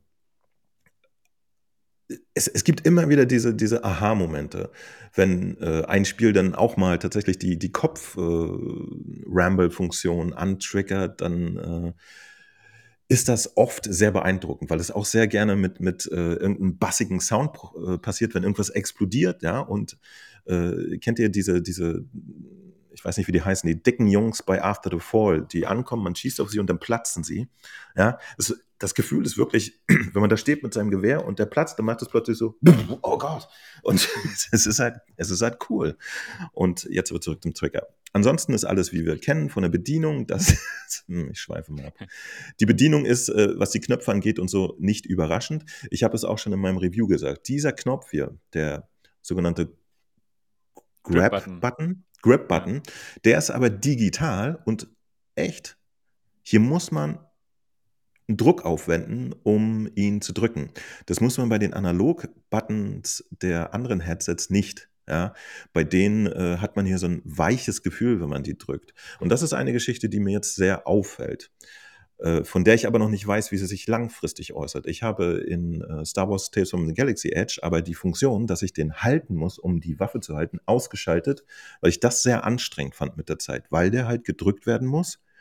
Es gibt immer wieder diese Aha-Momente, wenn ein Spiel dann auch mal tatsächlich die Kopf-Ramble-Funktion antriggert, dann ist das oft sehr beeindruckend, weil es auch sehr gerne mit irgendeinem bassigen Sound passiert, wenn irgendwas explodiert, ja, und kennt ihr diese, ich weiß nicht, wie die heißen, die dicken Jungs bei After the Fall, die ankommen, man schießt auf sie und dann platzen sie, ja, das Gefühl ist wirklich, wenn man da steht mit seinem Gewehr und der platzt, dann macht es plötzlich so, oh Gott. Und es ist halt cool. Und jetzt aber zurück zum Trigger. Ansonsten ist alles, wie wir kennen, von der Bedienung, ich schweife mal ab. Die Bedienung ist, was die Knöpfe angeht und so, nicht überraschend. Ich habe es auch schon in meinem Review gesagt. Dieser Knopf hier, der sogenannte Grab-Button, der ist aber digital und echt, hier muss man Druck aufwenden, um ihn zu drücken. Das muss man bei den Analog-Buttons der anderen Headsets nicht. Ja? Bei denen hat man hier so ein weiches Gefühl, wenn man die drückt. Und das ist eine Geschichte, die mir jetzt sehr auffällt, von der ich aber noch nicht weiß, wie sie sich langfristig äußert. Ich habe in Star Wars Tales from the Galaxy Edge aber die Funktion, dass ich den halten muss, um die Waffe zu halten, ausgeschaltet, weil ich das sehr anstrengend fand mit der Zeit, weil der halt gedrückt werden muss.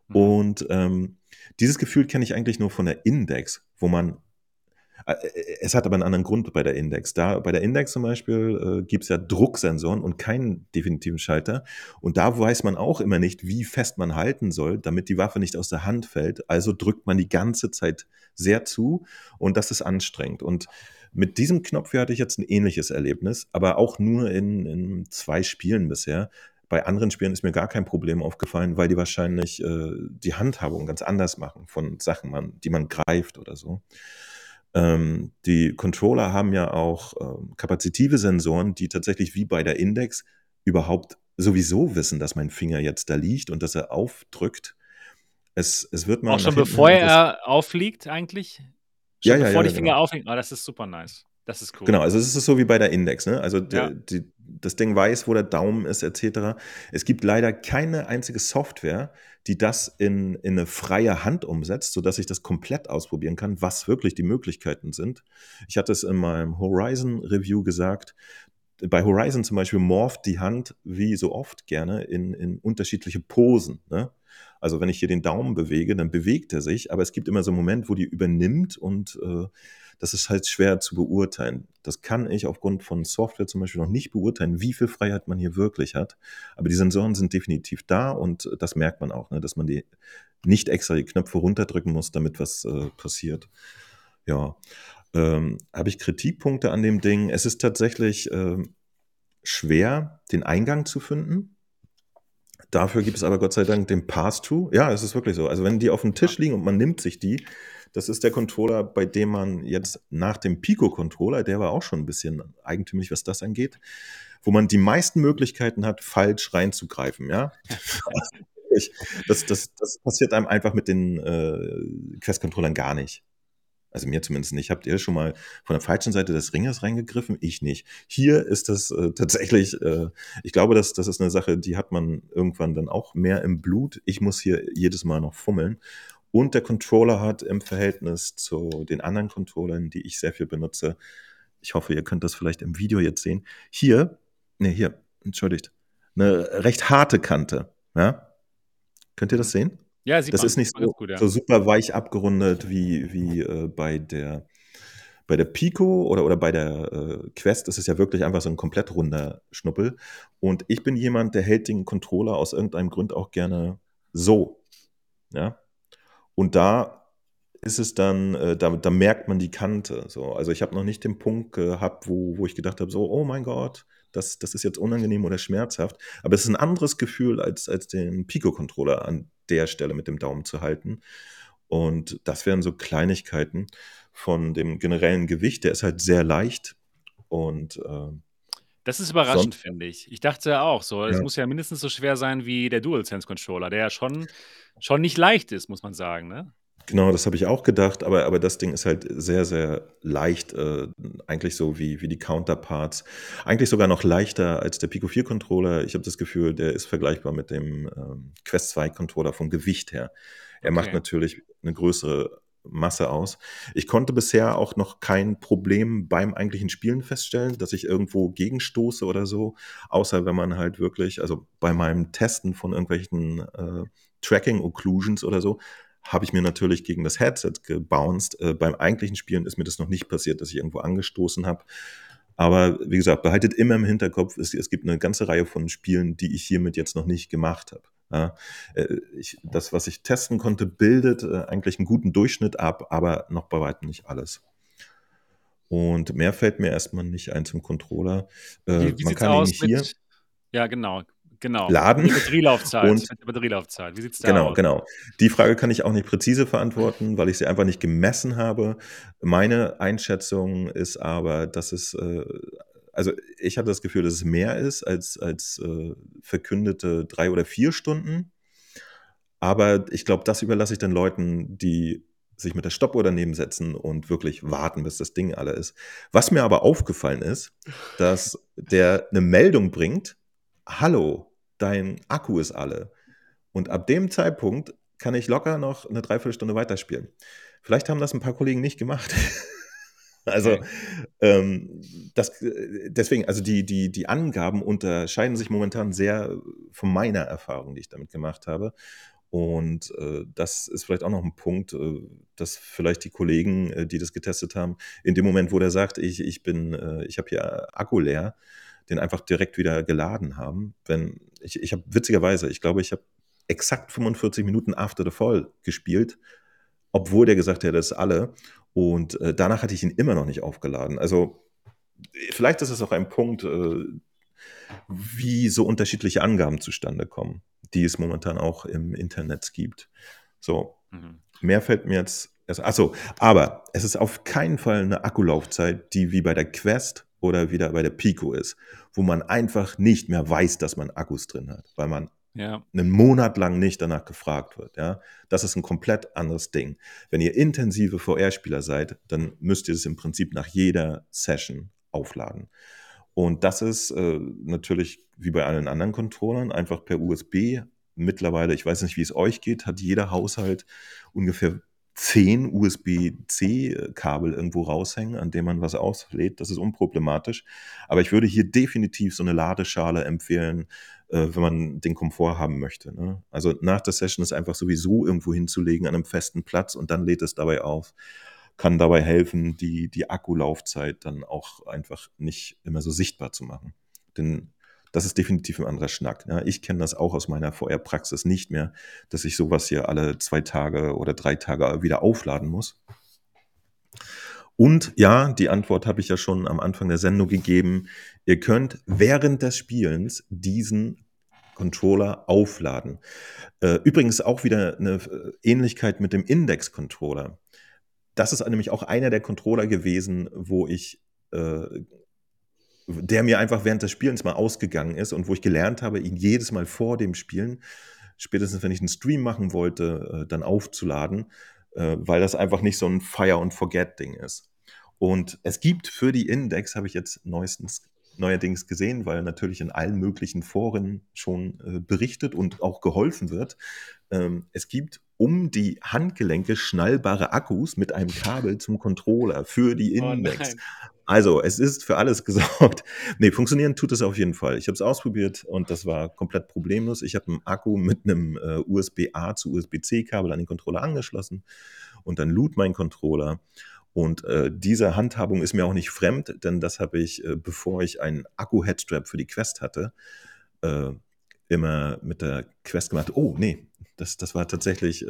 Und dieses Gefühl kenne ich eigentlich nur von der Index, wo man, es hat aber einen anderen Grund bei der Index. Bei der Index zum Beispiel gibt es ja Drucksensoren und keinen definitiven Schalter. Und da weiß man auch immer nicht, wie fest man halten soll, damit die Waffe nicht aus der Hand fällt. Also drückt man die ganze Zeit sehr zu und das ist anstrengend. Und mit diesem Knopf hier hatte ich jetzt ein ähnliches Erlebnis, aber auch nur in 2 Spielen bisher. Bei anderen Spielen ist mir gar kein Problem aufgefallen, weil die wahrscheinlich die Handhabung ganz anders machen von Sachen, die man greift oder so. Die Controller haben ja auch kapazitive Sensoren, die tatsächlich wie bei der Index überhaupt sowieso wissen, dass mein Finger jetzt da liegt und dass er aufdrückt. Es wird mal Auch schon nach hinten bevor hin er aufliegt eigentlich? Ja, Schon ja, bevor ja, die Finger genau. aufliegen? Das ist super nice. Das ist cool. Genau, also es ist so wie bei der Index, ne? Also Ja. das Ding weiß, wo der Daumen ist, etc. Es gibt leider keine einzige Software, die das in eine freie Hand umsetzt, sodass ich das komplett ausprobieren kann, was wirklich die Möglichkeiten sind. Ich hatte es in meinem Horizon-Review gesagt. Bei Horizon zum Beispiel morpht die Hand wie so oft gerne in unterschiedliche Posen. Ne? Also wenn ich hier den Daumen bewege, dann bewegt er sich, aber es gibt immer so einen Moment, wo die übernimmt und das ist halt schwer zu beurteilen. Das kann ich aufgrund von Software zum Beispiel noch nicht beurteilen, wie viel Freiheit man hier wirklich hat. Aber die Sensoren sind definitiv da und das merkt man auch, ne? Dass man die nicht extra die Knöpfe runterdrücken muss, damit was passiert. Ja. Habe ich Kritikpunkte an dem Ding? Es ist tatsächlich schwer, den Eingang zu finden. Dafür gibt es aber Gott sei Dank den Pass-Through. Ja, es ist wirklich so. Also wenn die auf dem Tisch liegen und man nimmt sich die, das ist der Controller, bei dem man jetzt nach dem Pico-Controller, der war auch schon ein bisschen eigentümlich, was das angeht, wo man die meisten Möglichkeiten hat, falsch reinzugreifen. Ja? Das passiert einem einfach mit den Quest-Controllern gar nicht. Also mir zumindest nicht. Habt ihr schon mal von der falschen Seite des Ringes reingegriffen? Ich nicht. Hier ist das tatsächlich, ich glaube, das ist eine Sache, die hat man irgendwann dann auch mehr im Blut. Ich muss hier jedes Mal noch fummeln. Und der Controller hat im Verhältnis zu den anderen Controllern, die ich sehr viel benutze, ich hoffe, ihr könnt das vielleicht im Video jetzt sehen, hier, entschuldigt, eine recht harte Kante. Ja? Könnt ihr das sehen? Ja, sieht Das man. ist nicht Sieht man ganz so, gut, ja. so super weich abgerundet wie bei der Pico oder bei der Quest. Das ist ja wirklich einfach so ein komplett runder Schnuppel. Und ich bin jemand, der hält den Controller aus irgendeinem Grund auch gerne so. Ja? Und da ist es dann, da merkt man die Kante. So. Also ich habe noch nicht den Punkt gehabt, wo ich gedacht habe, so, oh mein Gott, das ist jetzt unangenehm oder schmerzhaft. Aber es ist ein anderes Gefühl, als den Pico-Controller an der Stelle mit dem Daumen zu halten. Und das wären so Kleinigkeiten von dem generellen Gewicht. Der ist halt sehr leicht und Das ist überraschend, sonst, finde ich. Ich dachte ja auch so, es ja. muss ja mindestens so schwer sein wie der DualSense-Controller, der ja schon nicht leicht ist, muss man sagen, ne? Genau, das habe ich auch gedacht, aber das Ding ist halt sehr, sehr leicht, eigentlich so wie die Counterparts. Eigentlich sogar noch leichter als der Pico 4 Controller. Ich habe das Gefühl, der ist vergleichbar mit dem Quest 2 Controller vom Gewicht her. Er macht Okay. natürlich eine größere Masse aus. Ich konnte bisher auch noch kein Problem beim eigentlichen Spielen feststellen, dass ich irgendwo gegenstoße oder so, außer wenn man halt wirklich, also bei meinem Testen von irgendwelchen Tracking-Occlusions oder so, habe ich mir natürlich gegen das Headset gebounced. Beim eigentlichen Spielen ist mir das noch nicht passiert, dass ich irgendwo angestoßen habe. Aber wie gesagt, behaltet immer im Hinterkopf, es gibt eine ganze Reihe von Spielen, die ich hiermit jetzt noch nicht gemacht habe. Ja, das, was ich testen konnte, bildet eigentlich einen guten Durchschnitt ab, aber noch bei weitem nicht alles. Und mehr fällt mir erstmal nicht ein zum Controller. Wie Man sieht's kann ihn aus hier mit ja, genau. laden Mit der Batterielaufzeit. und Mit der Batterielaufzeit. Wie sieht's da genau, aus? genau. Die Frage kann ich auch nicht präzise verantworten, weil ich sie einfach nicht gemessen habe. Meine Einschätzung ist aber, dass es, also ich hatte das Gefühl, dass es mehr ist als verkündete 3 oder 4 Stunden. Aber ich glaube, das überlasse ich dann Leuten, die sich mit der Stoppuhr daneben setzen und wirklich warten, bis das Ding alle ist. Was mir aber aufgefallen ist, dass der eine Meldung bringt: Hallo, dein Akku ist alle. Und ab dem Zeitpunkt kann ich locker noch eine Dreiviertelstunde weiterspielen. Vielleicht haben das ein paar Kollegen nicht gemacht. Also, Okay. deswegen, also die Angaben unterscheiden sich momentan sehr von meiner Erfahrung, die ich damit gemacht habe. Und das ist vielleicht auch noch ein Punkt, dass vielleicht die Kollegen, die das getestet haben, in dem Moment, wo der sagt, ich habe hier Akku leer, den einfach direkt wieder geladen haben. Ich habe witzigerweise, ich glaube, ich habe exakt 45 Minuten After the Fall gespielt, obwohl der gesagt hat, das ist alle. Und danach hatte ich ihn immer noch nicht aufgeladen. Also vielleicht ist es auch ein Punkt, wie so unterschiedliche Angaben zustande kommen, die es momentan auch im Internet gibt. So, mehr fällt mir jetzt erst. Achso, aber es ist auf keinen Fall eine Akkulaufzeit, die wie bei der Quest oder wieder bei der Pico ist, wo man einfach nicht mehr weiß, dass man Akkus drin hat, weil man einen Monat lang nicht danach gefragt wird. Ja? Das ist ein komplett anderes Ding. Wenn ihr intensive VR-Spieler seid, dann müsst ihr es im Prinzip nach jeder Session aufladen. Und das ist natürlich wie bei allen anderen Controllern einfach per USB. Mittlerweile, ich weiß nicht, wie es euch geht, hat jeder Haushalt ungefähr 10 USB-C-Kabel irgendwo raushängen, an dem man was auslädt. Das ist unproblematisch. Aber ich würde hier definitiv so eine Ladeschale empfehlen, wenn man den Komfort haben möchte. Ne? Also nach der Session ist einfach sowieso irgendwo hinzulegen an einem festen Platz und dann lädt es dabei auf. Kann dabei helfen, die Akkulaufzeit dann auch einfach nicht immer so sichtbar zu machen. Denn das ist definitiv ein anderer Schnack. Ja, ich kenne das auch aus meiner VR-Praxis nicht mehr, dass ich sowas hier alle 2 Tage oder 3 Tage wieder aufladen muss. Und ja, die Antwort habe ich ja schon am Anfang der Sendung gegeben. Ihr könnt während des Spielens diesen Controller aufladen. Übrigens auch wieder eine Ähnlichkeit mit dem Index-Controller. Das ist nämlich auch einer der Controller gewesen, der mir einfach während des Spielens mal ausgegangen ist und wo ich gelernt habe, ihn jedes Mal vor dem Spielen, spätestens wenn ich einen Stream machen wollte, dann aufzuladen, weil das einfach nicht so ein Fire-and-Forget-Ding ist. Und es gibt für die Index, habe ich jetzt neuerdings gesehen, weil natürlich in allen möglichen Foren schon berichtet und auch geholfen wird, es gibt um die Handgelenke schnallbare Akkus mit einem Kabel zum Controller für die Index. Also, es ist für alles gesorgt. Nee, funktionieren tut es auf jeden Fall. Ich habe es ausprobiert und das war komplett problemlos. Ich habe einen Akku mit einem USB-A zu USB-C-Kabel an den Controller angeschlossen und dann lud mein Controller. Und diese Handhabung ist mir auch nicht fremd, denn das habe ich, bevor ich einen Akku-Headstrap für die Quest hatte, immer mit der Quest gemacht. Oh, nee, das war tatsächlich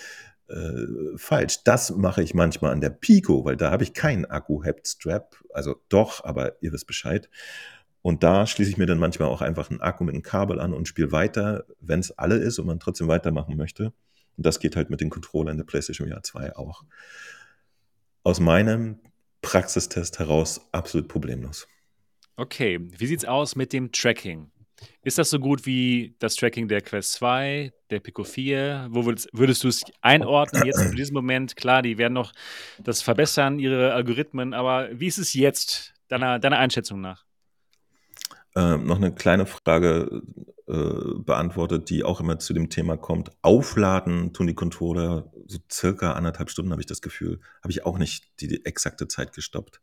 falsch. Das mache ich manchmal an der Pico, weil da habe ich keinen Akku-Headstrap. Also doch, aber ihr wisst Bescheid. Und da schließe ich mir dann manchmal auch einfach einen Akku mit einem Kabel an und spiele weiter, wenn es alle ist und man trotzdem weitermachen möchte. Und das geht halt mit den Controllern der PlayStation VR 2 auch. Aus meinem Praxistest heraus absolut problemlos. Okay, wie sieht's aus mit dem Tracking? Ist das so gut wie das Tracking der Quest 2, der Pico 4? Wo würdest du es einordnen jetzt in diesem Moment? Klar, die werden noch das verbessern, ihre Algorithmen, aber wie ist es jetzt, deiner Einschätzung nach? Noch eine kleine Frage beantwortet, die auch immer zu dem Thema kommt. Aufladen tun die Controller so circa 1,5 Stunden, habe ich das Gefühl. Habe ich auch nicht die exakte Zeit gestoppt.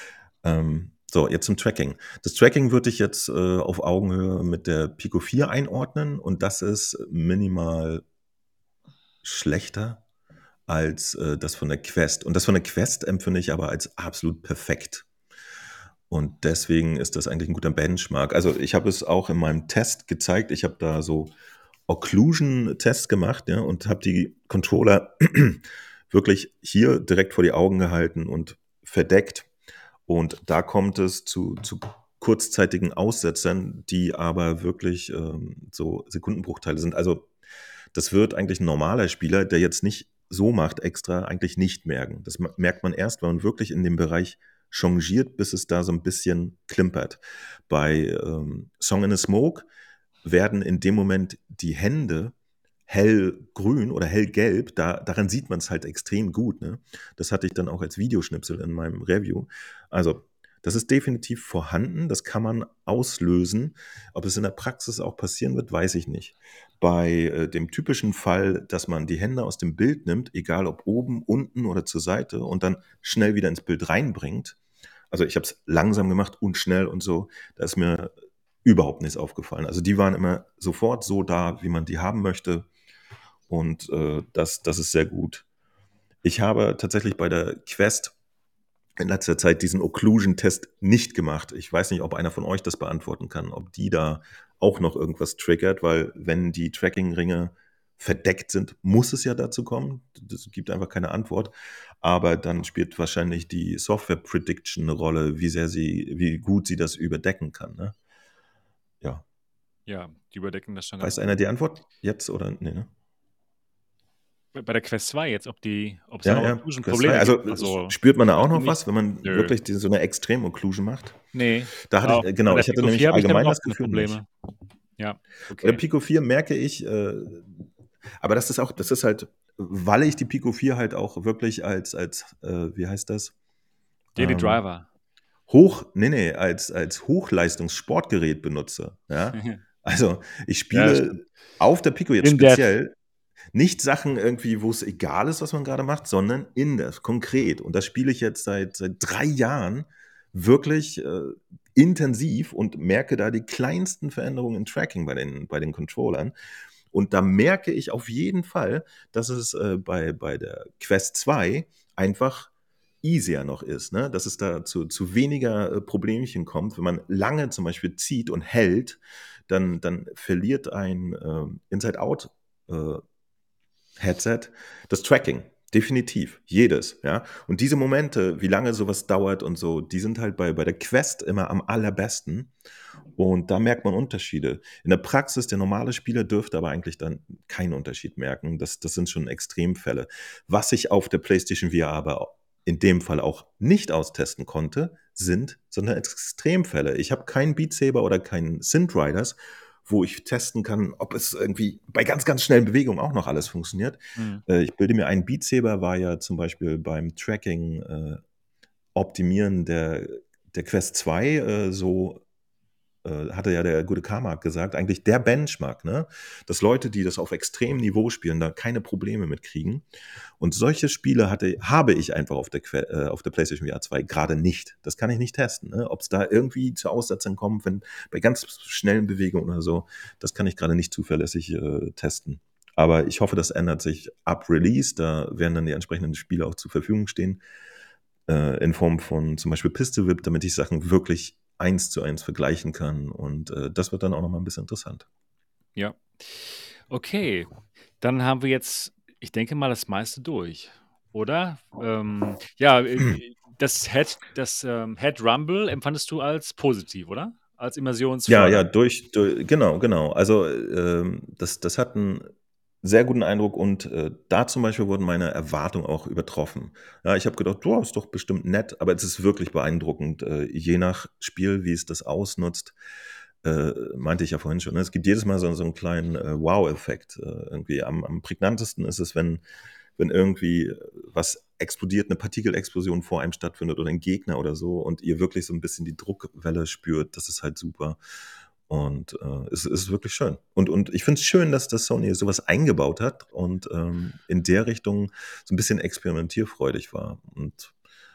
So, jetzt zum Tracking. Das Tracking würde ich jetzt auf Augenhöhe mit der Pico 4 einordnen und das ist minimal schlechter als das von der Quest. Und das von der Quest empfinde ich aber als absolut perfekt. Und deswegen ist das eigentlich ein guter Benchmark. Also ich habe es auch in meinem Test gezeigt. Ich habe da so Occlusion-Tests gemacht, ja, und habe die Controller wirklich hier direkt vor die Augen gehalten und verdeckt. Und da kommt es zu kurzzeitigen Aussetzern, die aber wirklich so Sekundenbruchteile sind. Also das wird eigentlich ein normaler Spieler, der jetzt nicht so macht, extra eigentlich nicht merken. Das merkt man erst, wenn man wirklich in dem Bereich changiert, bis es da so ein bisschen klimpert. Bei Song in a Smoke werden in dem Moment die Hände hellgrün oder hellgelb, daran sieht man es halt extrem gut. Ne? Das hatte ich dann auch als Videoschnipsel in meinem Review. Also das ist definitiv vorhanden, das kann man auslösen. Ob es in der Praxis auch passieren wird, weiß ich nicht. Bei dem typischen Fall, dass man die Hände aus dem Bild nimmt, egal ob oben, unten oder zur Seite und dann schnell wieder ins Bild reinbringt, also ich habe es langsam gemacht und schnell und so, da ist mir überhaupt nichts aufgefallen. Also die waren immer sofort so da, wie man die haben möchte und das ist sehr gut. Ich habe tatsächlich bei der Quest in letzter Zeit diesen Occlusion-Test nicht gemacht. Ich weiß nicht, ob einer von euch das beantworten kann, ob die da auch noch irgendwas triggert, weil wenn die Tracking-Ringe verdeckt sind, muss es ja dazu kommen. Das gibt einfach keine Antwort. Aber dann spielt wahrscheinlich die Software-Prediction eine Rolle, wie gut sie das überdecken kann. Ne? Ja. Ja, die überdecken das schon Weiß ganz einer gut. die Antwort jetzt oder nee, ne? Bei der Quest 2 jetzt, ob es da Ja, noch ja, Quest 2. Occlusion-Probleme Also gibt. Also, spürt man da auch weiß ich noch nicht. was, wenn man Nö. wirklich so eine Extrem-Occlusion macht? Nee. Da hatte Auch ich, genau, bei ich der hatte Pico 4 nämlich habe ich damit allgemein auch das keine Gefühl nicht. Probleme. Ja, Bei der okay. Pico 4 merke ich, aber das ist halt, weil ich die Pico 4 halt auch wirklich als wie heißt das? Daily Ähm, Driver. als Hochleistungssportgerät benutze. Ja? Also ich Ja, stimmt. spiele auf der Pico jetzt In Depth. speziell nicht Sachen irgendwie, wo es egal ist, was man gerade macht, sondern in das konkret. Und das spiele ich jetzt seit 3 Jahren wirklich intensiv und merke da die kleinsten Veränderungen im Tracking bei den Controllern. Und da merke ich auf jeden Fall, dass es bei der Quest 2 einfach easier noch ist, ne? Dass es da zu weniger Problemchen kommt. Wenn man lange zum Beispiel zieht und hält, dann verliert ein Inside-Out Headset das Tracking. Definitiv. Jedes, ja. Und diese Momente, wie lange sowas dauert und so, die sind halt bei der Quest immer am allerbesten. Und da merkt man Unterschiede. In der Praxis, der normale Spieler dürfte aber eigentlich dann keinen Unterschied merken. Das sind schon Extremfälle. Was ich auf der PlayStation VR aber in dem Fall auch nicht austesten konnte, sind sondern Extremfälle. Ich habe keinen Beat Saber oder keinen Synth Riders, wo ich testen kann, ob es irgendwie bei ganz, ganz schnellen Bewegungen auch noch alles funktioniert. Mhm. Ich bilde mir ein, Beat Saber war ja zum Beispiel beim Tracking Optimieren der Quest 2 hatte ja der gute Carmack gesagt, eigentlich der Benchmark, ne? Dass Leute, die das auf extremem Niveau spielen, da keine Probleme mit kriegen. Und solche Spiele habe ich einfach auf der PlayStation VR 2 gerade nicht. Das kann ich nicht testen. Ne? Ob es da irgendwie zu Aussetzern kommt, wenn bei ganz schnellen Bewegungen oder so, das kann ich gerade nicht zuverlässig testen. Aber ich hoffe, das ändert sich ab Release. Da werden dann die entsprechenden Spiele auch zur Verfügung stehen. In Form von zum Beispiel Pistol Whip, damit ich Sachen wirklich 1:1 vergleichen kann. Und das wird dann auch nochmal ein bisschen interessant. Ja. Okay. Dann haben wir jetzt, ich denke mal, das meiste durch, oder? Ja, das Head Rumble empfandest du als positiv, oder? Als Ja, immersionsfördernd. genau. Also das hat einen sehr guten Eindruck und da zum Beispiel wurden meine Erwartungen auch übertroffen. Ja, ich habe gedacht, du ist doch bestimmt nett, aber es ist wirklich beeindruckend, je nach Spiel, wie es das ausnutzt. Meinte ich ja vorhin schon. Ne? Es gibt jedes Mal so einen kleinen Wow-Effekt. Irgendwie am prägnantesten ist es, wenn irgendwie was explodiert, eine Partikelexplosion vor einem stattfindet oder ein Gegner oder so und ihr wirklich so ein bisschen die Druckwelle spürt. Das ist halt super. Und es ist wirklich schön. Und ich finde es schön, dass das Sony sowas eingebaut hat und in der Richtung so ein bisschen experimentierfreudig war. Und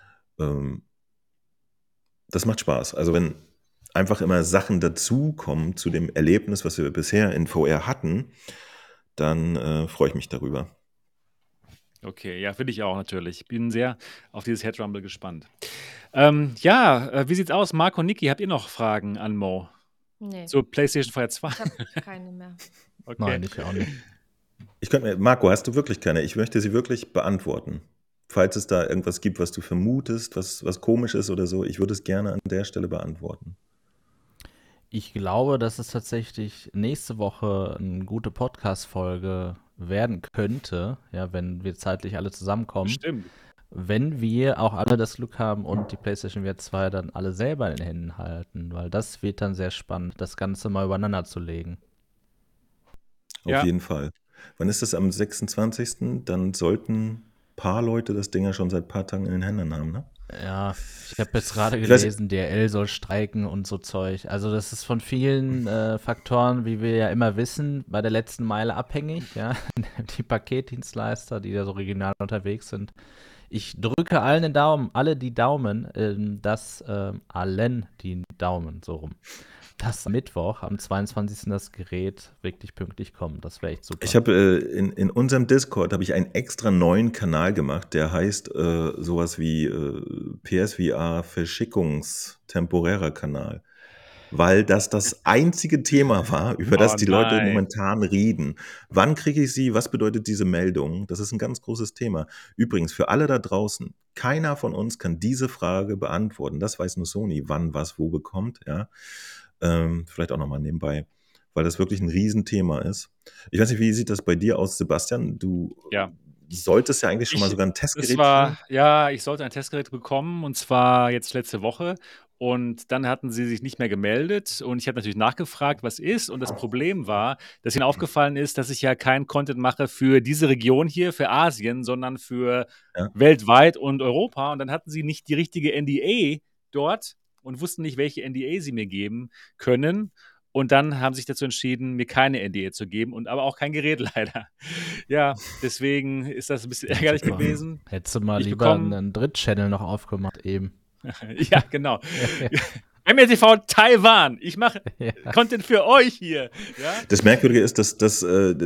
das macht Spaß. Also wenn einfach immer Sachen dazukommen zu dem Erlebnis, was wir bisher in VR hatten, dann freue ich mich darüber. Okay, ja, finde ich auch natürlich. Ich bin sehr auf dieses Head Rumble gespannt. Ja, wie sieht's aus? Marco, Niki, habt ihr noch Fragen an Mo Nee, zur PlayStation VR 2? ich habe keine mehr. Okay. Nein, ich auch nicht. Marco, hast du wirklich keine? Ich möchte sie wirklich beantworten. Falls es da irgendwas gibt, was du vermutest, was komisch ist oder so, ich würde es gerne an der Stelle beantworten. Ich glaube, dass es tatsächlich nächste Woche eine gute Podcast-Folge werden könnte, ja, wenn wir zeitlich alle zusammenkommen. Bestimmt. Wenn wir auch alle das Glück haben und die PlayStation VR 2 dann alle selber in den Händen halten, weil das wird dann sehr spannend, das Ganze mal übereinander zu legen. Auf Ja. jeden Fall. Wann ist das am 26.? Dann sollten ein paar Leute das Ding ja schon seit ein paar Tagen in den Händen haben, ne? Ja, ich habe jetzt gerade Ich weiß- gelesen, DRL soll streiken und so Zeug. Also das ist von vielen Faktoren, wie wir ja immer wissen, bei der letzten Meile abhängig. Ja, die Paketdienstleister, die da so regional unterwegs sind. Ich drücke allen den Daumen, allen die Daumen, so rum, dass Mittwoch am 22. das Gerät wirklich pünktlich kommt. Das wäre echt super. Ich habe in unserem Discord habe ich einen extra neuen Kanal gemacht, der heißt sowas wie PSVR Verschickungs-temporärer Kanal, weil das einzige Thema war, über das Oh die Leute nein. momentan reden. Wann kriege ich sie? Was bedeutet diese Meldung? Das ist ein ganz großes Thema. Übrigens, für alle da draußen, keiner von uns kann diese Frage beantworten. Das weiß nur Sony, wann was wo bekommt. Ja, vielleicht auch nochmal nebenbei, weil das wirklich ein Riesenthema ist. Ich weiß nicht, wie sieht das bei dir aus, Sebastian? Du Ja. solltest ja eigentlich schon mal sogar ein Es Testgerät war, kriegen. ja, ich sollte ein Testgerät bekommen und zwar jetzt letzte Woche. Und dann hatten sie sich nicht mehr gemeldet und ich habe natürlich nachgefragt, was ist. Und das Problem war, dass ihnen aufgefallen ist, dass ich ja kein Content mache für diese Region hier, für Asien, sondern für Ja. weltweit und Europa. Und dann hatten sie nicht die richtige NDA dort und wussten nicht, welche NDA sie mir geben können. Und dann haben sie sich dazu entschieden, mir keine NDA zu geben und aber auch kein Gerät leider. Ja, deswegen ist das ein bisschen Ja, ärgerlich super. gewesen. Hättest du mal Ich lieber bekomme, einen Drittchannel noch aufgemacht eben. ja, genau. MRTV Taiwan, ich mache Ja. Content für euch hier. Ja? Das Merkwürdige ist, dass das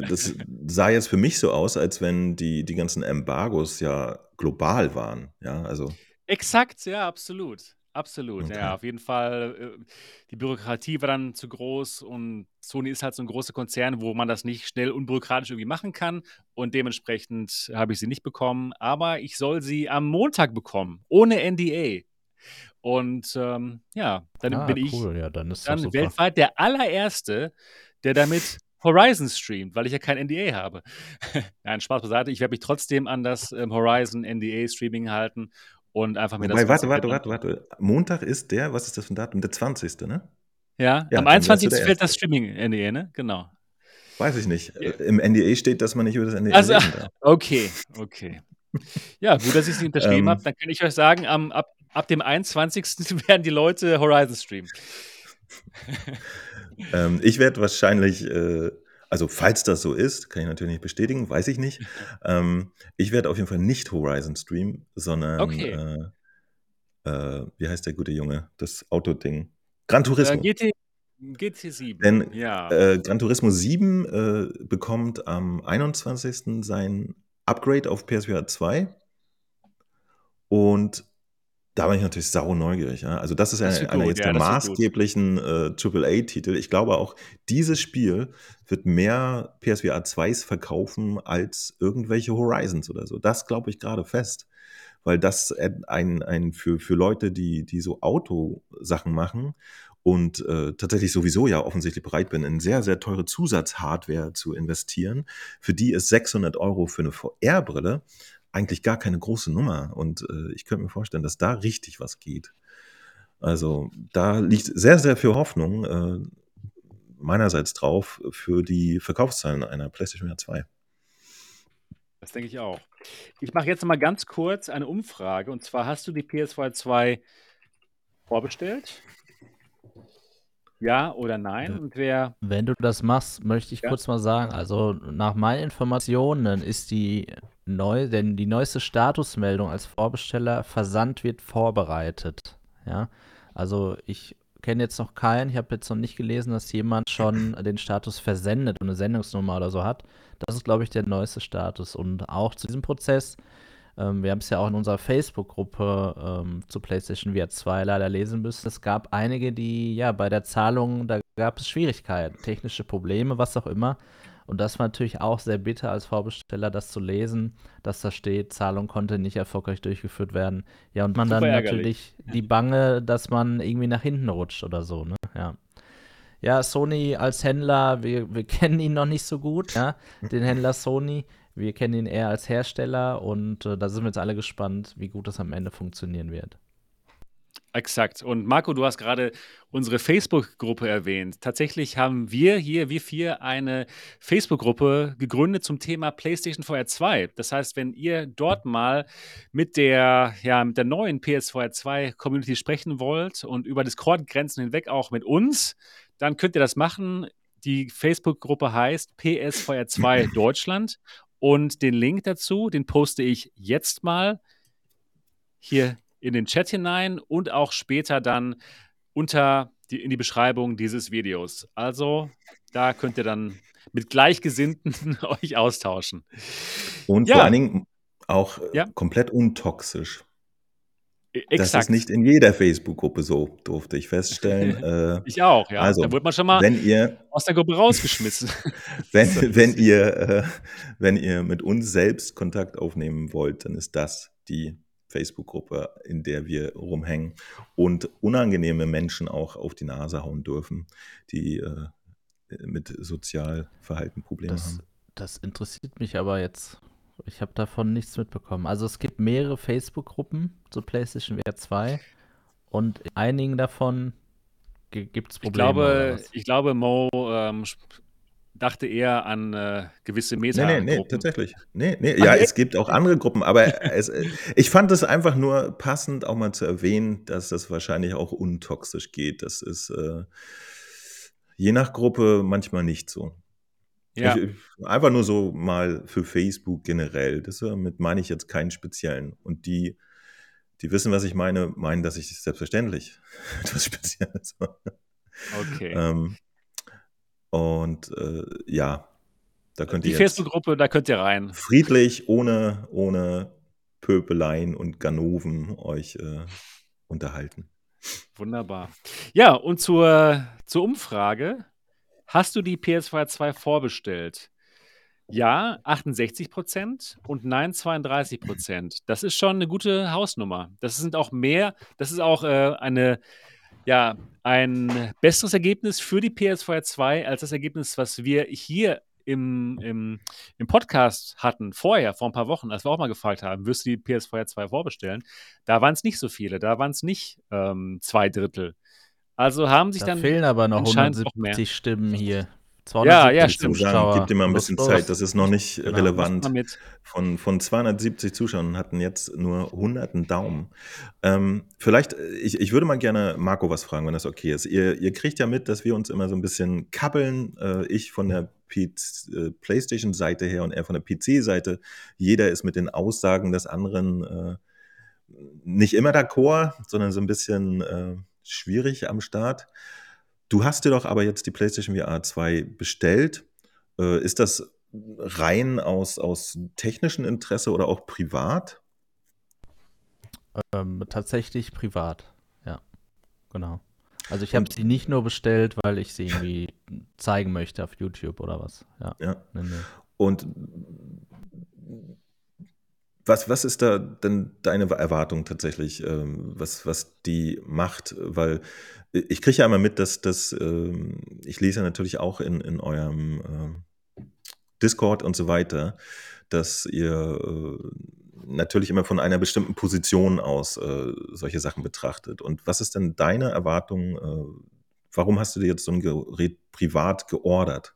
sah jetzt für mich so aus, als wenn die ganzen Embargos ja global waren. Ja, also Exakt, ja, absolut. Absolut. okay. Ja, auf jeden Fall. Die Bürokratie war dann zu groß und Sony ist halt so ein großer Konzern, wo man das nicht schnell unbürokratisch irgendwie machen kann. Und dementsprechend habe ich sie nicht bekommen. Aber ich soll sie am Montag bekommen, ohne NDA. Und ja, dann bin ich Cool, ja, dann ist doch dann super. weltweit der allererste, der damit Horizon streamt, weil ich ja kein NDA habe. Nein, Spaß beiseite. Ich werde mich trotzdem an das Horizon NDA-Streaming halten und einfach mir das Wobei, warte, konzentriert warte, warte, anschauen. warte. Montag ist der, was ist das für ein Datum? Der 20., ne? Ja, Ja, am dann wärst du 21. der fällt Erste. das Streaming-NDA, ne? Genau. Weiß ich nicht. Ja. Im NDA steht, dass man nicht über das NDA Also, reden darf. okay. Ja, gut, dass ich es nicht unterschrieben habe. Ähm, Dann kann ich euch sagen, ab dem 21. werden die Leute Horizon streamen. Ich werde wahrscheinlich, also falls das so ist, kann ich natürlich nicht bestätigen, weiß ich nicht. Ich werde auf jeden Fall nicht Horizon streamen, sondern Okay. wie heißt der gute Junge? Das Autoding. Gran Turismo. GT7, Denn ja. Gran Turismo 7 bekommt am 21. sein Upgrade auf PSVR 2 und da bin ich natürlich sau neugierig. Ja? Also das ist Das wird einer gut, jetzt der ja, das wird gut. maßgeblichen AAA-Titel. Ich glaube auch, dieses Spiel wird mehr PSVR 2s verkaufen als irgendwelche Horizons oder so. Das glaube ich gerade fest. Weil das ein für Leute, die so Autosachen machen und tatsächlich sowieso ja offensichtlich bereit bin, in sehr, sehr teure Zusatzhardware zu investieren, für die ist 600 € für eine VR-Brille eigentlich gar keine große Nummer. Und ich könnte mir vorstellen, dass da richtig was geht. Also da liegt sehr, sehr viel Hoffnung meinerseits drauf für die Verkaufszahlen einer PlayStation VR 2. Das denke ich auch. Ich mache jetzt noch mal ganz kurz eine Umfrage. Und zwar, hast du die PS4 2 vorbestellt? Ja oder nein? Und wer. Wenn du das machst, möchte ich Ja? kurz mal sagen, also nach meinen Informationen ist die neueste Statusmeldung als Vorbesteller, Versand wird vorbereitet. Ja, also ich kenne jetzt noch keinen, ich habe jetzt noch nicht gelesen, dass jemand schon den Status versendet und eine Sendungsnummer oder so hat. Das ist, glaube ich, der neueste Status. Und auch zu diesem Prozess, wir haben es ja auch in unserer Facebook-Gruppe zu PlayStation VR 2 leider lesen müssen. Es gab einige, die, ja, bei der Zahlung, da gab es Schwierigkeiten, technische Probleme, was auch immer. Und das war natürlich auch sehr bitter als Vorbesteller, das zu lesen, dass da steht, Zahlung konnte nicht erfolgreich durchgeführt werden. Ja, und man Super dann ärgerlich. natürlich die Bange, dass man irgendwie nach hinten rutscht oder so, ne? Ja. Ja, Sony als Händler, wir kennen ihn noch nicht so gut, ja, den Händler Sony. Wir kennen ihn eher als Hersteller und da sind wir jetzt alle gespannt, wie gut das am Ende funktionieren wird. Exakt. Und Marco, du hast gerade unsere Facebook-Gruppe erwähnt. Tatsächlich haben wir hier, wir vier, eine Facebook-Gruppe gegründet zum Thema PlayStation VR 2. Das heißt, wenn ihr dort mal mit der neuen PS4 2 Community sprechen wollt und über Discord-Grenzen hinweg auch mit uns, dann könnt ihr das machen. Die Facebook-Gruppe heißt PSVR 2 Deutschland und den Link dazu, den poste ich jetzt mal hier in den Chat hinein und auch später dann unter in die Beschreibung dieses Videos. Also, da könnt ihr dann mit Gleichgesinnten euch austauschen. Und vor allen Ja, Dingen auch ja, komplett untoxisch. Das ist exakt. nicht in jeder Facebook-Gruppe so, durfte ich feststellen. Ich auch, ja. Da Also, wurde man schon mal wenn ihr, aus der Gruppe rausgeschmissen. wenn, Das ist ja wenn lustig. wenn ihr mit uns selbst Kontakt aufnehmen wollt, dann ist das die Facebook-Gruppe, in der wir rumhängen und unangenehme Menschen auch auf die Nase hauen dürfen, die mit Sozialverhalten Probleme Das, haben. das interessiert mich aber jetzt. Ich habe davon nichts mitbekommen. Also es gibt mehrere Facebook-Gruppen zu PlayStation VR 2 und in einigen davon gibt es Ich Probleme oder glaube, was? ich glaube, Mo dachte eher an gewisse Nee, Meta-Gruppen. tatsächlich. Nee, Ach, ja, echt? es gibt auch andere Gruppen, aber ich fand es einfach nur passend, auch mal zu erwähnen, dass das wahrscheinlich auch untoxisch geht. Das ist je nach Gruppe manchmal nicht so. Ja, Einfach nur so mal für Facebook generell. Damit meine ich jetzt keinen speziellen. Und die wissen, was ich meine, meinen, dass ich selbstverständlich etwas Spezielles mache. okay. Und ja, da könnt Die ihr jetzt Facebook-Gruppe, da könnt ihr rein. friedlich, ohne Pöbeleien und Ganoven euch unterhalten. Wunderbar. Ja, und zur Umfrage. Hast du die PS4 2 vorbestellt? Ja, 68% und nein, 32%. Das ist schon eine gute Hausnummer. Das sind auch mehr, das ist auch ein besseres Ergebnis für die PS4 2 als das Ergebnis, was wir hier im Podcast hatten, vorher, vor ein paar Wochen, als wir auch mal gefragt haben, wirst du die PS4 2 vorbestellen? Da waren es nicht so viele, da waren es nicht 2/3. Also haben sich Da dann fehlen aber noch anscheinend noch mehr. 170 Stimmen hier. Ja, ja, 270 Ich würde stimmt. sagen, gib Zuschauer. dir mal ein bisschen Zeit. Das ist noch nicht Genau. Macht mal relevant. mit. Von 270 Zuschauern hatten jetzt nur 100 einen Daumen. Vielleicht, ich würde mal gerne Marco was fragen, wenn das okay ist. Ihr kriegt ja mit, dass wir uns immer so ein bisschen kabbeln. Ich von der PlayStation-Seite her und er von der PC-Seite. Jeder ist mit den Aussagen des anderen nicht immer d'accord, sondern so ein bisschen schwierig am Start. Du hast dir doch aber jetzt die PlayStation VR 2 bestellt. Ist das rein aus technischem Interesse oder auch privat? Tatsächlich privat. Ja, genau. Also ich habe sie nicht nur bestellt, weil ich sie irgendwie zeigen möchte auf YouTube oder was. Ja. Ja. Nee. Und was ist da denn deine Erwartung tatsächlich, was die macht? Weil ich kriege ja immer mit, dass ich lese ja natürlich auch in eurem Discord und so weiter, dass ihr natürlich immer von einer bestimmten Position aus solche Sachen betrachtet. Und was ist denn deine Erwartung? Warum hast du dir jetzt so ein Gerät privat geordert?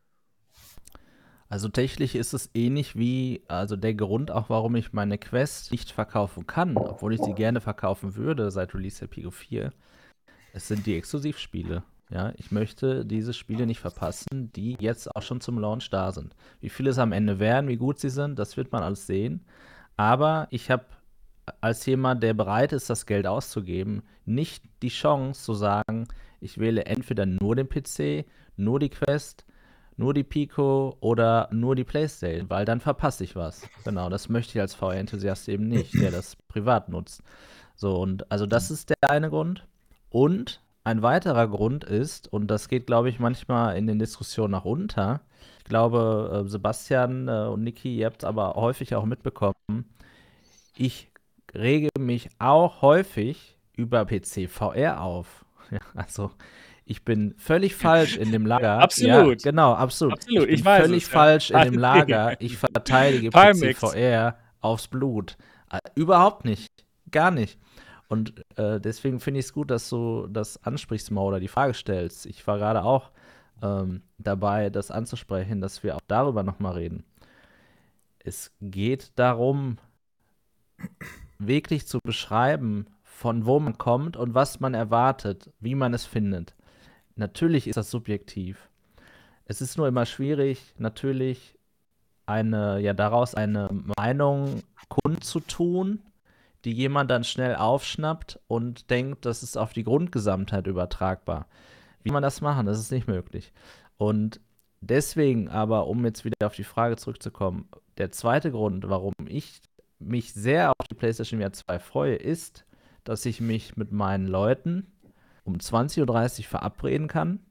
Also technisch ist es ähnlich wie, also der Grund auch, warum ich meine Quest nicht verkaufen kann, obwohl ich sie gerne verkaufen würde seit Release der Pico 4. Es sind die Exklusivspiele. Ja, ich möchte diese Spiele nicht verpassen, die jetzt auch schon zum Launch da sind. Wie viele es am Ende werden, wie gut sie sind, das wird man alles sehen. Aber ich habe als jemand, der bereit ist, das Geld auszugeben, nicht die Chance zu sagen, ich wähle entweder nur den PC, nur die Quest, nur die Pico oder nur die PlayStation, weil dann verpasse ich was. Genau, das möchte ich als VR-Enthusiast eben nicht, der das privat nutzt. So, und also das ist der eine Grund. Und ein weiterer Grund ist, und das geht, glaube ich, manchmal in den Diskussionen nach unter, ich glaube, Sebastian und Niki, ihr habt es aber häufig auch mitbekommen, ich rege mich auch häufig über PC VR auf. Ja, also ich bin völlig falsch in dem Lager. Absolut. Ja, genau, absolut. Absolut, Ich bin ich weiß völlig es, ja. falsch in dem Allerdings. Lager. Ich verteidige Timex. PC VR aufs Blut. Überhaupt nicht. Gar nicht. Und deswegen finde ich es gut, dass du das ansprichst, Mo, oder die Frage stellst. Ich war gerade auch dabei, das anzusprechen, dass wir auch darüber nochmal reden. Es geht darum, wirklich zu beschreiben, von wo man kommt und was man erwartet, wie man es findet. Natürlich ist das subjektiv. Es ist nur immer schwierig, natürlich daraus eine Meinung kundzutun, die jemand dann schnell aufschnappt und denkt, das ist auf die Grundgesamtheit übertragbar. Wie kann man das machen? Das ist nicht möglich. Und deswegen aber, um jetzt wieder auf die Frage zurückzukommen, der zweite Grund, warum ich mich sehr auf die PlayStation VR 2 freue, ist, dass ich mich mit meinen Leuten um 20:30 Uhr verabreden kann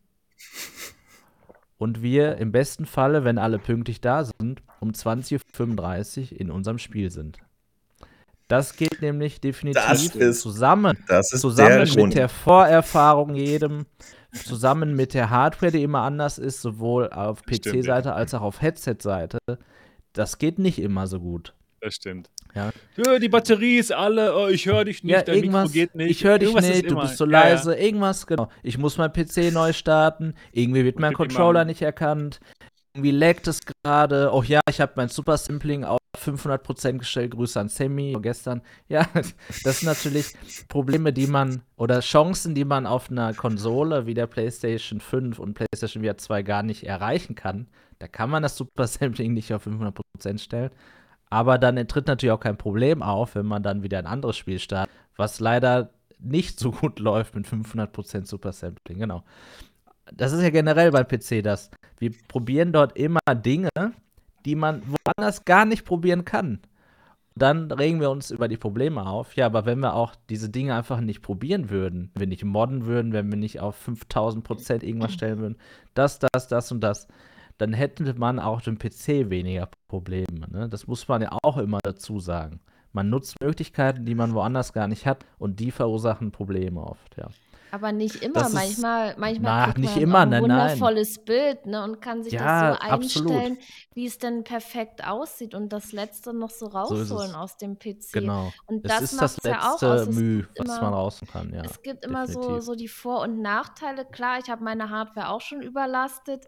und wir im besten Falle, wenn alle pünktlich da sind, um 20:35 Uhr in unserem Spiel sind. Das geht nämlich definitiv zusammen der mit Grund. der Vorerfahrung jedem, zusammen mit der Hardware, die immer anders ist, sowohl auf Das stimmt, PC-Seite als auch auf Headset-Seite. Das geht nicht immer so gut. Das stimmt. Ja. Die Batterie ist alle, oh, ich höre dich nicht, Ja, dein Mikro irgendwas, geht nicht. ich höre dich Irgendwas ist nicht, du immer. bist so Ja, ja. leise, irgendwas, genau. Ich muss mein PC neu starten, irgendwie wird mein Muss ich Controller machen. nicht erkannt, irgendwie laggt es gerade. Oh ja, ich habe mein Super Sampling auf 500% gestellt, Grüße an Sammy von gestern. Ja, das sind natürlich Probleme, oder Chancen, die man auf einer Konsole wie der PlayStation 5 und PlayStation VR 2 gar nicht erreichen kann. Da kann man das Super Sampling nicht auf 500% stellen. Aber dann tritt natürlich auch kein Problem auf, wenn man dann wieder ein anderes Spiel startet, was leider nicht so gut läuft mit 500% Super Sampling, genau. Das ist ja generell beim PC das. Wir probieren dort immer Dinge, die man woanders gar nicht probieren kann. Dann regen wir uns über die Probleme auf. Ja, aber wenn wir auch diese Dinge einfach nicht probieren würden, wenn wir nicht modden würden, wenn wir nicht auf 5000% irgendwas stellen würden, das und das, dann hätte man auch dem PC weniger Probleme. Ne? Das muss man ja auch immer dazu sagen. Man nutzt Möglichkeiten, die man woanders gar nicht hat, und die verursachen Probleme oft, ja. Aber nicht immer. Das ist- Manchmal kriegt nicht man immer, auch ein nein. wundervolles Bild, ne, und kann sich das Ja, so absolut. einstellen, wie es denn perfekt aussieht und das Letzte noch so So ist rausholen es. aus dem PC. Genau. Und Es das ist das macht's ja auch letzte aus. Mühe, was man raus kann, ja. Es gibt immer definitiv. so die Vor- und Nachteile. Klar, ich habe meine Hardware auch schon überlastet,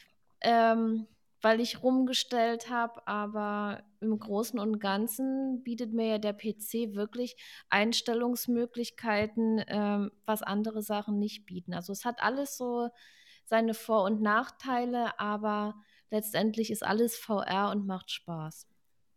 weil ich rumgestellt habe, aber im Großen und Ganzen bietet mir ja der PC wirklich Einstellungsmöglichkeiten, was andere Sachen nicht bieten. Also es hat alles so seine Vor- und Nachteile, aber letztendlich ist alles VR und macht Spaß.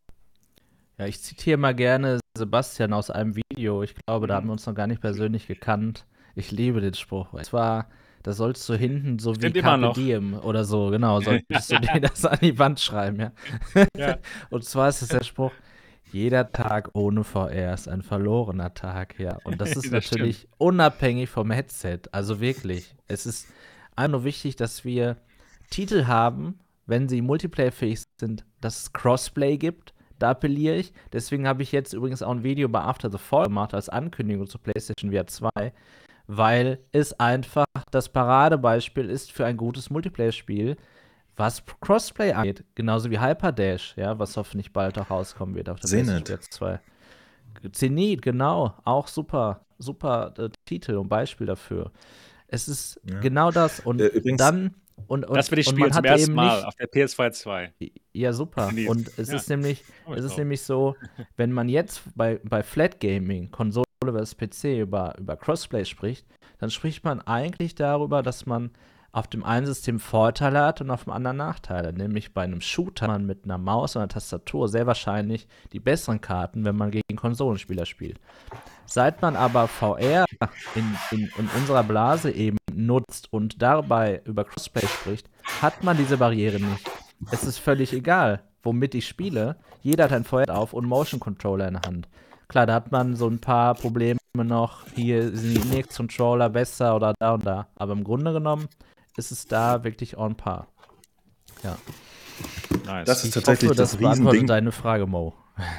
Ja, ich zitiere mal gerne Sebastian aus einem Video. Ich glaube, da haben wir uns noch gar nicht persönlich gekannt. Ich liebe den Spruch. Das sollst du hinten so Stimmt wie immer Carpe noch. Diem oder so, genau, solltest du dir das an die Wand schreiben, ja. Ja. Und zwar ist es der Spruch: Jeder Tag ohne VR ist ein verlorener Tag, ja. Und das ist Das natürlich unabhängig vom Headset. Also wirklich. Es ist einfach nur wichtig, dass wir Titel haben, wenn sie multiplayer-fähig sind, dass es Crossplay gibt. Da appelliere ich. Deswegen habe ich jetzt übrigens auch ein Video bei After the Fall gemacht als Ankündigung zur PlayStation VR 2, weil es einfach das Paradebeispiel ist für ein gutes Multiplayer-Spiel, was Crossplay angeht. Genauso wie Hyperdash, ja, was hoffentlich bald auch rauskommen wird auf der Zenith. PlayStation VR 2. Zenith, genau. Auch super Titel und Beispiel dafür. Es ist genau das. Und Übrigens, dann Das will ich und spielen man zum hat ersten eben Mal nicht. auf der PS2 2. Ja, super. Zenith. Und es Ja. ist nämlich, Komm ich es ist drauf. nämlich so, wenn man jetzt bei Flat Gaming, Konsole vs. PC, über Crossplay spricht, dann spricht man eigentlich darüber, dass man auf dem einen System Vorteile hat und auf dem anderen Nachteile. Nämlich bei einem Shooter man mit einer Maus und einer Tastatur sehr wahrscheinlich die besseren Karten, wenn man gegen Konsolenspieler spielt. Seit man aber VR in unserer Blase eben nutzt und dabei über Crossplay spricht, hat man diese Barriere nicht. Es ist völlig egal, womit ich spiele. Jeder hat ein VR auf und Motion Controller in der Hand. Klar, da hat man so ein paar Probleme noch. Hier sind die Index-Controller besser oder da und da. Aber im Grunde genommen ist es da wirklich on par. Ja. Nice. das ist Ich tatsächlich hoffe, das das beantwortet Riesending. deine Frage, Mo.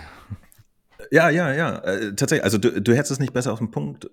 Ja. Tatsächlich. Also du hättest es nicht besser auf den Punkt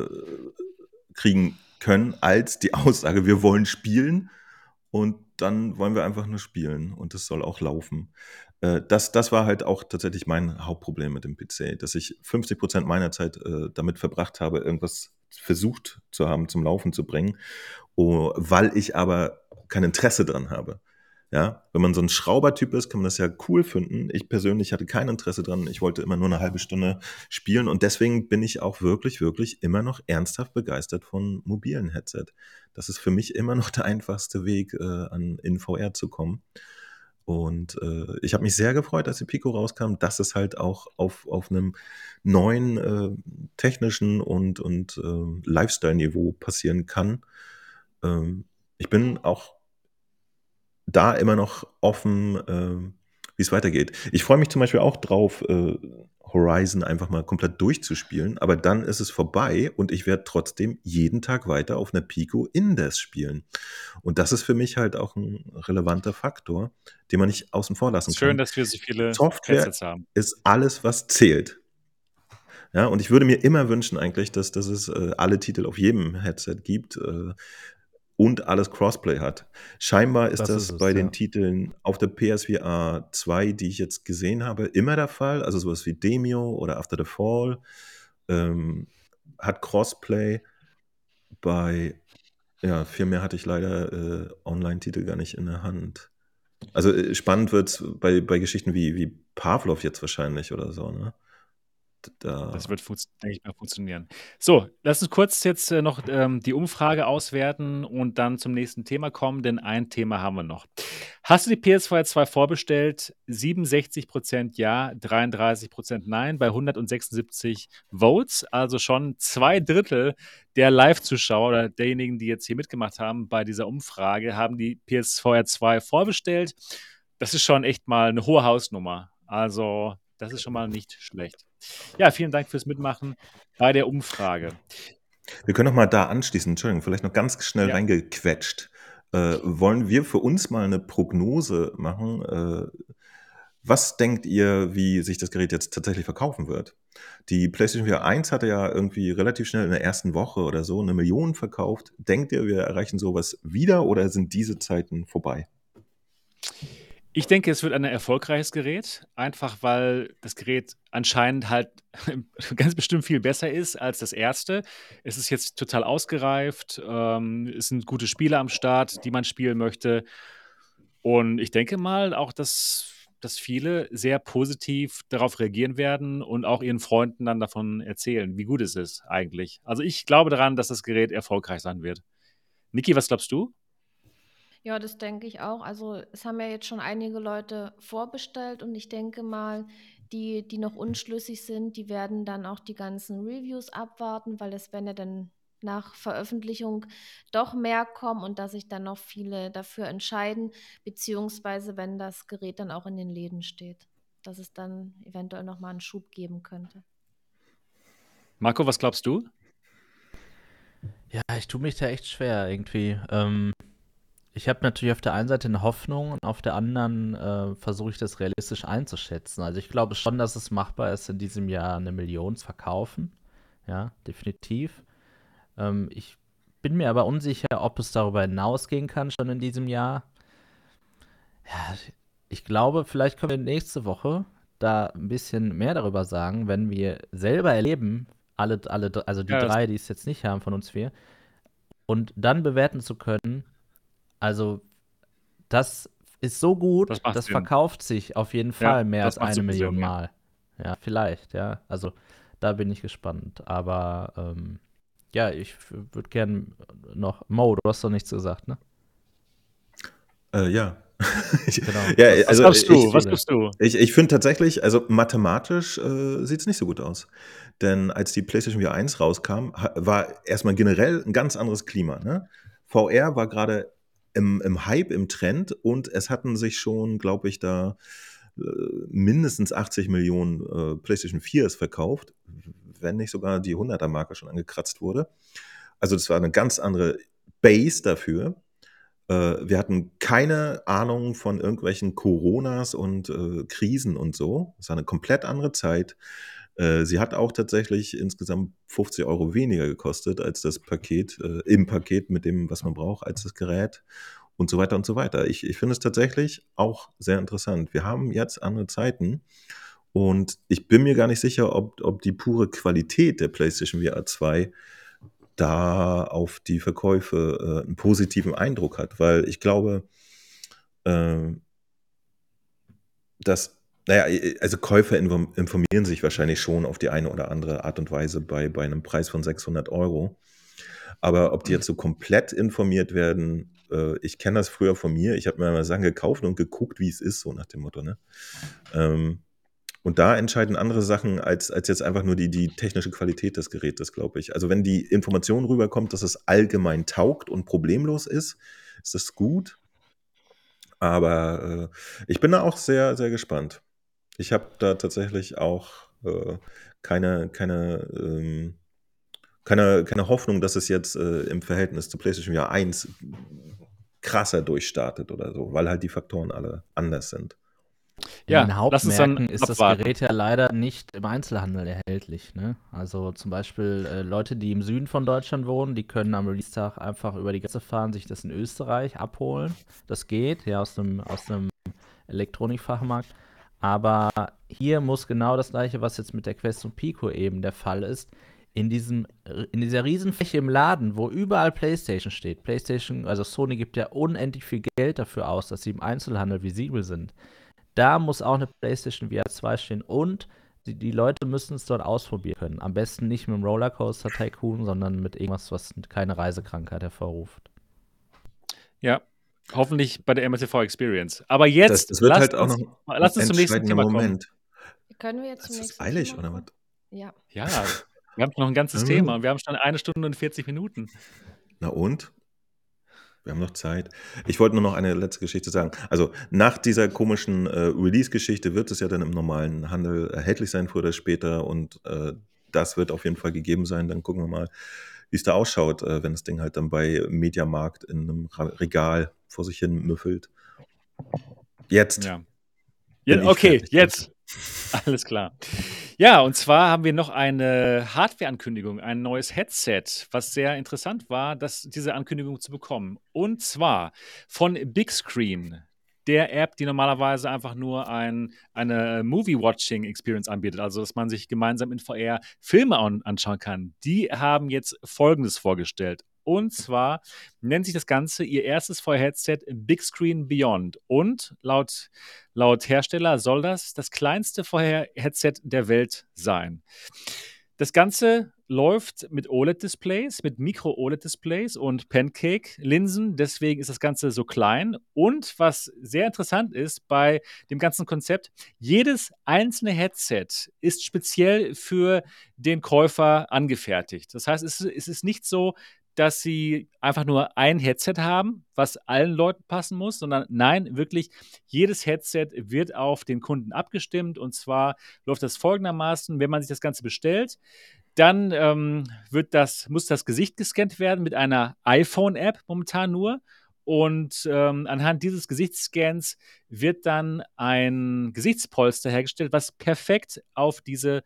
kriegen können als die Aussage, wir wollen spielen und dann wollen wir einfach nur spielen und das soll auch laufen. Das war halt auch tatsächlich mein Hauptproblem mit dem PC, dass ich 50% meiner Zeit damit verbracht habe, irgendwas versucht zu haben, zum Laufen zu bringen, weil ich aber kein Interesse dran habe. Ja, wenn man so ein Schraubertyp ist, kann man das ja cool finden. Ich persönlich hatte kein Interesse dran. Ich wollte immer nur eine halbe Stunde spielen und deswegen bin ich auch wirklich, wirklich immer noch ernsthaft begeistert von mobilen Headset. Das ist für mich immer noch der einfachste Weg, in VR zu kommen. Und ich habe mich sehr gefreut, als die Pico rauskam, dass es halt auch auf einem neuen technischen und Lifestyle-Niveau passieren kann. Ich bin auch da immer noch offen, wie es weitergeht. Ich freue mich zum Beispiel auch drauf, Horizon einfach mal komplett durchzuspielen, aber dann ist es vorbei und ich werde trotzdem jeden Tag weiter auf einer Pico Indes spielen. Und das ist für mich halt auch ein relevanter Faktor, den man nicht außen vor lassen Schön, kann. dass wir so viele Software Headsets haben. ist alles, was zählt. Ja, und ich würde mir immer wünschen eigentlich, dass es alle Titel auf jedem Headset gibt und alles Crossplay hat. Scheinbar ist Das das ist es, bei den ja. Titeln auf der PSVR 2, die ich jetzt gesehen habe, immer der Fall. Also sowas wie Demio oder After the Fall hat Crossplay. Bei, ja, viel mehr hatte ich leider Online-Titel gar nicht in der Hand. Also spannend wird es bei Geschichten wie Pavlov jetzt wahrscheinlich oder so, ne? Das wird, denke ich mal, funktionieren. So, lass uns kurz jetzt noch die Umfrage auswerten und dann zum nächsten Thema kommen, denn ein Thema haben wir noch. Hast du die PS4 2 vorbestellt? 67% ja, 33% nein, bei 176 Votes, also schon 2/3 der Live-Zuschauer oder derjenigen, die jetzt hier mitgemacht haben bei dieser Umfrage, haben die PS4 2 vorbestellt. Das ist schon echt mal eine hohe Hausnummer. Also, das ist schon mal nicht schlecht. Ja, vielen Dank fürs Mitmachen bei der Umfrage. Wir können noch mal da anschließen, Entschuldigung, vielleicht noch ganz schnell Ja. reingequetscht. Wollen wir für uns mal eine Prognose machen? Was denkt ihr, wie sich das Gerät jetzt tatsächlich verkaufen wird? Die PlayStation VR 1 hatte ja irgendwie relativ schnell in der ersten Woche oder so 1 Million verkauft. Denkt ihr, wir erreichen sowas wieder oder sind diese Zeiten vorbei? Ich denke, es wird ein erfolgreiches Gerät, einfach weil das Gerät anscheinend halt ganz bestimmt viel besser ist als das erste. Es ist jetzt total ausgereift, es sind gute Spiele am Start, die man spielen möchte. Und ich denke mal auch, dass viele sehr positiv darauf reagieren werden und auch ihren Freunden dann davon erzählen, wie gut es ist eigentlich. Also ich glaube daran, dass das Gerät erfolgreich sein wird. Niki, was glaubst du? Ja, das denke ich auch. Also es haben ja jetzt schon einige Leute vorbestellt und ich denke mal, die noch unschlüssig sind, die werden dann auch die ganzen Reviews abwarten, weil es werden ja dann nach Veröffentlichung doch mehr kommen und dass sich dann noch viele dafür entscheiden, beziehungsweise wenn das Gerät dann auch in den Läden steht, dass es dann eventuell nochmal einen Schub geben könnte. Marco, was glaubst du? Ja, ich tue mich da echt schwer irgendwie. Ich habe natürlich auf der einen Seite eine Hoffnung und auf der anderen versuche ich das realistisch einzuschätzen. Also ich glaube schon, dass es machbar ist, in diesem Jahr 1 Million zu verkaufen. Ja, definitiv. Ich bin mir aber unsicher, ob es darüber hinausgehen kann, schon in diesem Jahr. Ja, ich glaube, vielleicht können wir nächste Woche da ein bisschen mehr darüber sagen, wenn wir selber erleben, also die Ja, drei, die es jetzt nicht haben von uns vier, und dann bewerten zu können, also das ist so gut, das macht das Sinn. verkauft sich auf jeden Ja, Fall mehr das als macht 1 super Million Sinn, ja. Mal. Ja, vielleicht, ja. Also da bin ich gespannt. Aber ja, ich würde gern noch. Mo, du hast doch nichts gesagt, ne? Ja. Genau. Ja, Was also glaubst du? Was glaubst du? ich finde tatsächlich, also mathematisch sieht es nicht so gut aus. Denn als die PlayStation VR 1 rauskam, war erstmal generell ein ganz anderes Klima. Ne? VR war gerade im Hype, im Trend und es hatten sich schon, glaube ich, da mindestens 80 Millionen PlayStation 4s verkauft, wenn nicht sogar die 100er-Marke schon angekratzt wurde. Also das war eine ganz andere Base dafür. Wir hatten keine Ahnung von irgendwelchen Coronas und Krisen und so. Es war eine komplett andere Zeit. Sie hat auch tatsächlich insgesamt 50 € weniger gekostet als das Paket, im Paket mit dem, was man braucht, als das Gerät und so weiter und so weiter. Ich finde es tatsächlich auch sehr interessant. Wir haben jetzt andere Zeiten und ich bin mir gar nicht sicher, ob die pure Qualität der PlayStation VR 2 da auf die Verkäufe einen positiven Eindruck hat, weil ich glaube, dass, naja, also Käufer informieren sich wahrscheinlich schon auf die eine oder andere Art und Weise bei einem Preis von 600 €. Aber ob die jetzt so komplett informiert werden, ich kenne das früher von mir. Ich habe mir mal Sachen gekauft und geguckt, wie es ist, so nach dem Motto. Ne? Und da entscheiden andere Sachen als jetzt einfach nur die technische Qualität des Gerätes, glaube ich. Also wenn die Information rüberkommt, dass es allgemein taugt und problemlos ist das gut. Aber ich bin da auch sehr, sehr gespannt. Ich habe da tatsächlich auch keine Hoffnung, dass es jetzt im Verhältnis zu PlayStation VR 1 krasser durchstartet oder so, weil halt die Faktoren alle anders sind. In Ja, den lass uns dann Hauptmärkten ist das abwarten. Gerät ja leider nicht im Einzelhandel erhältlich. Ne? Also zum Beispiel Leute, die im Süden von Deutschland wohnen, die können am Release-Tag einfach über die Grenze fahren, sich das in Österreich abholen. Das geht, ja, aus einem Elektronikfachmarkt. Aber hier muss genau das Gleiche, was jetzt mit der Quest und Pico eben der Fall ist, in dieser Riesenfläche im Laden, wo überall PlayStation steht. PlayStation, also Sony gibt ja unendlich viel Geld dafür aus, dass sie im Einzelhandel visibel sind. Da muss auch eine PlayStation VR 2 stehen und die Leute müssen es dort ausprobieren können. Am besten nicht mit dem Rollercoaster Tycoon, sondern mit irgendwas, was keine Reisekrankheit hervorruft. Ja, hoffentlich bei der MSTV Experience. Aber Das jetzt wird halt auch noch lasst uns zum nächsten entscheidender Thema kommen. Moment. Können wir jetzt Das zum ist nächsten eilig, Thema oder kommen? was? Ja. Ja, wir haben noch ein ganzes Thema und wir haben schon 1 Stunde und 40 Minuten. Na und? Wir haben noch Zeit. Ich wollte nur noch eine letzte Geschichte sagen. Also nach dieser komischen Release-Geschichte wird es ja dann im normalen Handel erhältlich sein, früher oder später. Und das wird auf jeden Fall gegeben sein. Dann gucken wir mal, wie es da ausschaut, wenn das Ding halt dann bei Mediamarkt in einem Regal vor sich hin müffelt. Jetzt. Ja. bin Ja, ich okay, fertig. jetzt. Alles klar. Ja, und zwar haben wir noch eine Hardware-Ankündigung, ein neues Headset, was sehr interessant war, diese Ankündigung zu bekommen. Und zwar von Big Screen, der App, die normalerweise einfach nur eine Movie-Watching-Experience anbietet, also dass man sich gemeinsam in VR Filme anschauen kann. Die haben jetzt Folgendes vorgestellt. Und zwar nennt sich das Ganze ihr erstes VR-Headset Big Screen Beyond. Und laut Hersteller soll das kleinste VR-Headset der Welt sein. Das Ganze läuft mit OLED-Displays, mit Micro-OLED-Displays und Pancake-Linsen. Deswegen ist das Ganze so klein. Und was sehr interessant ist bei dem ganzen Konzept, jedes einzelne Headset ist speziell für den Käufer angefertigt. Das heißt, es ist nicht so, dass sie einfach nur ein Headset haben, was allen Leuten passen muss, sondern nein, wirklich jedes Headset wird auf den Kunden abgestimmt. Und zwar läuft das folgendermaßen: Wenn man sich das Ganze bestellt, dann muss das Gesicht gescannt werden mit einer iPhone-App momentan nur. Und anhand dieses Gesichtsscans wird dann ein Gesichtspolster hergestellt, was perfekt auf diesen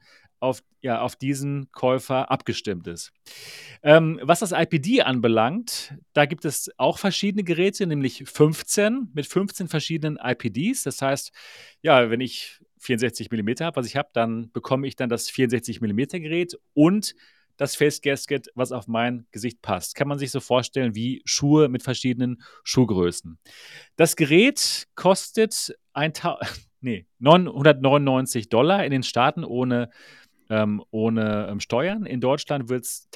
Käufer abgestimmt ist. Was das IPD anbelangt, da gibt es auch verschiedene Geräte, nämlich 15 mit 15 verschiedenen IPDs. Das heißt, ja, wenn ich 64 mm habe, was ich habe, dann bekomme ich dann das 64 mm Gerät und das Face Gasket, was auf mein Gesicht passt. Kann man sich so vorstellen wie Schuhe mit verschiedenen Schuhgrößen. Das Gerät kostet $999 in den Staaten ohne Steuern. In Deutschland wird es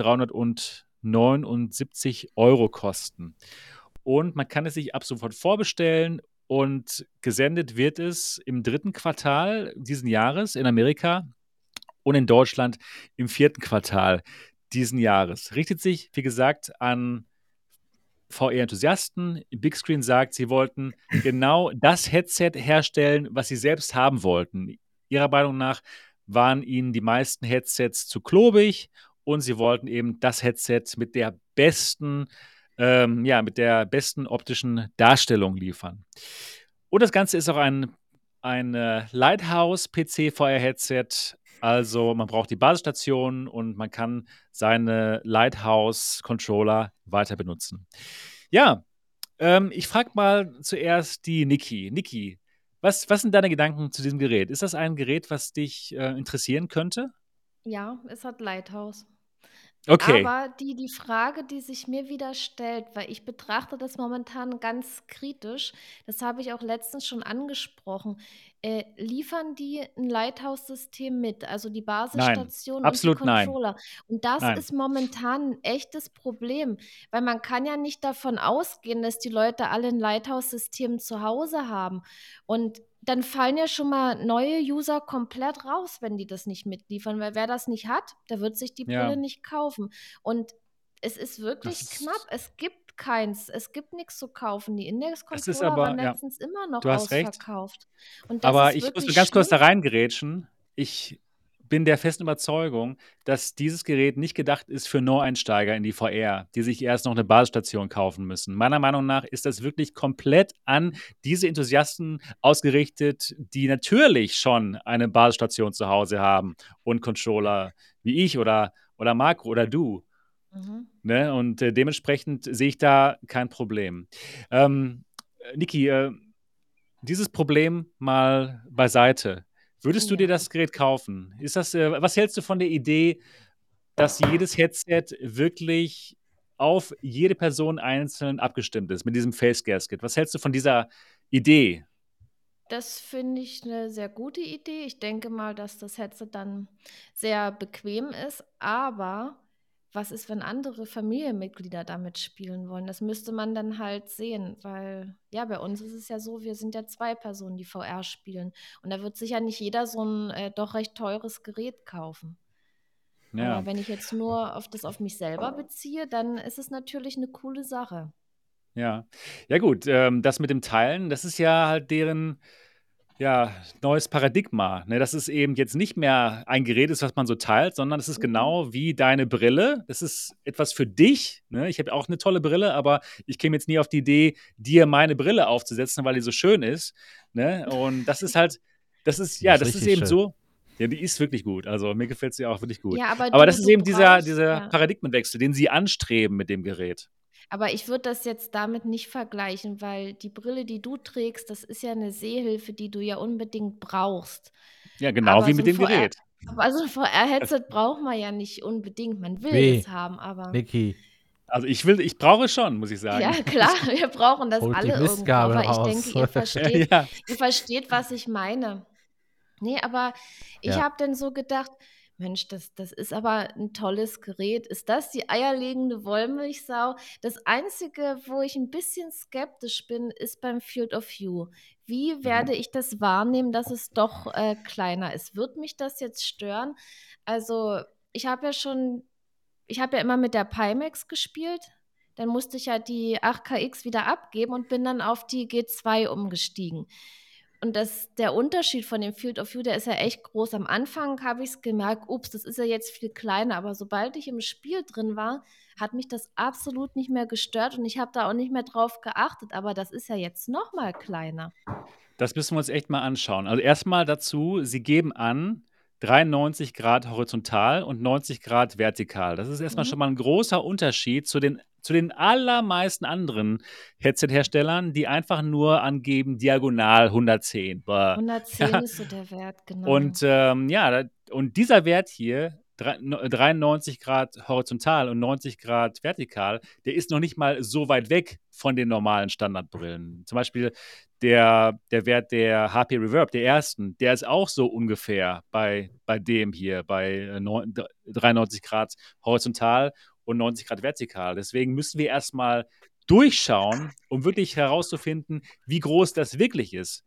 1.379 € kosten. Und man kann es sich ab sofort vorbestellen und gesendet wird es im 3. Quartal diesen Jahres in Amerika und in Deutschland im 4. Quartal diesen Jahres. Richtet sich, wie gesagt, an VR-Enthusiasten. Big Screen sagt, sie wollten genau das Headset herstellen, was sie selbst haben wollten. Ihrer Meinung nach waren ihnen die meisten Headsets zu klobig und sie wollten eben das Headset mit der besten optischen Darstellung liefern. Und das Ganze ist auch ein Lighthouse-PC-VR-Headset. Also man braucht die Basisstation und man kann seine Lighthouse-Controller weiter benutzen. Ja, ich frage mal zuerst die Niki. Niki, was sind deine Gedanken zu diesem Gerät? Ist das ein Gerät, was dich interessieren könnte? Ja, es hat Lighthouse. Okay, Aber die Frage, die sich mir wieder stellt, weil ich betrachte das momentan ganz kritisch, das habe ich auch letztens schon angesprochen, liefern die ein Lighthouse-System mit, also die nein, Basisstation und die absolut nein, Controller? Und das nein. ist momentan ein echtes Problem, weil man kann ja nicht davon ausgehen, dass die Leute alle ein Lighthouse-System zu Hause haben. Und dann fallen ja schon mal neue User komplett raus, wenn die das nicht mitliefern, weil wer das nicht hat, der wird sich die Ja, Brille nicht kaufen. Und es ist das wirklich knapp. ist, Es gibt keins. Es gibt nichts zu kaufen. Die das ist Index-Controller waren aber, ja, letztens immer noch du hast recht. ausverkauft. Und das Aber ist ich muss nur wirklich ganz kurz da schlimm. reingrätschen. Ich bin der festen Überzeugung, dass dieses Gerät nicht gedacht ist für Neueinsteiger in die VR, die sich erst noch eine Basisstation kaufen müssen. Meiner Meinung nach ist das wirklich komplett an diese Enthusiasten ausgerichtet, die natürlich schon eine Basisstation zu Hause haben und Controller wie ich oder Marco oder du. Mhm. Ne? Und dementsprechend sehe ich da kein Problem. Ähm, Niki, dieses Problem mal beiseite. Würdest du dir Ja. das Gerät kaufen? Was hältst du von der Idee, dass jedes Headset wirklich auf jede Person einzeln abgestimmt ist mit diesem Face Gasket? Was hältst du von dieser Idee? Das finde ich eine sehr gute Idee. Ich denke mal, dass das Headset dann sehr bequem ist, aber was ist, wenn andere Familienmitglieder damit spielen wollen? Das müsste man dann halt sehen, weil, ja, bei uns ist es ja so, wir sind ja 2 Personen, die VR spielen und da wird sicher nicht jeder so ein doch recht teures Gerät kaufen. Ja, Aber wenn ich jetzt nur auf mich selber beziehe, dann ist es natürlich eine coole Sache. ja. Ja gut, das mit dem Teilen, das ist ja halt deren, ja, neues Paradigma, ne? Dass es eben jetzt nicht mehr ein Gerät ist, was man so teilt, sondern es ist Mhm. genau wie deine Brille. Das ist etwas für dich, ne? Ich habe auch eine tolle Brille, aber ich käme jetzt nie auf die Idee, dir meine Brille aufzusetzen, weil die so schön ist, ne? Und das ist halt Die ist das ist richtig eben schön. so, ja, die ist wirklich gut. Also, mir gefällt sie auch wirklich gut. Ja, aber Aber du das ist du eben dieser brauchst dieser ja. Paradigmenwechsel, den sie anstreben mit dem Gerät. Aber ich würde das jetzt damit nicht vergleichen, weil die Brille, die du trägst, das ist ja eine Sehhilfe, die du ja unbedingt brauchst. Ja, genau Aber wie so mit 'n dem VR Gerät. aber so 'n VR-Headset braucht man ja nicht unbedingt. Man will Weh, das haben, aber Niki, Also, ich brauche es schon, muss ich ja, sagen. klar, wir brauchen das holt die alle irgendwo, Mistgabel aber ich denke, raus. Ja. ihr versteht, was ich meine. Ne, aber ich Ja, habe dann so gedacht: „Mensch, das ist aber 'n tolles Gerät. Ist das die eierlegende Wollmilchsau?“ Das Einzige, wo ich 'n bisschen skeptisch bin, ist beim Field of View. Wie Mhm. werde ich das wahrnehmen, dass es doch, kleiner ist? Wird mich das jetzt stören? Also, ich habe ja schon ich habe ja immer mit der Pimax gespielt. Dann musste ich ja die 8KX wieder abgeben und bin dann auf die G2 umgestiegen. Und der Unterschied von dem Field of View, der ist ja echt groß. Am Anfang habe ich's gemerkt: „Ups, das ist ja jetzt viel kleiner.“ Aber sobald ich im Spiel drin war, hat mich das absolut nicht mehr gestört und ich habe da auch nicht mehr drauf geachtet. Aber das ist ja jetzt noch mal kleiner. Das müssen wir uns echt mal anschauen. Also, erstmal dazu, sie geben an 93 Grad horizontal und 90 Grad vertikal. Das ist erstmal Mhm. schon mal ein großer Unterschied zu den allermeisten anderen Headset-Herstellern, die einfach nur angeben diagonal 110. Bäh. 110 Ja, ist so der Wert, genau. und, und dieser Wert hier, 93 Grad horizontal und 90 Grad vertikal, der ist noch nicht mal so weit weg von den normalen Standardbrillen. Zum Beispiel der Wert der HP Reverb, der ersten, der ist auch so ungefähr bei dem hier, bei 93 Grad horizontal und 90 Grad vertikal. Deswegen müssen wir erstmal durchschauen, um wirklich herauszufinden, wie groß das wirklich ist.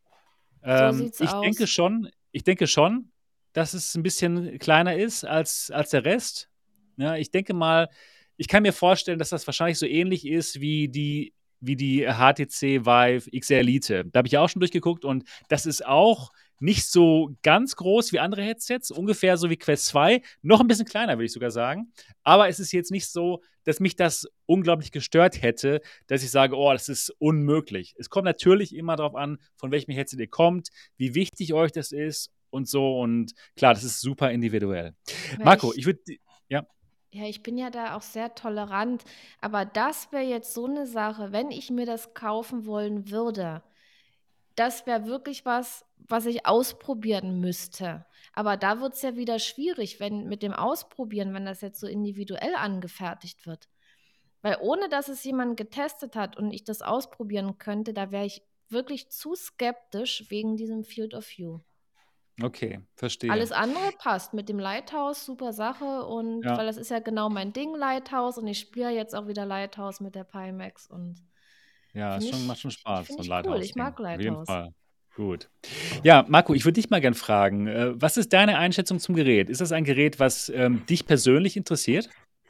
So sieht's Ich denke aus. schon ich denke schon, dass es ein bisschen kleiner ist als der Rest. Ja, ich denke mal, ich kann mir vorstellen, dass das wahrscheinlich so ähnlich ist wie die HTC Vive XR Elite. Da habe ich ja auch schon durchgeguckt und das ist auch nicht so ganz groß wie andere Headsets, ungefähr so wie Quest 2, noch ein bisschen kleiner, würde ich sogar sagen. Aber es ist jetzt nicht so, dass mich das unglaublich gestört hätte, dass ich sage: „Oh, das ist unmöglich.“ Es kommt natürlich immer darauf an, von welchem Headset ihr kommt, wie wichtig euch das ist und so und klar, das ist super individuell. Weil Marco, ich ja, Ja, ich bin ja da auch sehr tolerant, aber das wäre jetzt so eine Sache, wenn ich mir das kaufen wollen würde, das wäre wirklich was ich ausprobieren müsste. Aber da wird es ja wieder schwierig, wenn mit dem Ausprobieren, wenn das jetzt so individuell angefertigt wird. Weil ohne dass es jemand getestet hat und ich das ausprobieren könnte, da wäre ich wirklich zu skeptisch wegen diesem Field of View. Okay, verstehe. Alles andere passt mit dem Lighthouse, super Sache und Ja. weil das ist ja genau mein Ding, Lighthouse, und ich spiele jetzt auch wieder Lighthouse mit der Pimax und Ja, finde macht schon Spaß, so find ein ich cool. Ich Lighthouse-Ding. mag Auf jeden Lighthouse. Fall. Gut. Ja, Marco, ich würde dich mal gern fragen, was ist deine Einschätzung zum Gerät? Ist das ein Gerät, was dich persönlich interessiert?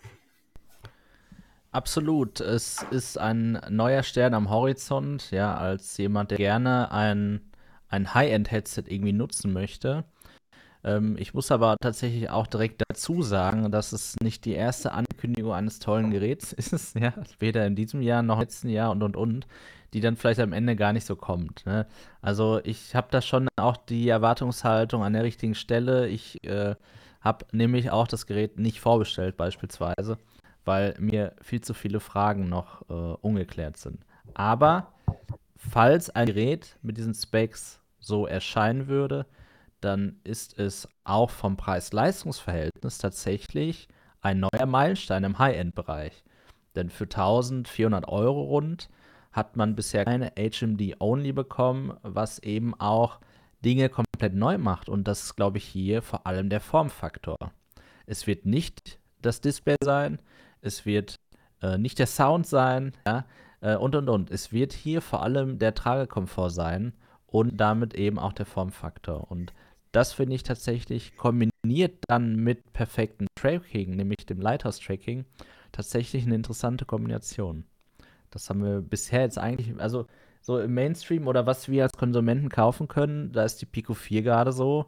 Absolut. Es ist ein neuer Stern am Horizont, ja, als jemand, der gerne ein High-End-Headset irgendwie nutzen möchte. Ich muss aber tatsächlich auch direkt dazu sagen, dass es nicht die erste Ankündigung eines tollen Geräts ist, ja, weder in diesem Jahr noch im letzten Jahr und, die dann vielleicht am Ende gar nicht so kommt. Ne? Also ich habe da schon auch die Erwartungshaltung an der richtigen Stelle. Ich habe nämlich auch das Gerät nicht vorbestellt beispielsweise, weil mir viel zu viele Fragen noch ungeklärt sind. Aber falls ein Gerät mit diesen Specs so erscheinen würde, dann ist es auch vom Preis-Leistungs-Verhältnis tatsächlich ein neuer Meilenstein im High-End-Bereich. Denn für 1.400 Euro rund hat man bisher keine HMD-Only bekommen, was eben auch Dinge komplett neu macht. Und das ist, glaube ich, hier vor allem der Formfaktor. Es wird nicht das Display sein, es wird nicht der Sound sein, ja, und. Es wird hier vor allem der Tragekomfort sein und damit eben auch der Formfaktor. Und das finde ich tatsächlich kombiniert dann mit perfektem Tracking, nämlich dem Lighthouse-Tracking, tatsächlich eine interessante Kombination. Das haben wir bisher jetzt eigentlich, also so im Mainstream oder was wir als Konsumenten kaufen können, da ist die Pico 4 gerade so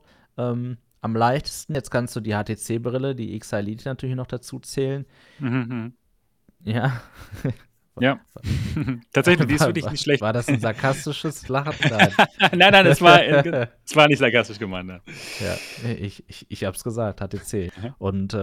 am leichtesten. Jetzt kannst du die HTC-Brille, die X Elite natürlich noch dazu zählen. Mhm. Ja. Ja, tatsächlich, die ist wirklich nicht schlecht. War das ein sarkastisches Lachen? Nein. Nein, es war nicht sarkastisch gemeint. Ne? Ja, ich hab's gesagt, HTC. Mhm. Und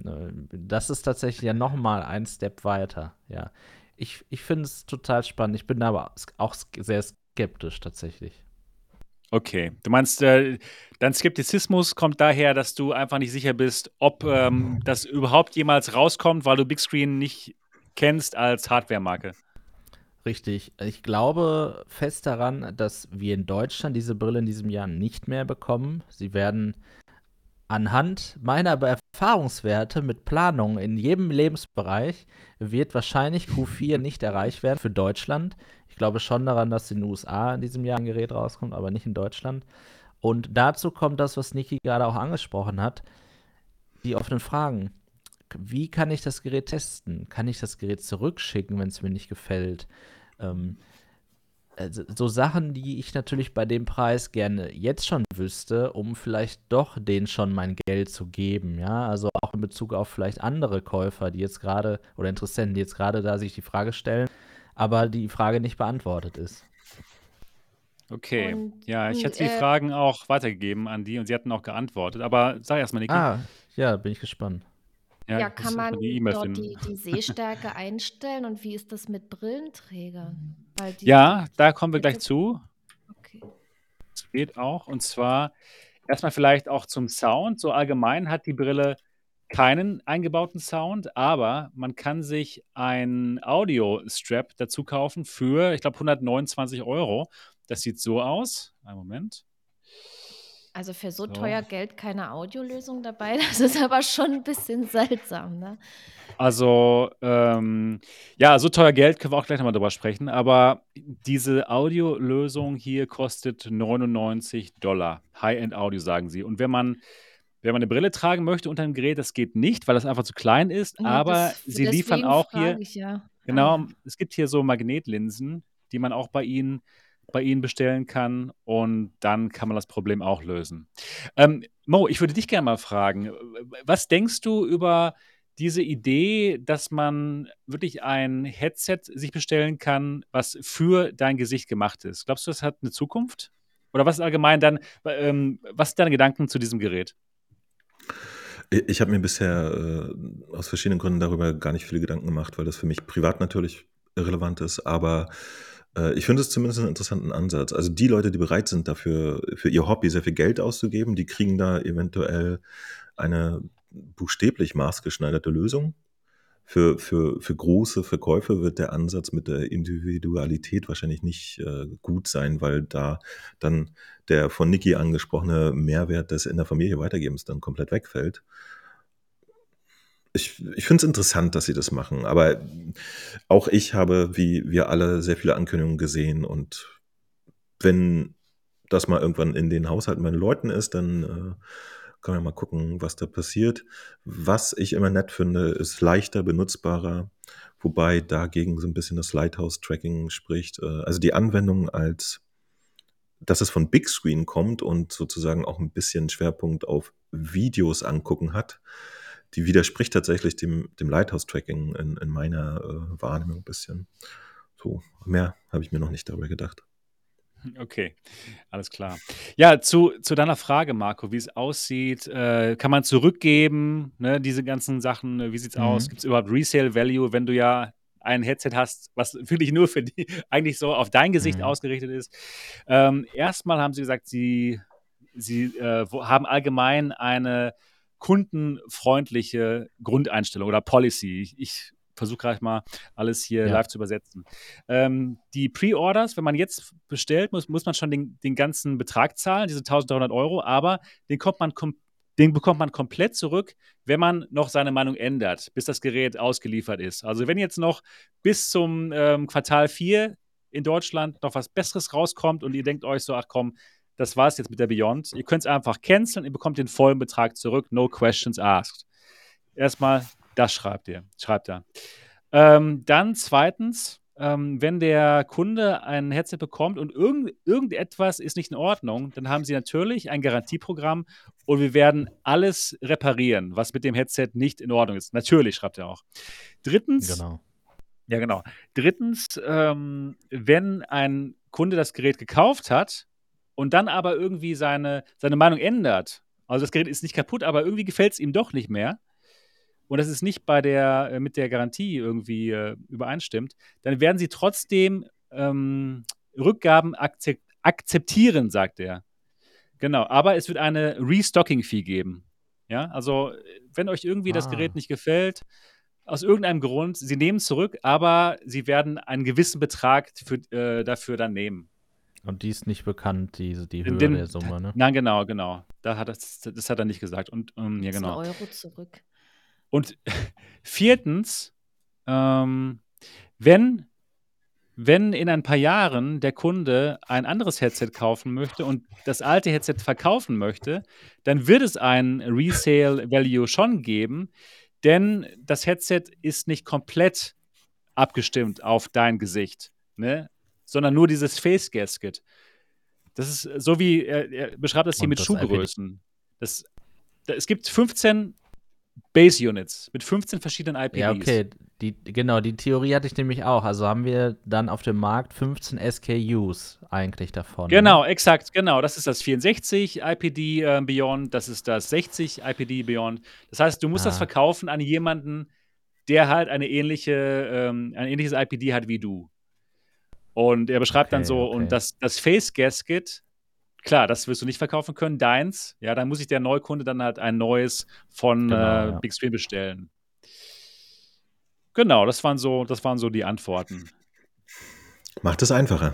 das ist tatsächlich ja nochmal ein Step weiter. Ja, ich finde es total spannend. Ich bin aber auch sehr skeptisch tatsächlich. Okay, du meinst, dein Skeptizismus kommt daher, dass du einfach nicht sicher bist, ob das überhaupt jemals rauskommt, weil du Big Screen nicht kennst als Hardware-Marke. Richtig. Ich glaube fest daran, dass wir in Deutschland diese Brille in diesem Jahr nicht mehr bekommen. Sie werden anhand meiner Erfahrungswerte mit Planung in jedem Lebensbereich wird wahrscheinlich Q4 nicht erreicht werden für Deutschland. Ich glaube schon daran, dass in den USA in diesem Jahr ein Gerät rauskommt, aber nicht in Deutschland. Und dazu kommt das, was Niki gerade auch angesprochen hat, die offenen Fragen. Wie kann ich das Gerät testen? Kann ich das Gerät zurückschicken, wenn es mir nicht gefällt? So Sachen, die ich natürlich bei dem Preis gerne jetzt schon wüsste, um vielleicht doch denen schon mein Geld zu geben, ja, also auch in Bezug auf vielleicht andere Käufer, die jetzt gerade, oder Interessenten, die jetzt gerade da sich die Frage stellen, aber die Frage nicht beantwortet ist. Okay, Und- ja, ich und, hätte die Fragen auch weitergegeben an die und sie hatten auch geantwortet. Aber sag erstmal, Niki. Ja, bin ich gespannt. Ja, ich muss kann man erstmal die E-Mail dort finden. die Sehstärke einstellen und wie ist das mit Brillenträgern? Weil Ja, da kommen wir gleich zu. Okay. Das geht auch. Und zwar erstmal vielleicht auch zum Sound. So allgemein hat die Brille keinen eingebauten Sound, aber man kann sich ein Audio-Strap dazu kaufen für, ich glaube, 129 Euro. Das sieht so aus. Einen Moment. Also für so So. teuer Geld keine Audiolösung dabei, das ist aber schon ein bisschen seltsam, ne? Also, ja, so teuer Geld können wir auch gleich nochmal drüber sprechen, aber diese Audiolösung hier kostet $99. High-End-Audio, sagen sie. Und wenn man eine Brille tragen möchte unter dem Gerät, das geht nicht, weil das einfach zu klein ist, Ja, aber sie liefern deswegen auch frage hier, ich ja. genau, Ja. es gibt hier so Magnetlinsen, die man auch bei ihnen bestellen kann und dann kann man das Problem auch lösen. Mo, ich würde dich gerne mal fragen, was denkst du über diese Idee, dass man wirklich ein Headset sich bestellen kann, was für dein Gesicht gemacht ist? Glaubst du, das hat eine Zukunft? Oder was ist allgemein dann, was sind deine Gedanken zu diesem Gerät? Ich habe mir bisher aus verschiedenen Gründen darüber gar nicht viele Gedanken gemacht, weil das für mich privat natürlich irrelevant ist. Aber Ich finde es zumindest einen interessanten Ansatz. Also die Leute, die bereit sind, dafür für ihr Hobby sehr viel Geld auszugeben, die kriegen da eventuell eine buchstäblich maßgeschneiderte Lösung. Für große Verkäufe wird der Ansatz mit der Individualität wahrscheinlich nicht gut sein, weil da dann der von Niki angesprochene Mehrwert des in der Familie Weitergebens dann komplett wegfällt. Ich finde es interessant, dass sie das machen, aber auch ich habe, wie wir alle, sehr viele Ankündigungen gesehen und wenn das mal irgendwann in den Haushalten meiner Leuten ist, dann können wir mal gucken, was da passiert. Was ich immer nett finde, ist leichter, benutzbarer, wobei dagegen so ein bisschen das Lighthouse-Tracking spricht. Also die Anwendung als, dass es von Big Screen kommt und sozusagen auch ein bisschen Schwerpunkt auf Videos angucken hat, die widerspricht tatsächlich dem Lighthouse-Tracking in meiner Wahrnehmung ein bisschen. So, mehr habe ich mir noch nicht darüber gedacht. Okay, alles klar. Ja, zu deiner Frage, Marco, wie es aussieht, kann man zurückgeben, ne, diese ganzen Sachen, wie sieht's aus? Gibt es überhaupt Resale Value, wenn du ja ein Headset hast, was wirklich nur für die, eigentlich so auf dein Gesicht ausgerichtet ist? Erstmal haben sie gesagt, sie haben allgemein eine kundenfreundliche Grundeinstellung oder Policy. Ich versuche gerade mal alles hier live zu übersetzen. Die Pre-Orders, wenn man jetzt bestellt, muss man schon den ganzen Betrag zahlen, diese 1.300 €, aber den bekommt man komplett zurück, wenn man noch seine Meinung ändert, bis das Gerät ausgeliefert ist. Also wenn jetzt noch bis zum Quartal 4 in Deutschland noch was Besseres rauskommt und ihr denkt euch so, ach komm, das war es jetzt mit der Beyond, ihr könnt es einfach canceln, ihr bekommt den vollen Betrag zurück, no questions asked. Erstmal, das schreibt er. Dann zweitens, wenn der Kunde ein Headset bekommt und irgendetwas ist nicht in Ordnung, dann haben sie natürlich ein Garantieprogramm und wir werden alles reparieren, was mit dem Headset nicht in Ordnung ist. Natürlich, schreibt er auch. Drittens, wenn ein Kunde das Gerät gekauft hat und dann aber irgendwie seine Meinung ändert, also das Gerät ist nicht kaputt, aber irgendwie gefällt es ihm doch nicht mehr, und das ist nicht mit der Garantie irgendwie übereinstimmt, dann werden sie trotzdem Rückgaben akzeptieren, sagt er. Genau, aber es wird eine Restocking-Fee geben. Ja, also wenn euch irgendwie das Gerät nicht gefällt, aus irgendeinem Grund, sie nehmen es zurück, aber sie werden einen gewissen Betrag dafür dann nehmen. Und die ist nicht bekannt, die Höhe der Summe, ne? Nein, genau. Das hat er nicht gesagt. Und ja, genau. Das ist 1 Euro zurück. Und viertens, wenn in ein paar Jahren der Kunde ein anderes Headset kaufen möchte und das alte Headset verkaufen möchte, dann wird es ein Resale Value schon geben, denn das Headset ist nicht komplett abgestimmt auf dein Gesicht, ne? Sondern nur dieses Face Gasket. Das ist so wie, er beschreibt das hier Und mit das Schuhgrößen. Es gibt 15 Base Units mit 15 verschiedenen IPDs. Ja, okay, die Theorie hatte ich nämlich auch. Also haben wir dann auf dem Markt 15 SKUs eigentlich davon. Genau, ne? exakt, genau. Das ist das 64 IPD Beyond, das ist das 60 IPD Beyond. Das heißt, du musst das verkaufen an jemanden, der halt ein ähnliches IPD hat wie du. Und er beschreibt dann so, und das Face Gasket, klar, das wirst du nicht verkaufen können, deins, ja, dann muss sich der Neukunde dann halt ein neues von Big Screen bestellen. Genau, das waren so die Antworten. Macht es einfacher.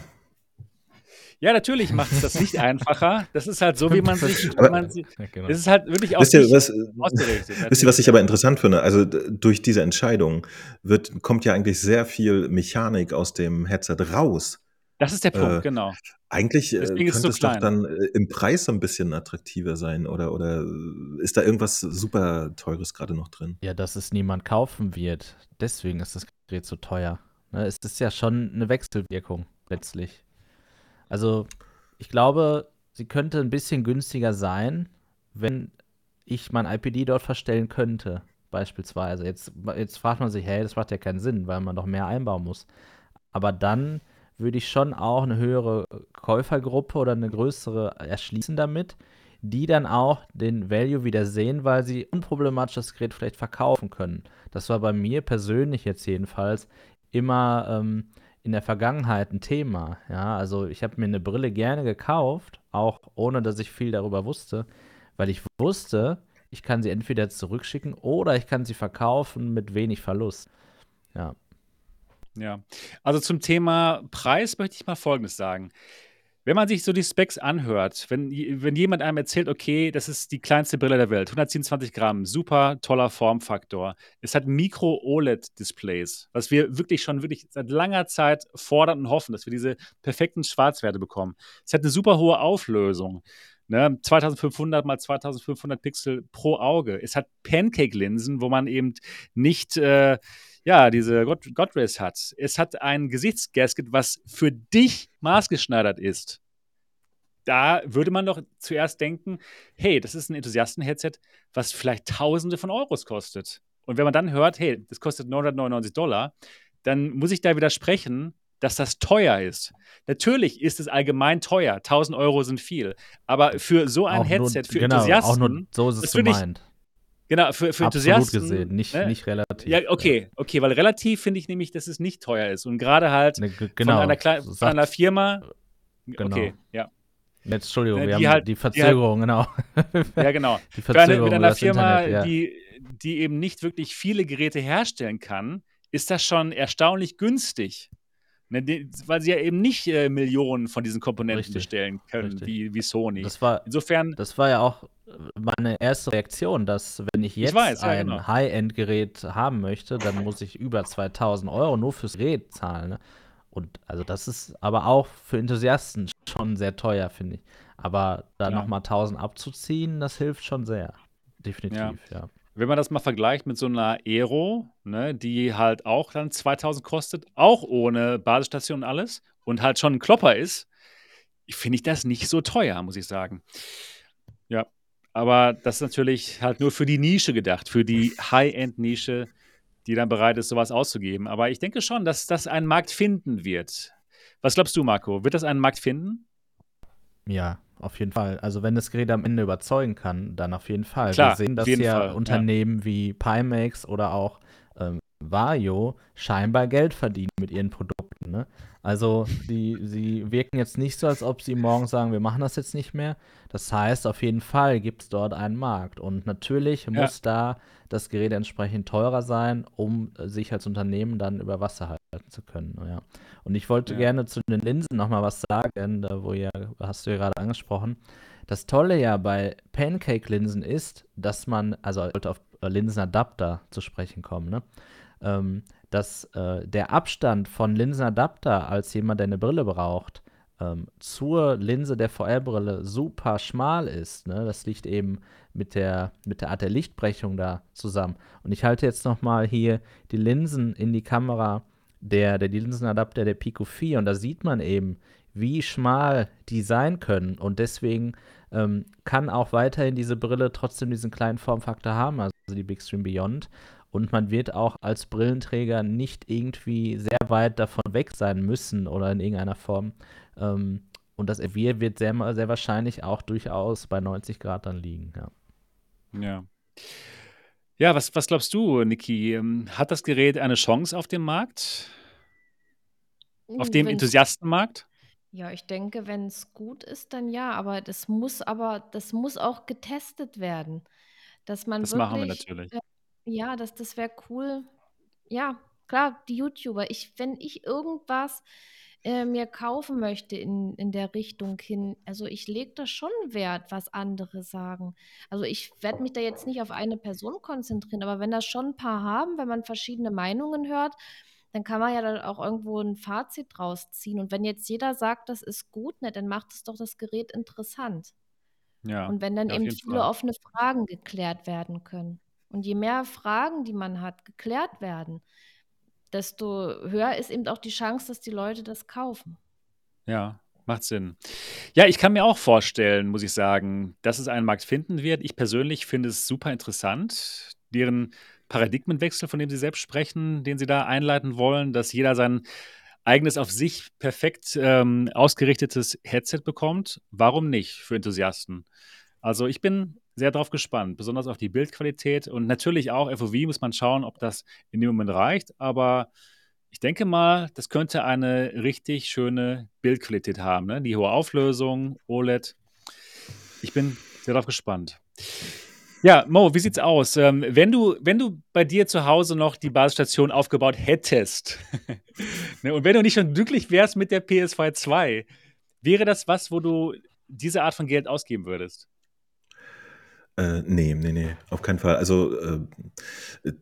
Ja, natürlich macht es das nicht einfacher. Das ist halt so, wie man sich, das ist halt wirklich auf Wisst ihr, dich ausgerichtet. Wisst ihr, was ich aber interessant finde? Also durch diese Entscheidung kommt ja eigentlich sehr viel Mechanik aus dem Headset raus. Das ist der Punkt, genau. Eigentlich Deswegen ist es könnte so es doch klein. dann im Preis so ein bisschen attraktiver sein oder ist da irgendwas super Teures gerade noch drin? Ja, dass es niemand kaufen wird. Deswegen ist das Gerät so teuer. Ne, es ist ja schon eine Wechselwirkung letztlich. Also ich glaube, sie könnte ein bisschen günstiger sein, wenn ich mein IPD dort verstellen könnte, beispielsweise. Jetzt fragt man sich, hey, das macht ja keinen Sinn, weil man doch mehr einbauen muss. Aber dann würde ich schon auch eine höhere Käufergruppe oder eine größere erschließen damit, die dann auch den Value wieder sehen, weil sie unproblematisch das Gerät vielleicht verkaufen können. Das war bei mir persönlich jetzt jedenfalls immer in der Vergangenheit ein Thema. Ja, also ich habe mir eine Brille gerne gekauft, auch ohne dass ich viel darüber wusste, weil ich wusste, ich kann sie entweder zurückschicken oder ich kann sie verkaufen mit wenig Verlust. Ja, Ja. Also zum Thema Preis möchte ich mal Folgendes sagen. Wenn man sich so die Specs anhört, wenn jemand einem erzählt, okay, das ist die kleinste Brille der Welt, 127 Gramm, super toller Formfaktor. Es hat Micro-OLED-Displays, was wir wirklich seit langer Zeit fordern und hoffen, dass wir diese perfekten Schwarzwerte bekommen. Es hat eine super hohe Auflösung, ne? 2500 mal 2500 Pixel pro Auge. Es hat Pancake-Linsen, wo man eben nicht diese God Rays hat. Es hat ein Gesichtsgasket, was für dich maßgeschneidert ist. Da würde man doch zuerst denken, hey, das ist ein Enthusiasten-Headset, was vielleicht Tausende von Euros kostet. Und wenn man dann hört, hey, das kostet $999, dann muss ich da widersprechen, dass das teuer ist. Natürlich ist es allgemein teuer. 1.000 Euro sind viel. Aber für so ein auch nur, Headset, für genau, auch nur Enthusiasten, so ist es das wirklich, gemeint. genau, für Absolut Enthusiasten, gesehen, nicht ne? relativ. Ja, okay, weil relativ finde ich nämlich, dass es nicht teuer ist. Und gerade halt Ne, von genau, von einer Firma, genau. okay, ja. Jetzt, Entschuldigung, Ne, wir die haben halt, die die halt, Verzögerung, genau. ja, genau. Die Mit Verzögerung über einer das Firma, Internet, ja. die eben nicht wirklich viele Geräte herstellen kann, ist das schon erstaunlich günstig. Ne, weil sie ja eben nicht Millionen von diesen Komponenten Richtig, bestellen können, richtig. wie Sony. Das war Insofern, ja auch meine erste Reaktion, dass wenn ich ich jetzt weiß, ja, ein genau. High-End-Gerät haben möchte, dann muss ich über 2.000 Euro nur fürs Gerät zahlen. Ne? Und also das ist aber auch für Enthusiasten schon sehr teuer, finde ich. Aber da Ja. nochmal 1.000 abzuziehen, das hilft schon sehr. Ja. Definitiv, ja. Wenn man das mal vergleicht mit so einer Aero, ne, die halt auch dann 2.000 kostet, auch ohne Basisstation und alles und halt schon ein Klopper ist, finde ich das nicht so teuer, muss ich sagen. Ja, aber das ist natürlich halt nur für die Nische gedacht, für die High-End-Nische, die dann bereit ist, sowas auszugeben. Aber ich denke schon, dass das einen Markt finden wird. Was glaubst du, Marco? Wird das einen Markt finden? Ja, auf jeden Fall. Also wenn das Gerät am Ende überzeugen kann, dann auf jeden Fall. Klar, Wir sehen, auf dass jeden ja Fall. Ja. Unternehmen wie Pimax oder auch Vario scheinbar Geld verdienen mit ihren Produkten. Ne? Also sie wirken jetzt nicht so, als ob sie morgen sagen, wir machen das jetzt nicht mehr. Das heißt, auf jeden Fall gibt es dort einen Markt. Und natürlich muss da das Gerät entsprechend teurer sein, um sich als Unternehmen dann über Wasser halten zu können. Ja. Und ich wollte gerne zu den Linsen nochmal was sagen, hast du ja gerade angesprochen. Das Tolle ja bei Pancake-Linsen ist, dass man, also ich wollte auf Linsenadapter zu sprechen kommen, ne? Dass der Abstand von Linsenadapter als jemand, der eine Brille braucht, zur Linse der VR-Brille super schmal ist. Ne? Das liegt eben mit der Art der Lichtbrechung da zusammen. Und ich halte jetzt nochmal hier die Linsen in die Kamera, die Linsenadapter der Pico 4, und da sieht man eben, wie schmal die sein können. Und deswegen kann auch weiterhin diese Brille trotzdem diesen kleinen Formfaktor haben, also die Big Stream Beyond. Und man wird auch als Brillenträger nicht irgendwie sehr weit davon weg sein müssen oder in irgendeiner Form. Und das FW wird sehr, sehr wahrscheinlich auch durchaus bei 90 Grad dann liegen. Ja. Ja, was glaubst du, Niki? Hat das Gerät eine Chance auf dem Markt? Auf dem Wenn's Enthusiastenmarkt? Ja, ich denke, wenn es gut ist, dann ja, aber das muss auch getestet werden, dass man Das machen wir wirklich natürlich. ja, das wäre cool. Ja, klar, die YouTuber. Wenn ich irgendwas mir kaufen möchte in der Richtung hin, also ich lege da schon Wert, was andere sagen. Also ich werde mich da jetzt nicht auf eine Person konzentrieren, aber wenn das schon ein paar haben, wenn man verschiedene Meinungen hört, dann kann man ja dann auch irgendwo ein Fazit draus ziehen. Und wenn jetzt jeder sagt, das ist gut, ne, dann macht es doch das Gerät interessant. Ja, Und wenn dann ja, auf eben jeden viele Fall. offene Fragen geklärt werden können. Und je mehr Fragen, die man hat, geklärt werden, desto höher ist eben auch die Chance, dass die Leute das kaufen. Ja, macht Sinn. Ja, ich kann mir auch vorstellen, muss ich sagen, dass es einen Markt finden wird. Ich persönlich finde es super interessant, deren Paradigmenwechsel, von dem Sie selbst sprechen, den Sie da einleiten wollen, dass jeder sein eigenes, auf sich perfekt ausgerichtetes Headset bekommt. Warum nicht für Enthusiasten? Also ich bin sehr drauf gespannt, besonders auf die Bildqualität und natürlich auch FOV muss man schauen, ob das in dem Moment reicht, aber Ich denke mal, das könnte eine richtig schöne Bildqualität haben, ne? Die hohe Auflösung, OLED. Ich bin sehr darauf gespannt. Ja, Mo, wie sieht's aus? Wenn du bei dir zu Hause noch die Basisstation aufgebaut hättest, ne, und wenn du nicht schon glücklich wärst mit der PS5 2, wäre das was, wo du diese Art von Geld ausgeben würdest? Nee, auf keinen Fall. Also, äh,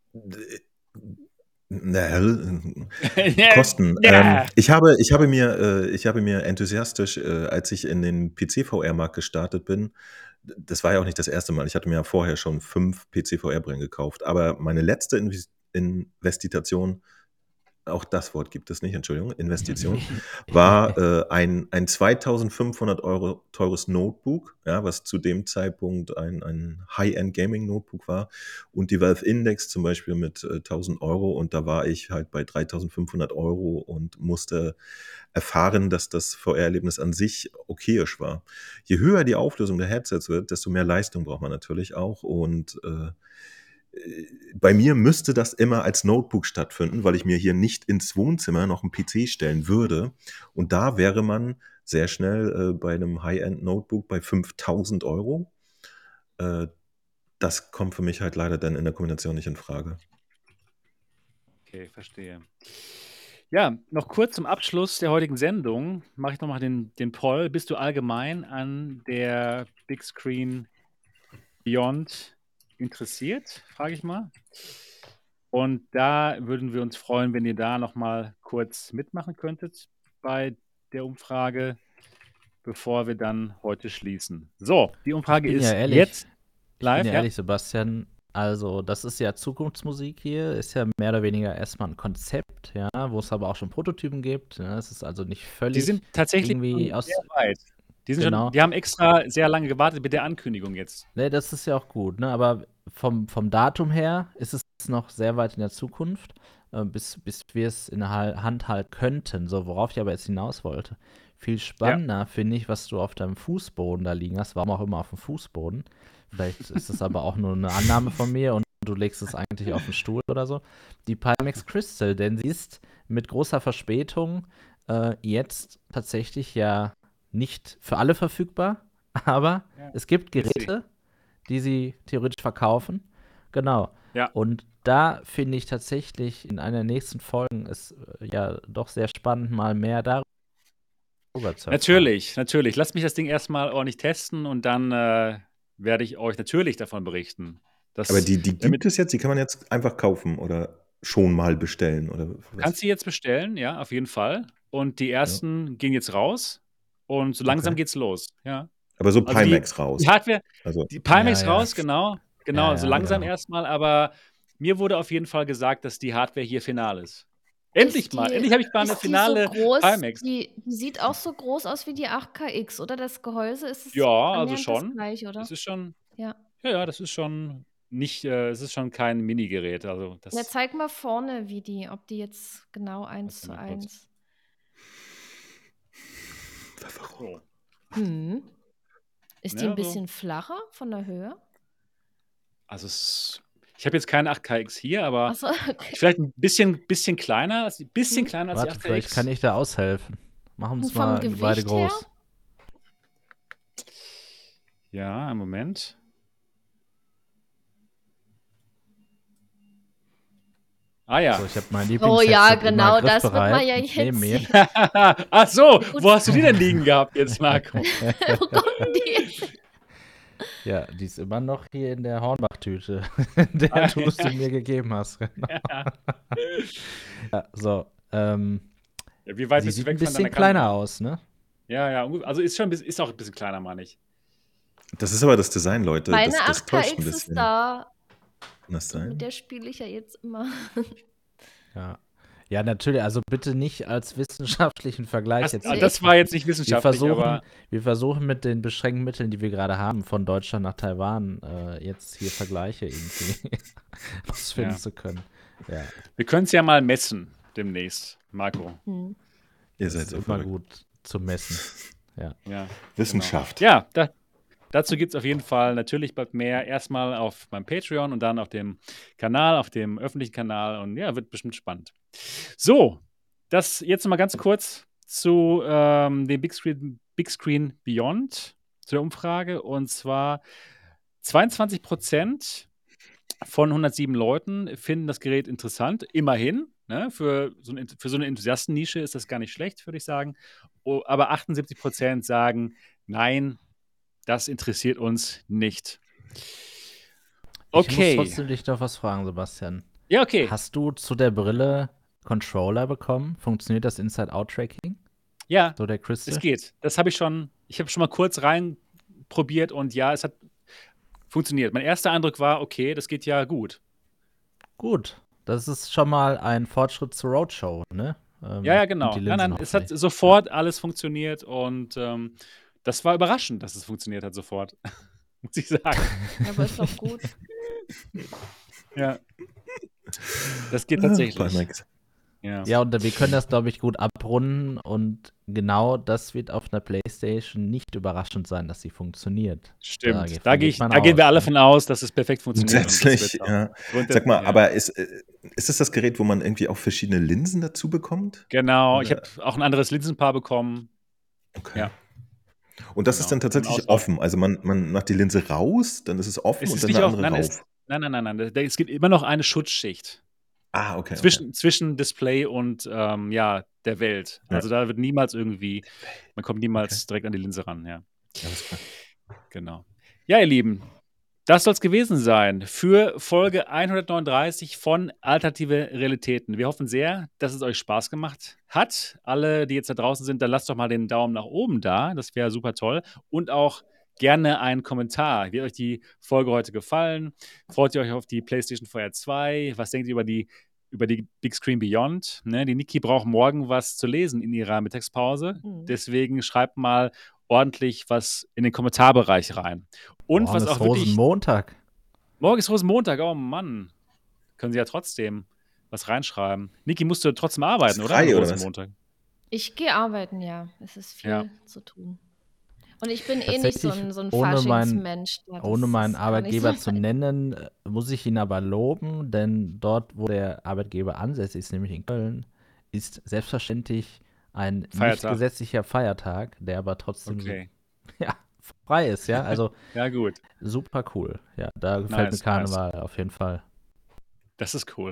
Kosten. Ja. Ich habe mir enthusiastisch, als ich in den PC-VR-Markt gestartet bin, das war ja auch nicht das erste Mal. Ich hatte mir ja vorher schon 5 PC-VR-Brillen gekauft. Aber meine letzte Investition, auch das Wort gibt es nicht, Entschuldigung, Investition, war ein 2.500 Euro teures Notebook, ja, was zu dem Zeitpunkt ein High-End-Gaming-Notebook war, und die Valve Index zum Beispiel mit 1.000 Euro, und da war ich halt bei 3.500 Euro und musste erfahren, dass das VR-Erlebnis an sich okayisch war. Je höher die Auflösung der Headsets wird, desto mehr Leistung braucht man natürlich auch, und bei mir müsste das immer als Notebook stattfinden, weil ich mir hier nicht ins Wohnzimmer noch einen PC stellen würde. Und da wäre man sehr schnell bei einem High-End-Notebook bei 5.000 Euro. Das kommt für mich halt leider dann in der Kombination nicht in Frage. Okay, verstehe. Ja, noch kurz zum Abschluss der heutigen Sendung mache ich nochmal den Poll. Bist du allgemein an der Big Screen Beyond interessiert, frage ich mal. Und da würden wir uns freuen, wenn ihr da nochmal kurz mitmachen könntet bei der Umfrage, bevor wir dann heute schließen. So, die Umfrage ist jetzt live. Ich bin ja ehrlich, Sebastian, also das ist ja Zukunftsmusik hier, ist ja mehr oder weniger erstmal ein Konzept, ja, wo es aber auch schon Prototypen gibt. Ja, es ist also nicht völlig Die sind tatsächlich irgendwie schon sehr weit. Die Genau. haben extra sehr lange gewartet mit der Ankündigung jetzt. Ne, das ist ja auch gut, ne? Aber vom Datum her ist es noch sehr weit in der Zukunft, bis wir es in der Hand halten könnten. So, worauf ich aber jetzt hinaus wollte. Viel spannender finde ich, was du auf deinem Fußboden da liegen hast. Warum auch immer auf dem Fußboden. Vielleicht ist es aber auch nur eine Annahme von mir und du legst es eigentlich auf den Stuhl oder so. Die Pimax Crystal, denn sie ist mit großer Verspätung jetzt tatsächlich ja nicht für alle verfügbar, aber es gibt Geräte, die sie theoretisch verkaufen. Genau. Ja. Und da finde ich tatsächlich in einer der nächsten Folgen es ja doch sehr spannend, mal mehr darüber zu erfahren. Natürlich. Lasst mich das Ding erstmal ordentlich testen und dann werde ich euch natürlich davon berichten. Aber die gibt es jetzt, die kann man jetzt einfach kaufen oder schon mal bestellen? Oder was? Kannst du jetzt bestellen, ja, auf jeden Fall. Und die ersten gehen jetzt raus und so langsam geht's los, ja. Aber so Also Pimax raus. Die Hardware, Also, die Pimax Ja. raus, genau, so langsam genau. erstmal, aber mir wurde auf jeden Fall gesagt, dass die Hardware hier final ist. Endlich habe ich mal eine finale so groß, Pimax. die sieht auch so groß aus wie die 8KX, oder? Das Gehäuse ist es Ja, also annähernd schon. das gleiche, oder? Das ist schon, Ja. ja, das ist schon nicht, es ist schon kein Minigerät. Also das, Ja, zeig mal vorne, ob die jetzt genau 1 zu Warte mal kurz. 1. Warum? Ist die Ja, ein bisschen flacher von der Höhe? Also ich habe jetzt keine 8KX hier, aber Achso, okay. vielleicht ein bisschen kleiner, kleiner als die Warte, 8KX. vielleicht kann ich da aushelfen. Machen uns Und vom mal beide Gewicht groß. Ja, einen Moment. Ah ja. So, ich habe mein Oh ja, Lieblings-Headset genau, immer das wird man griffbereit ja neben mir. jetzt. Ach so, Gut. wo hast du die denn liegen gehabt jetzt, Marco? Wo kommen die jetzt? Ja, die ist immer noch hier in der Hornbach-Tüte, in der du sie mir gegeben hast. Genau. Ja, so, Ja, wie weit sie bist du sieht ein weg von bisschen deiner kleiner Kamera? aus, ne? Ja, also ist auch ein bisschen kleiner, meine ich. Das ist aber das Design, Leute. Meine Das täuscht ein 8KX ist bisschen. da. Kann das sein? Mit der spiele ich ja jetzt immer. Ja, natürlich, also bitte nicht als wissenschaftlichen Vergleich jetzt. Das war jetzt nicht wissenschaftlich, aber Wir versuchen mit den beschränkten Mitteln, die wir gerade haben, von Deutschland nach Taiwan, jetzt hier Vergleiche irgendwie ausfinden zu können. Ja. wir können es ja mal messen demnächst, Marco. Ihr Das seid ist so immer verrückt. gut zu messen. Ja. Ja, Wissenschaft. Ja, dazu gibt es auf jeden Fall natürlich bald mehr. Erstmal auf meinem Patreon und dann auf dem Kanal, auf dem öffentlichen Kanal. Und ja, wird bestimmt spannend. So, das jetzt nochmal ganz kurz zu dem Big Screen Beyond, zu der Umfrage. Und zwar 22% von 107 Leuten finden das Gerät interessant, immerhin. Ne? Für so eine Enthusiastennische ist das gar nicht schlecht, würde ich sagen. Aber 78% sagen, nein, das interessiert uns nicht. Ich muss Okay. trotzdem dich noch was fragen, Sebastian. Ja, okay. Hast du zu der Brille Controller bekommen? Funktioniert das Inside-Out-Tracking? Ja, So der Crystal? es geht. Ich habe schon mal kurz reinprobiert und ja, es hat funktioniert. Mein erster Eindruck war, okay, das geht ja gut. Gut, das ist schon mal ein Fortschritt zur Roadshow, ne? Ja, genau. und die Nein, Linsen es hat hoffentlich. sofort alles funktioniert und das war überraschend, dass es funktioniert hat sofort. Muss ich sagen. Aber ist doch gut. Ja. Das geht tatsächlich. Pimax. Ja. Ja, und wir können das, glaube ich, gut abrunden und genau das wird auf einer PlayStation nicht überraschend sein, dass sie funktioniert. Stimmt. Da Da geht man gehen wir aus, alle ne? von aus, dass es perfekt funktioniert. Grundsätzlich, ja. Sag mal, ja. aber ist es das Gerät, wo man irgendwie auch verschiedene Linsen dazu bekommt? Genau, ich Oder- habe auch ein anderes Linsenpaar bekommen. Okay. Ja. Und das Genau. ist dann tatsächlich Austausch. offen. Also man macht die Linse raus, dann ist es offen Es und ist dann nicht eine offen, andere nein, rauf. nein. Es gibt immer noch eine Schutzschicht Ah, okay. zwischen Display und ja, der Welt. Ja. Also da wird niemals irgendwie, man kommt niemals direkt an die Linse ran, ja. Alles klar. Genau. Ja, ihr Lieben, das soll es gewesen sein für Folge 139 von Alternative Realitäten. Wir hoffen sehr, dass es euch Spaß gemacht hat. Alle, die jetzt da draußen sind, dann lasst doch mal den Daumen nach oben da. Das wäre super toll. Und auch gerne einen Kommentar. Wie hat euch die Folge heute gefallen? Freut ihr euch auf die PlayStation 4 2? Was denkt ihr über die Big Screen Beyond? Ne? Die Niki braucht morgen was zu lesen in ihrer Mittagspause. Deswegen schreibt mal ordentlich was in den Kommentarbereich rein. Und Morgen was ist auch wirklich. Rosenmontag. Morgen ist Rosenmontag, oh Mann. Können Sie ja trotzdem was reinschreiben. Niki, musst du trotzdem arbeiten, Ist oder? frei, An oder was? Rosenmontag. Ich gehe arbeiten, ja. Es ist viel Ja. zu tun. Und ich bin nicht so ein ohne Faschingsmensch. Ja, Ohne meinen das kann nicht Arbeitgeber so zu sein. nennen, muss ich ihn aber loben, denn dort, wo der Arbeitgeber ansässig ist, nämlich in Köln, ist selbstverständlich ein nicht Feiertag. gesetzlicher Feiertag, der aber trotzdem Okay. ja, frei ist, ja. Also Ja, gut. super cool. Ja, da gefällt Nice, mir Karneval auf jeden Fall. Das ist cool.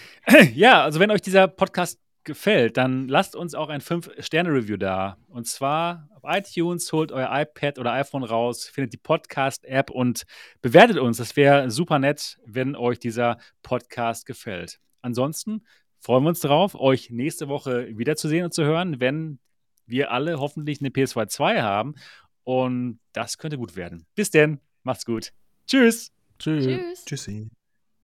Ja, also wenn euch dieser Podcast gefällt, dann lasst uns auch ein 5-Sterne-Review da. Und zwar auf iTunes, holt euer iPad oder iPhone raus, findet die Podcast-App und bewertet uns. Das wäre super nett, wenn euch dieser Podcast gefällt. Ansonsten freuen wir uns darauf, euch nächste Woche wiederzusehen und zu hören, wenn wir alle hoffentlich eine PS2 2 haben. Und das könnte gut werden. Bis denn, macht's gut. Tschüss. Tschüss. Tschüss. Tschüssi.